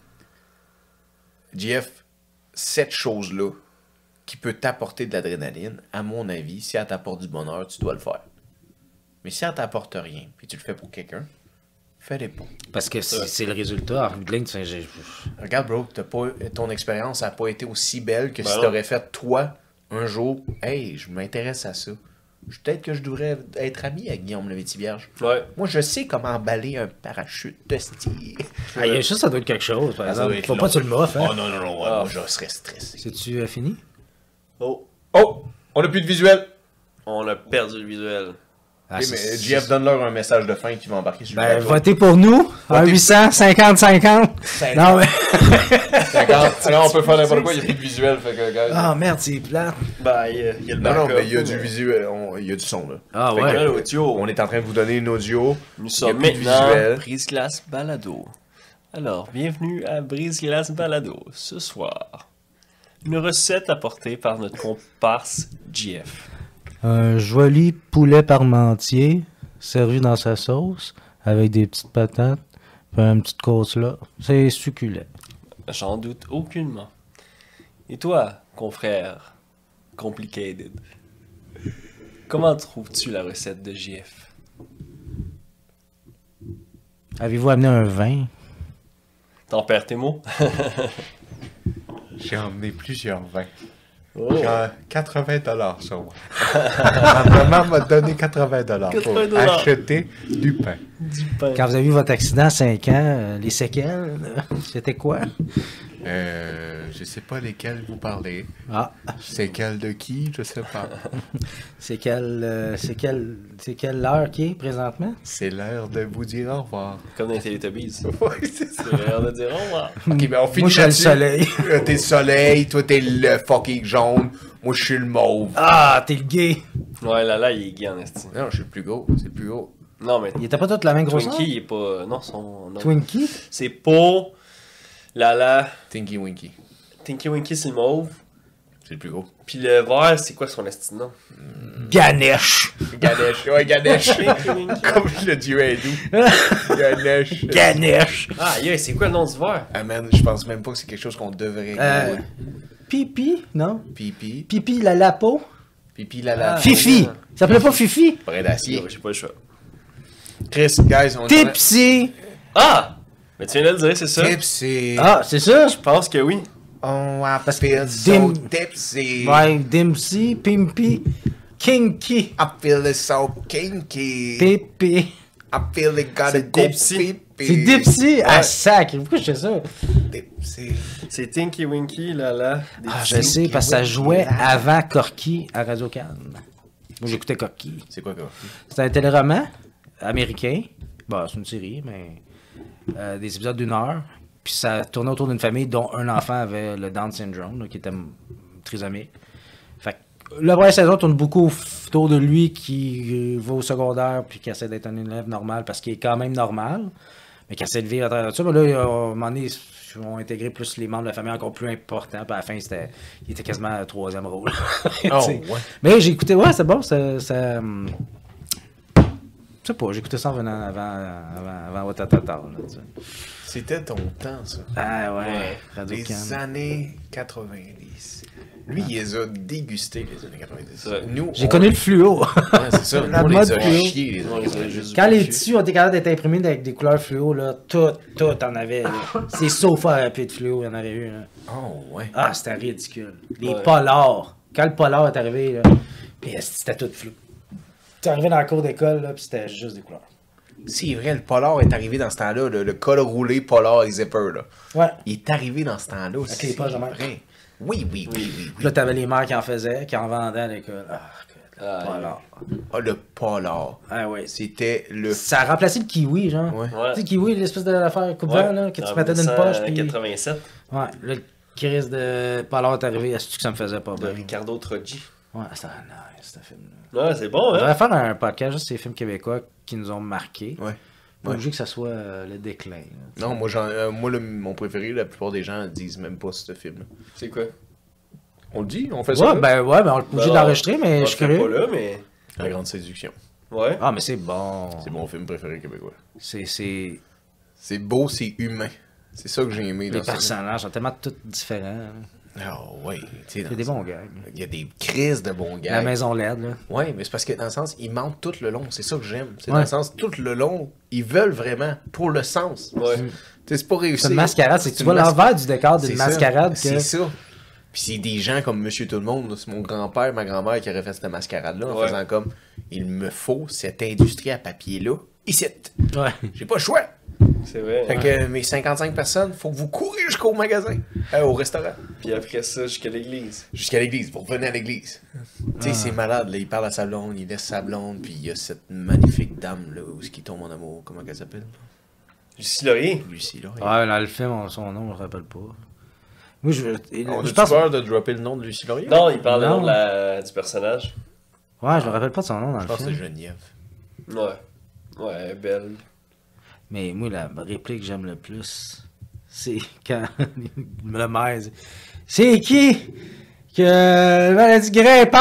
J F, cette chose-là qui peut t'apporter de l'adrénaline, à mon avis, si elle t'apporte du bonheur, tu dois le faire. Mais si elle t'apporte rien, puis tu le fais pour quelqu'un, fais-les pas. Parce que c'est c'est le résultat. En bout de ligne, tu sais, j'ai- Regarde, bro, t'as pas, ton expérience n'a pas été aussi belle que Ben si non. t'aurais fait toi un jour. Hey, je m'intéresse à ça. Je- Peut-être que je devrais être ami avec Guillaume le Vierge. Ouais. Moi, je sais comment emballer un parachute de style. Ah, il y a juste ça doit être quelque chose, par Ça exemple. doit être Faut long. pas que tu le moffes, hein. Oh non, non, non, ouais, moi, je serais stressé. C'est-tu euh, fini? Oh, Oh, on a plus de visuel. on a perdu le visuel. Ah, Ok, c'est- mais c'est- J F, donne-leur un message de fin qui va embarquer sur le Ben, bateau. votez pour nous. Un Votez- huit cents, cinquante cinquante. Non, mais. D'accord. Alors, on peut faire n'importe quoi, il n'y a plus de visuel. Fait que, guys. Ah, merde, c'est plate. Ben, il y, a- il y a le Non, non, backup, mais il y a du mais- visuel, on- il y a du son, là. Ah, Fait que, ouais. là, l'audio. On est en train de vous donner une audio. Nous Il y a sommes plus de maintenant visuel. Brise Glace Balado. Alors, bienvenue à Brise Glace Balado. Ce soir, une recette apportée par notre comparse J F. Un joli poulet parmentier servi dans sa sauce avec des petites patates puis une petite côte là. C'est succulent. J'en doute aucunement. Et toi, confrère Complicated, comment trouves-tu la recette de J F? Avez-vous amené un vin? T'en perds tes mots? J'ai emmené plusieurs vins. Oh. J'ai un quatre-vingts dollars sur moi. Ma maman m'a donné quatre-vingts dollars pour quatre-vingts dollars. acheter du pain. Du pain. Quand vous avez eu votre accident à cinq ans, euh, les séquelles, euh, c'était quoi? Euh, je sais pas lesquels vous parlez. Ah, C'est quel de qui, je sais pas. c'est quelle, euh, c'est quelle, c'est quelle heure qui est présentement? C'est l'heure de vous dire au revoir. Comme dans les Teletubbies. Oui, c'est ça. C'est l'heure de dire au revoir. Ok, ben on finit Moi, je suis le là-dessus. soleil. Euh, T'es le soleil, toi t'es le fucking jaune, moi je suis le mauve. Ah, t'es le gay. Ouais, là, là, il est gay en estime. Non, je suis le plus gros, c'est le plus gros. Non, mais Il était pas tous la même grosseur? Twinkie, il est pas. Non, son. non. Twinkie? C'est pas. Lala. Tinky Winky, Tinky Winky, c'est le mauve. c'est le plus gros. Puis le vert, c'est quoi son estime, non? Ganesh. Ganesh, ouais, Ganesh. Tinky Winky. Comme le dieu hindou. Ganesh. Ganesh. Ah, yeah, c'est quoi le nom du vert? Ah man, je pense même pas que c'est quelque chose qu'on devrait Euh, ignorer. Pipi, non? Pipi, Pipi, la lapo. pipi la la. Ah. Fifi. Ça s'appelait pas Fifi? Brin d'acier. Yo, J'ai pas le choix. Chris, guys, on est Tipsy. Ah! Mais tu viens de le dire, c'est ça? tipsy. Ah, c'est ça? Je pense que oui. Oh, I Parce que feel so dim- tipsy. Ouais, Dimsy, Pimpy, Kinky, I feel so kinky. Pipi. I feel it gotta C'est go Dipsy. pipi. C'est Dipsy? Ah, Ouais. sac. Pourquoi je fais ça? Dipsy. C'est Tinky Winky, Lala. des Ah, je petits- sais, parce que ça jouait avant Corky à Radio-Can. Moi, j'écoutais Corky. C'est quoi, quoi? C'était un téléroman américain. Bon, c'est une série, mais euh, des épisodes d'une heure. Puis ça tournait autour d'une famille dont un enfant avait le Down syndrome, là, qui était m- trisomique. Fait que la première saison tourne beaucoup autour de lui qui euh, va au secondaire puis qui essaie d'être un élève normal parce qu'il est quand même normal, mais qui essaie de vivre à travers ça. Mais là, à un moment donné, ils ont intégré plus les membres de la famille encore plus importants. Puis à la fin, c'était, il était quasiment au troisième rôle. Tu Oh, sais. ouais. Mais j'ai écouté, ouais, c'est bon, ça. ça hum, je sais pas, j'écoutais ça en venant avant, avant, avant Watatata, là, tu sais. C'était ton temps, ça. Ah ouais, Ouais. Radio-Can. Les années quatre-vingt-dix. Lui, il les a dégustés, les années quatre-vingt-dix. Ouais. Nous, J'ai on- connu le fluo. Ouais, c'est ça. La Nous, on mode les a fluo. chiés, les Non, années ils ont juste Quand du les bullshit. tissus ont été capables d'être imprimés avec des couleurs fluo, là, tout, tout en avait. là. C'est sofas à pied de fluo, il y en avait eu. Là. Oh, ouais. Ah, c'était ridicule. Les Ouais. polars. Quand le polar est arrivé, là, puis c'était tout flou. Tu arrivé dans la cour d'école, là, puis c'était juste des couleurs. C'est vrai, le polar est arrivé dans ce temps-là, le, le col roulé polar et zipper, là. Ouais. Il est arrivé dans ce temps-là aussi. Avec les poches de même. vrai. Oui, oui, oui, oui. Puis là, t'avais les mères qui en faisaient, qui en vendaient à l'école. Ah, que- Ah, polar. Ah, le polar. Ah, ouais. C'était le... Ça a remplacé le kiwi, genre. Ouais. Ouais. Tu sais, kiwi, l'espèce d'affaire coupe-vent, là, que tu en mettais dans une poche. Puis... quatre-vingt-sept Ouais, là, le crise de polar est arrivé. Est-ce que ça me faisait pas de bien? Ricardo Troggi. Ouais, c'était nice, ce film-là. Ouais, c'est bon, On hein? devrait faire un podcast juste sur les films québécois qui nous ont marqués. Ouais. Pas Ouais. obligé que ça soit euh, le déclin. là. Non, moi, j'en- euh, moi le- mon préféré, la plupart des gens disent même pas ce film-là. C'est quoi? On le dit? On fait ça? Ouais, là? ben ouais, ben on est obligé Non, d'enregistrer, mais On je suis le fait pas curieux. là, mais... La Grande Séduction. Ouais. Ah, mais c'est bon. C'est mon film préféré québécois. C'est, c'est... C'est beau, c'est humain. C'est ça que j'ai aimé Les dans ce film. personnages sont tellement tous différents. Ah ouais, tu sais, Il y a dans des ça, bons gags. il y a des crises de bons gars. La maison L E D, là. Ouais, mais c'est parce que dans le sens, ils mentent tout le long. C'est ça que j'aime. C'est Ouais. dans le sens, tout le long, ils veulent vraiment pour le sens. Ouais. Tu sais, c'est pas réussi. C'est une mascarade, c'est que tu une vois mas- l'envers du décor d'une C'est ça. mascarade que... C'est ça. Puis c'est des gens comme Monsieur Tout-le-Monde. là. C'est mon grand-père, ma grand-mère qui aurait fait cette mascarade-là en Ouais. faisant comme il me faut cette industrie à papier-là ici. Ouais. J'ai pas le choix. C'est vrai. Fait que euh, mes cinquante-cinq personnes, faut que vous courez jusqu'au magasin, euh, au restaurant, Puis après ça, jusqu'à l'église. jusqu'à l'église. Vous revenez à l'église. Tu sais, c'est malade. Là. Il parle à sa blonde, il laisse sa blonde, puis il y a cette magnifique dame là où ce qui tombe en amour. Comment elle s'appelle? Lucie Laurier. Lucie, là. Ouais, dans le film, on- son nom, je me rappelle pas. Moi, je, On je a pense... peur de dropper le nom de Lucie Laurier? Non, il parle le Non. nom de la... du personnage. Ouais, je me rappelle pas de son nom dans Je le pense que c'est film. Geneviève. Ouais. Ouais, belle. Mais moi, la réplique que j'aime le plus, c'est quand le maire dit « C'est qui que la maladie grimpante? »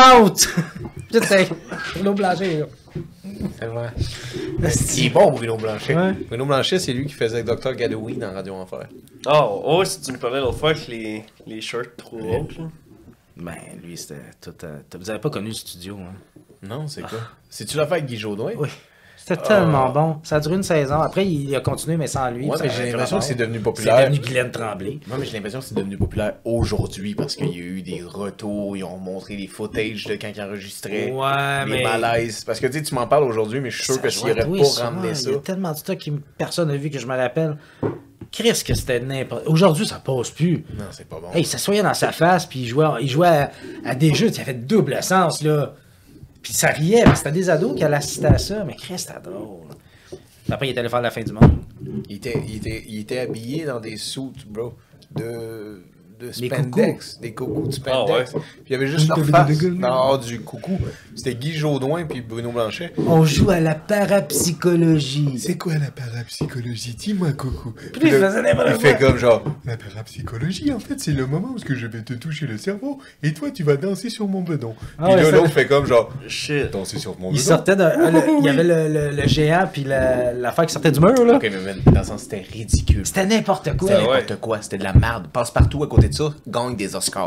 Putain, c'est Bruno Blanchet, là. C'est vrai. Il est bon, Bruno Blanchet. Ouais. Bruno Blanchet, c'est lui qui faisait docteur Gadoui dans Radio Enfer. Oh, oh, si tu me parlais l'autre fois avec les, les shirts trop hautes, là. Ben, lui, c'était tout... euh, Vous avez pas connu le studio, hein? Non, c'est quoi? C'est-tu l'affaire avec Guy Jodoin? Oui. C'était tellement bon. Ça a duré une saison. Après, il a continué, mais sans lui. Ouais, ça mais a j'ai fait l'impression que c'est rapport. devenu C'est populaire. devenu Guylaine Tremblay. Moi, mais j'ai l'impression que c'est devenu populaire aujourd'hui parce qu'il y a eu des retours, ils ont montré les footage de quand ils enregistraient, Ouais, les mais... malaises. Parce que tu sais, tu m'en parles aujourd'hui, mais je suis sûr Ça que s'il doit aurait être, oui, pas ça, ramené ça. Il y a tellement de stock que personne n'a vu que je me rappelle. Chris, que c'était n'importe... Aujourd'hui, ça passe plus. Non, c'est pas bon. Hey, il s'assoyait dans sa face, puis il jouait, il jouait à, à des jeux qui avaient double sens, là. Puis ça riait, parce que c'était des ados qui allaient assister à ça. Mais Chris, c'était drôle. Puis après, il est allé faire la fin du monde. Il était, il était, il était habillé dans des suits, bro, de, de Des spandex, des coucous de spandex. Ah ouais. Puis il y avait juste leur face dans du coucou. C'était Guy Jodoin puis Bruno Blanchet. On joue à la parapsychologie. C'est quoi la parapsychologie? Dis-moi, coucou. Puis il faisait n'importe Il quoi. fait comme genre, La parapsychologie, en fait, c'est le moment où ce que je vais te toucher le cerveau et toi, tu vas danser sur mon bedon. Ah puis ouais, là, ça- l'autre fait comme genre, Shit. Danser sur mon Il bedon. sortait de... ah, le- il y avait le, le- le géant, puis la- l'affaire qui sortait du mur, là. ok, mais man, dans le sens, c'était ridicule. C'était n'importe quoi. C'était Ah ouais. n'importe quoi, c'était de la merde. Passe partout à côté de ça, gagne des Oscars.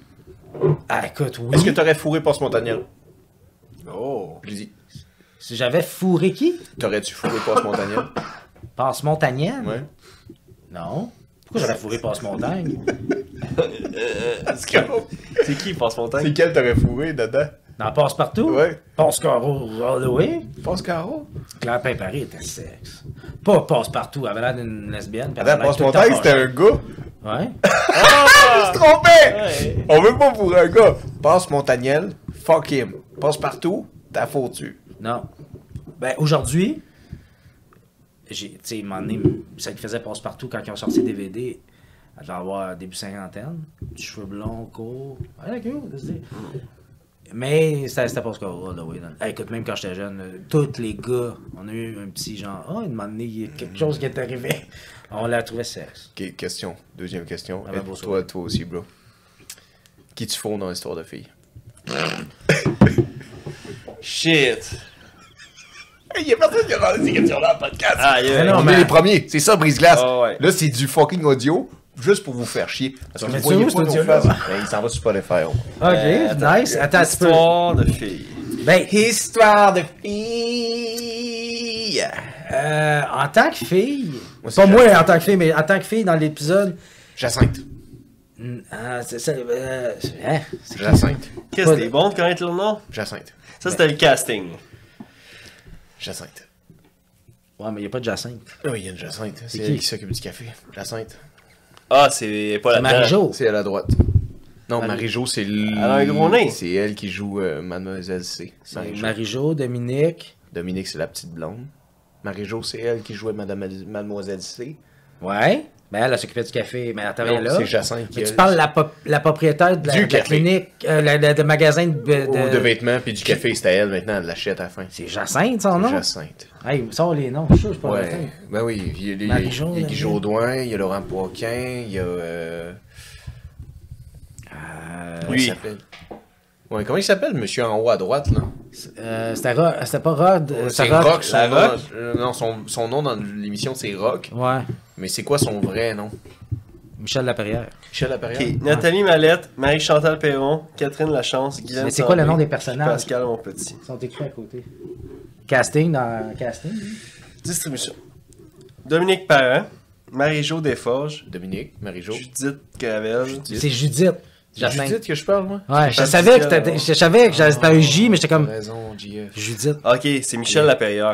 Ah, écoute, oui. Est-ce que t'aurais fourré Passe Montagnel? Oh. Je dis, Si j'avais fourré qui? t'aurais-tu fourré Passe Montagnel? Passe Montagnenne? Ouais. Non. Pourquoi j'aurais fourré Passe Montagne? C'est qui, Passe-Montagne? C'est quel t'aurais fourré dedans? Dans Passe Partout? Ouais. Passe Caro all the way? Passe Caro? Claire Pain-Paris était sexe. Pas Passe Partout, elle avait l'air d'une lesbienne. puis elle Attends, avait l'air Passe tout le temps Montagne, c'était fâchée. un gars? Ouais. Il se trompait! Ouais. On veut pas fourrer un gars. Passe Montagnel, fuck him. Passe partout, t'as foutu. Non. Ben, aujourd'hui, j'ai, tu sais, à un moment donné, celle qui faisait Passe-Partout quand ils ont sorti D V D, elle devait avoir début cinquantaine, du cheveux blonds, courts. Ouais, d'accord, c'est- mais c'était c'était Passe-Partout, là, oui. dans- Hey, écoute, même quand j'étais jeune, euh, tous les gars, on a eu un petit genre, ah, oh, un moment donné, il y a quelque chose qui est arrivé. On l'a trouvé sexe. Ok, question. Deuxième question. Ah ben, Et bon, toi, toi aussi, bro. Qui tu fonds dans l'histoire de filles? Shit. Il y a personne qui a demandé ces questions dans le podcast. Ah, yeah. Mais non, On mais- est les premiers. C'est ça, Brise-Glace. Ah ouais. Là, c'est du fucking audio. Juste pour vous faire chier. Parce que vas vous mettre voyez ça où, pas nos cet audio-là? faces. Ben, il s'en va sur Spotify. Ok, Euh, nice. Attends, tu peux. Histoire de filles. Ben, Histoire de filles. euh, en tant que fille, Moi, c'est pas moi Jacinthe. en tant que fille, mais en tant que fille dans l'épisode, Jacinthe. hmm, ah, c'est ça, euh, hein, c'est qui? Jacinthe. Qu'est-ce que t'es bon de connaître le nom? Jacinthe. Ça, c'était le casting. Jacinthe. Ouais, mais il n'y a pas de Jacinthe. Oui, il y a une Jacinthe. C'est qui? elle qui s'occupe du café. Jacinthe. Ah, c'est pas la Marie-Jo. C'est à la droite. Non, Marie- Marie-Jo, c'est l... Elle a un gros nez. C'est elle qui joue euh, Mademoiselle C. C'est Marie-Jo. Marie-Jo, Dominique. Dominique, c'est la petite blonde. Marie-Jo, c'est elle qui jouait Madame... Mademoiselle C. Ouais. Ben, elle, elle s'occupait du café, mais elle travaillait Non, là. c'est Jacinthe qui Mais a- tu parles de la, pop- la propriétaire de la, Du de la café. clinique, euh, la- de, de magasin de... de- Ou de vêtements, puis du café, c'était elle, maintenant, elle l'achète à la fin. C'est Jacinthe, son nom? Jacinthe. Hey, sors les noms, je suis sûr, je suis pas Ouais, certain. ben oui, il y a, il y a- Marie-Jo, il y a Guy là, Jodoin, il y a Laurent Poquin, il y a... Euh... Euh, comment Lui. il s'appelle? Ouais, comment il s'appelle, monsieur en haut à droite, là? euh, c'était Ro- c'était pas Rod, euh, C'est c'était Rod. Rock, son La nom. Rock? euh, non, son, son nom dans l'émission, c'est Rock. Ouais, Mais c'est quoi son vrai nom? Michel Laperrière. Michel Laperrière? Ok, Nathalie Mallette, Marie-Chantal Perron, Catherine Lachance, Guylaine Mais c'est quoi le nom Tremblay, des personnages? Pascal Monpetit. Ils sont écrits à côté. Casting dans casting. Distribution. Dominique Parent, Marie-Jo Desforges, Dominique, Marie-Jo. Judith Gravel, C'est Judith. C'est Jacinthe. Judith que je parle, moi? Ouais, je Pas savais que Judith, c'était, je savais que c'était un J, mais j'étais T'as comme raison, J F. Judith. Ok, c'est Michel Laperrière.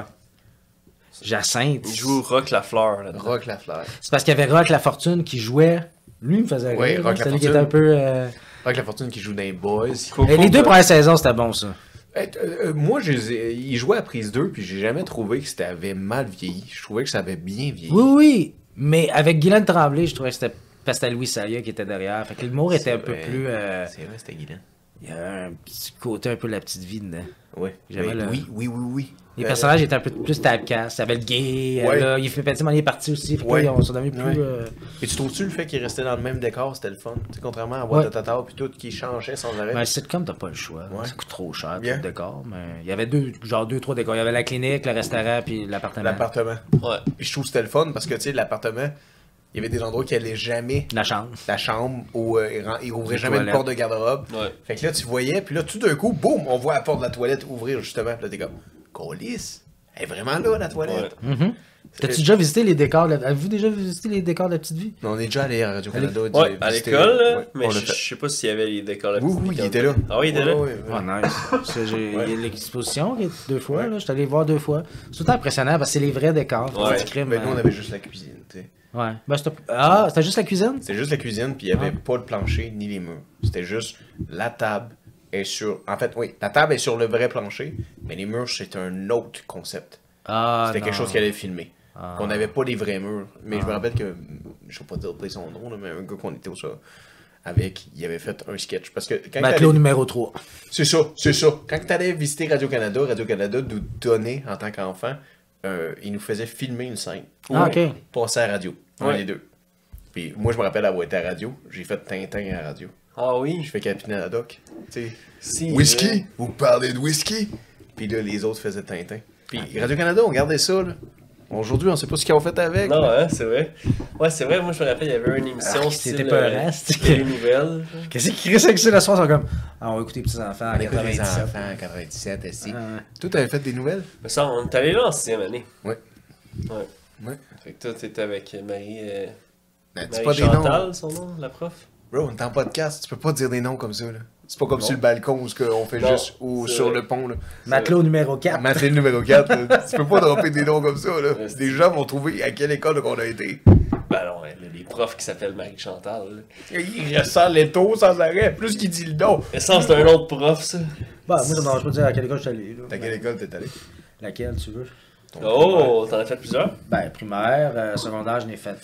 Jacinthe. Il joue Rock Lafleur là-dedans. Rock Lafleur. C'est parce qu'il y avait Rock La Fortune qui jouait. Lui, il me faisait rire. Ouais, là. Rock C'était La lui qui Fortune. était un peu. euh, Rock La Fortune qui joue dans les Boys. Coco, Et les deux bah, premières saisons, c'était bon, ça. Hey, euh, euh, moi, je les ai- il jouait à prise deux, puis j'ai jamais trouvé que c'était avait mal vieilli. Je trouvais que ça avait bien vieilli. Oui, oui. Mais avec Guylaine Tremblay, je trouvais que c'était. Parce que c'était Louis Saya qui était derrière. Fait que l'humour était C'est un peu vrai. plus. euh, C'est vrai, c'était Guylaine. Il y avait un petit côté un peu la petite vie dedans. Oui. J'avais le- Oui, oui, oui, oui. Les Euh, personnages étaient un peu plus typecast. Il y avait le gay, euh, Ouais. là, il fait petit, il est parti aussi. Fait que Ouais. là, on s'en devenu plus. Ouais. euh, Et tu trouves-tu le fait qu'il restait dans le même décor, c'était le fun? Tu sais, contrairement à Ouais. Watatata puis tout, qui changeait sans arrêt. Ben, sitcom, t'as pas le choix. Ouais. Ça coûte trop cher, Bien. tout le décor. Mais il y avait deux, genre deux, trois décors. Il y avait la clinique, le restaurant, puis l'appartement. L'appartement. Ouais. Puis je trouve que c'était le fun parce que, tu sais, l'appartement, il y avait des endroits qui allaient jamais. La chambre. La chambre où euh, il ren- il ouvrait Les jamais une toilettes. porte de garde-robe. Ouais. Fait que là, tu voyais, puis là, tout d'un coup, boum, on voit la porte de la toilette ouvrir justement. Puis là, t'es comme, Colis, elle est vraiment là, la toilette. Ouais. Mhm. T'as-tu déjà visité les décors? de la- Avez-vous déjà visité les décors de la petite vie? Mais on est déjà allé à Radio-Canada. Ouais, à l'école, là, ouais, mais on je l'a fait. je sais pas s'il y avait les décors là. Oui, oui, il était là. Ah oui, il était là. Ouais, ouais, ouais. Oh, nice. Parce que j'ai- Ouais. Il y a l'exposition qui est deux fois. Là. Je suis allé voir deux fois. C'est tout le temps impressionnant parce que c'est les vrais décors. Ouais. C'est du crime, Mais nous, on euh, avait juste la cuisine, tu sais. Ouais. Ben, c'était- ah, c'était juste la cuisine? C'était juste la cuisine, puis il n'y avait Ah. pas de plancher ni les murs. C'était juste la table est sur. En fait, oui, la table est sur le vrai plancher, mais les murs, c'est un autre concept. Ah, C'était quelque non. chose qui allait filmer. Ah. On n'avait pas les vrais murs. Mais je me rappelle que, je ne vais pas dire son nom, là, mais un gars qu'on était au ça avec, il avait fait un sketch. Parce que quand Matelot t'allais- numéro trois. C'est ça, c'est ça. Quand tu allais visiter Radio-Canada, Radio-Canada nous donnait, en tant qu'enfant, euh, il nous faisait filmer une scène. Ah, ok. Passer à la radio. Un Ouais. des deux. Puis moi, je me rappelle avoir été à la radio. J'ai fait Tintin à la radio. Ah oui. Je fais Capitaine Haddock. Tu sais, Si, whisky? Vous parlez de whisky? Puis là, les autres faisaient Tintin. Puis Radio-Canada, on gardait ça, là. Aujourd'hui, on sait pas ce qu'ils ont fait avec. Non, hein, c'est vrai. Ouais, c'est vrai, moi je me rappelle, il y avait une émission Ah, style c'était peurant, euh, c'était- les nouvelles. Qu'est-ce qui crée ça que c'est le soir? Ils sont comme. Ah, on va écouter les petits enfants en On écoute les quatre-vingt-dix-sept. enfants en quatre-vingt-dix-sept, ici. Ah, ouais. Toi, t'avais fait des nouvelles? Mais ça, on est allé là en sixième année. Ouais. Ouais. Ouais. Fait que toi, t'étais avec Marie, euh, Ben, dis Marie pas des noms. Chantal, son nom, la prof. Bro, on est en podcast, tu peux pas dire des noms comme ça, là. C'est pas comme Non. sur le balcon où ce qu'on fait Non, juste, ou c'est sur vrai. le pont, là. Matelot numéro quatre. Mathieu numéro quatre, là. Tu peux pas dropper des noms comme ça, là. Ouais, c'est- Les gens vont trouver à quelle école qu'on a été. Ben non, il y a des profs qui s'appellent Marie Chantal. là. Il ressent l'étau sans arrêt, plus qu'il dit le nom. Mais ça, c'est un autre prof, ça. Bah, moi, ça me dérange pas de dire à quelle école je suis allé. là. T'as quelle école t'es allé? Laquelle tu veux? Ton Oh, t'en as fait plusieurs? Ben, primaire, euh, secondaire, j'en ai fait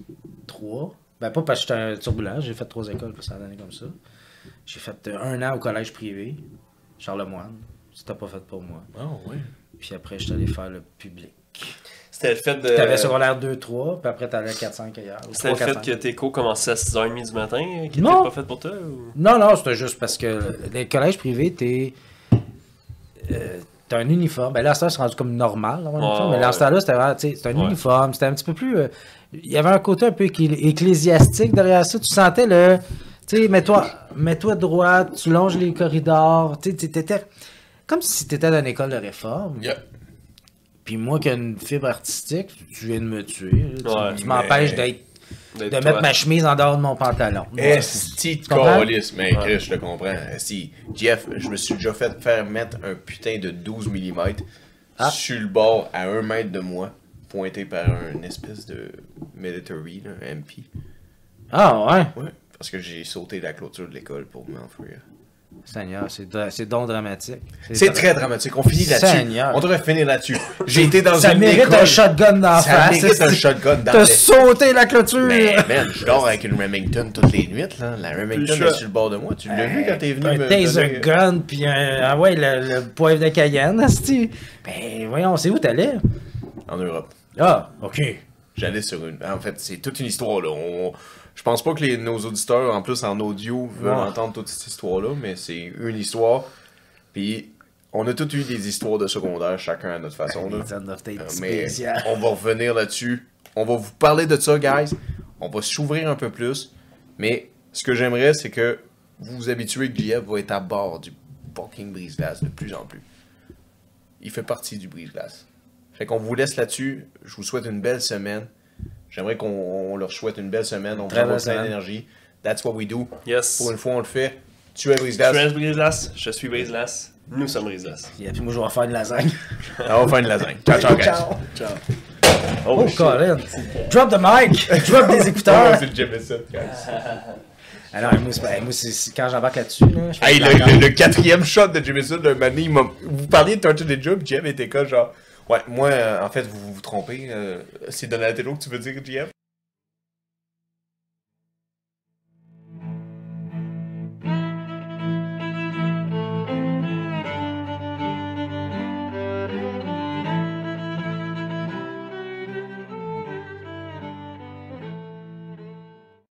trois. Ben, pas parce que j'étais un turbulent, j'ai fait trois écoles, puis ça a donné comme ça. J'ai fait euh, un an au collège privé, Charlemagne. C'était pas fait pour moi. Oh, ouais. Puis après, j'étais allé faire le public. C'était le fait de. T'avais secondaire deux trois, puis après, t'allais quatre cinq ailleurs. ou C'était le trois, fait quatre, que cinq. tes cours commençaient à six heures trente du matin, euh, qui était Non. pas fait pour toi? Ou... Non, non, c'était juste parce que les collèges privés, t'es. euh, T'as un uniforme. Ben là, ça, c'est rendu comme normal. d'avoir un Ouais, uniforme, mais là, ouais. ce temps-là, c'était vraiment, tu sais, c'était un Ouais. uniforme. C'était un petit peu plus. euh, Il y avait un côté un peu éclé- ecclésiastique derrière ça. Tu sentais le. Tu sais, mets-toi mets-toi droit, tu longes les corridors. Tu sais, t'étais. Comme si t'étais dans une école de réforme. Yeah. Puis moi, qui ai une fibre artistique, tu viens de me tuer. là. Tu- Ouais, tu mais- m'empêches d'être. D'être De toi. mettre ma chemise en dehors de mon pantalon. Esti de Tu comprends? calice, mais Chris, je le comprends. Esti, Jeff, je me suis déjà fait faire mettre un putain de douze millimètres Ah. sur le bord à un mètre de moi, pointé par un espèce de military, là, un M P. Ah, ouais. Ouais, parce que j'ai sauté la clôture de l'école pour m'enfuir. Seigneur, c'est dra- c'est donc dramatique. C'est dra- très dramatique. On finit là-dessus. Seigneur. On devrait finir là-dessus. J'ai été dans Ça une mérite école. un shotgun dans la Ça face. mérite un c'est- shotgun dans T'as le... sauté la clôture. Mais man, je dors avec une Remington toutes les nuits, là. La Remington Je- est sur le bord de moi. Tu l'as vu quand t'es venu un me taser donner- gun, puis un... Ah ouais, le, le poivre de Cayenne, asti. Ben, voyons, c'est où t'allais? En Europe. Ah, OK. J'allais sur une... En fait, c'est toute une histoire, là. On... Je pense pas que les... nos auditeurs, en plus en audio, veulent Ouais. entendre toute cette histoire-là, mais c'est une histoire. Puis, on a tous eu des histoires de secondaire, chacun à notre façon, là. Les zones of Euh, Tate mais spéciales. on va revenir là-dessus. On va vous parler de ça, guys. On va s'ouvrir un peu plus. Mais ce que j'aimerais, c'est que vous vous habituez que J F va être à bord du fucking brise-glace de plus en plus. Il fait partie du brise-glace. Fait qu'on vous laisse là-dessus. Je vous souhaite une belle semaine. J'aimerais qu'on on leur souhaite une belle semaine. On vous Très envoie belle plein semaine. d'énergie. That's what we do. Yes. Pour une fois, on le fait. Tu es Je brise-glace. suis Brise-Glace, je suis Brise-Glace, nous sommes Brise-Glace. Et puis moi, je vais faire une lasagne. Ah, on va faire une lasagne. Ciao, ciao, guys. Ciao. Oh, shit. Colin. Drop the mic. Drop des Ah, écouteurs. c'est le Jameson, guys. Alors, moi, c'est- ben, moi, c'est c'est- quand j'embarque là-dessus, là, je fais Hey, de le, la le- le quatrième shot de Jameson, le mané, il m'a- vous parliez de Torture the Job, J M était quoi, genre, ouais, moi, euh, en fait, vous vous trompez, euh, c'est Donatello que tu veux dire, J M?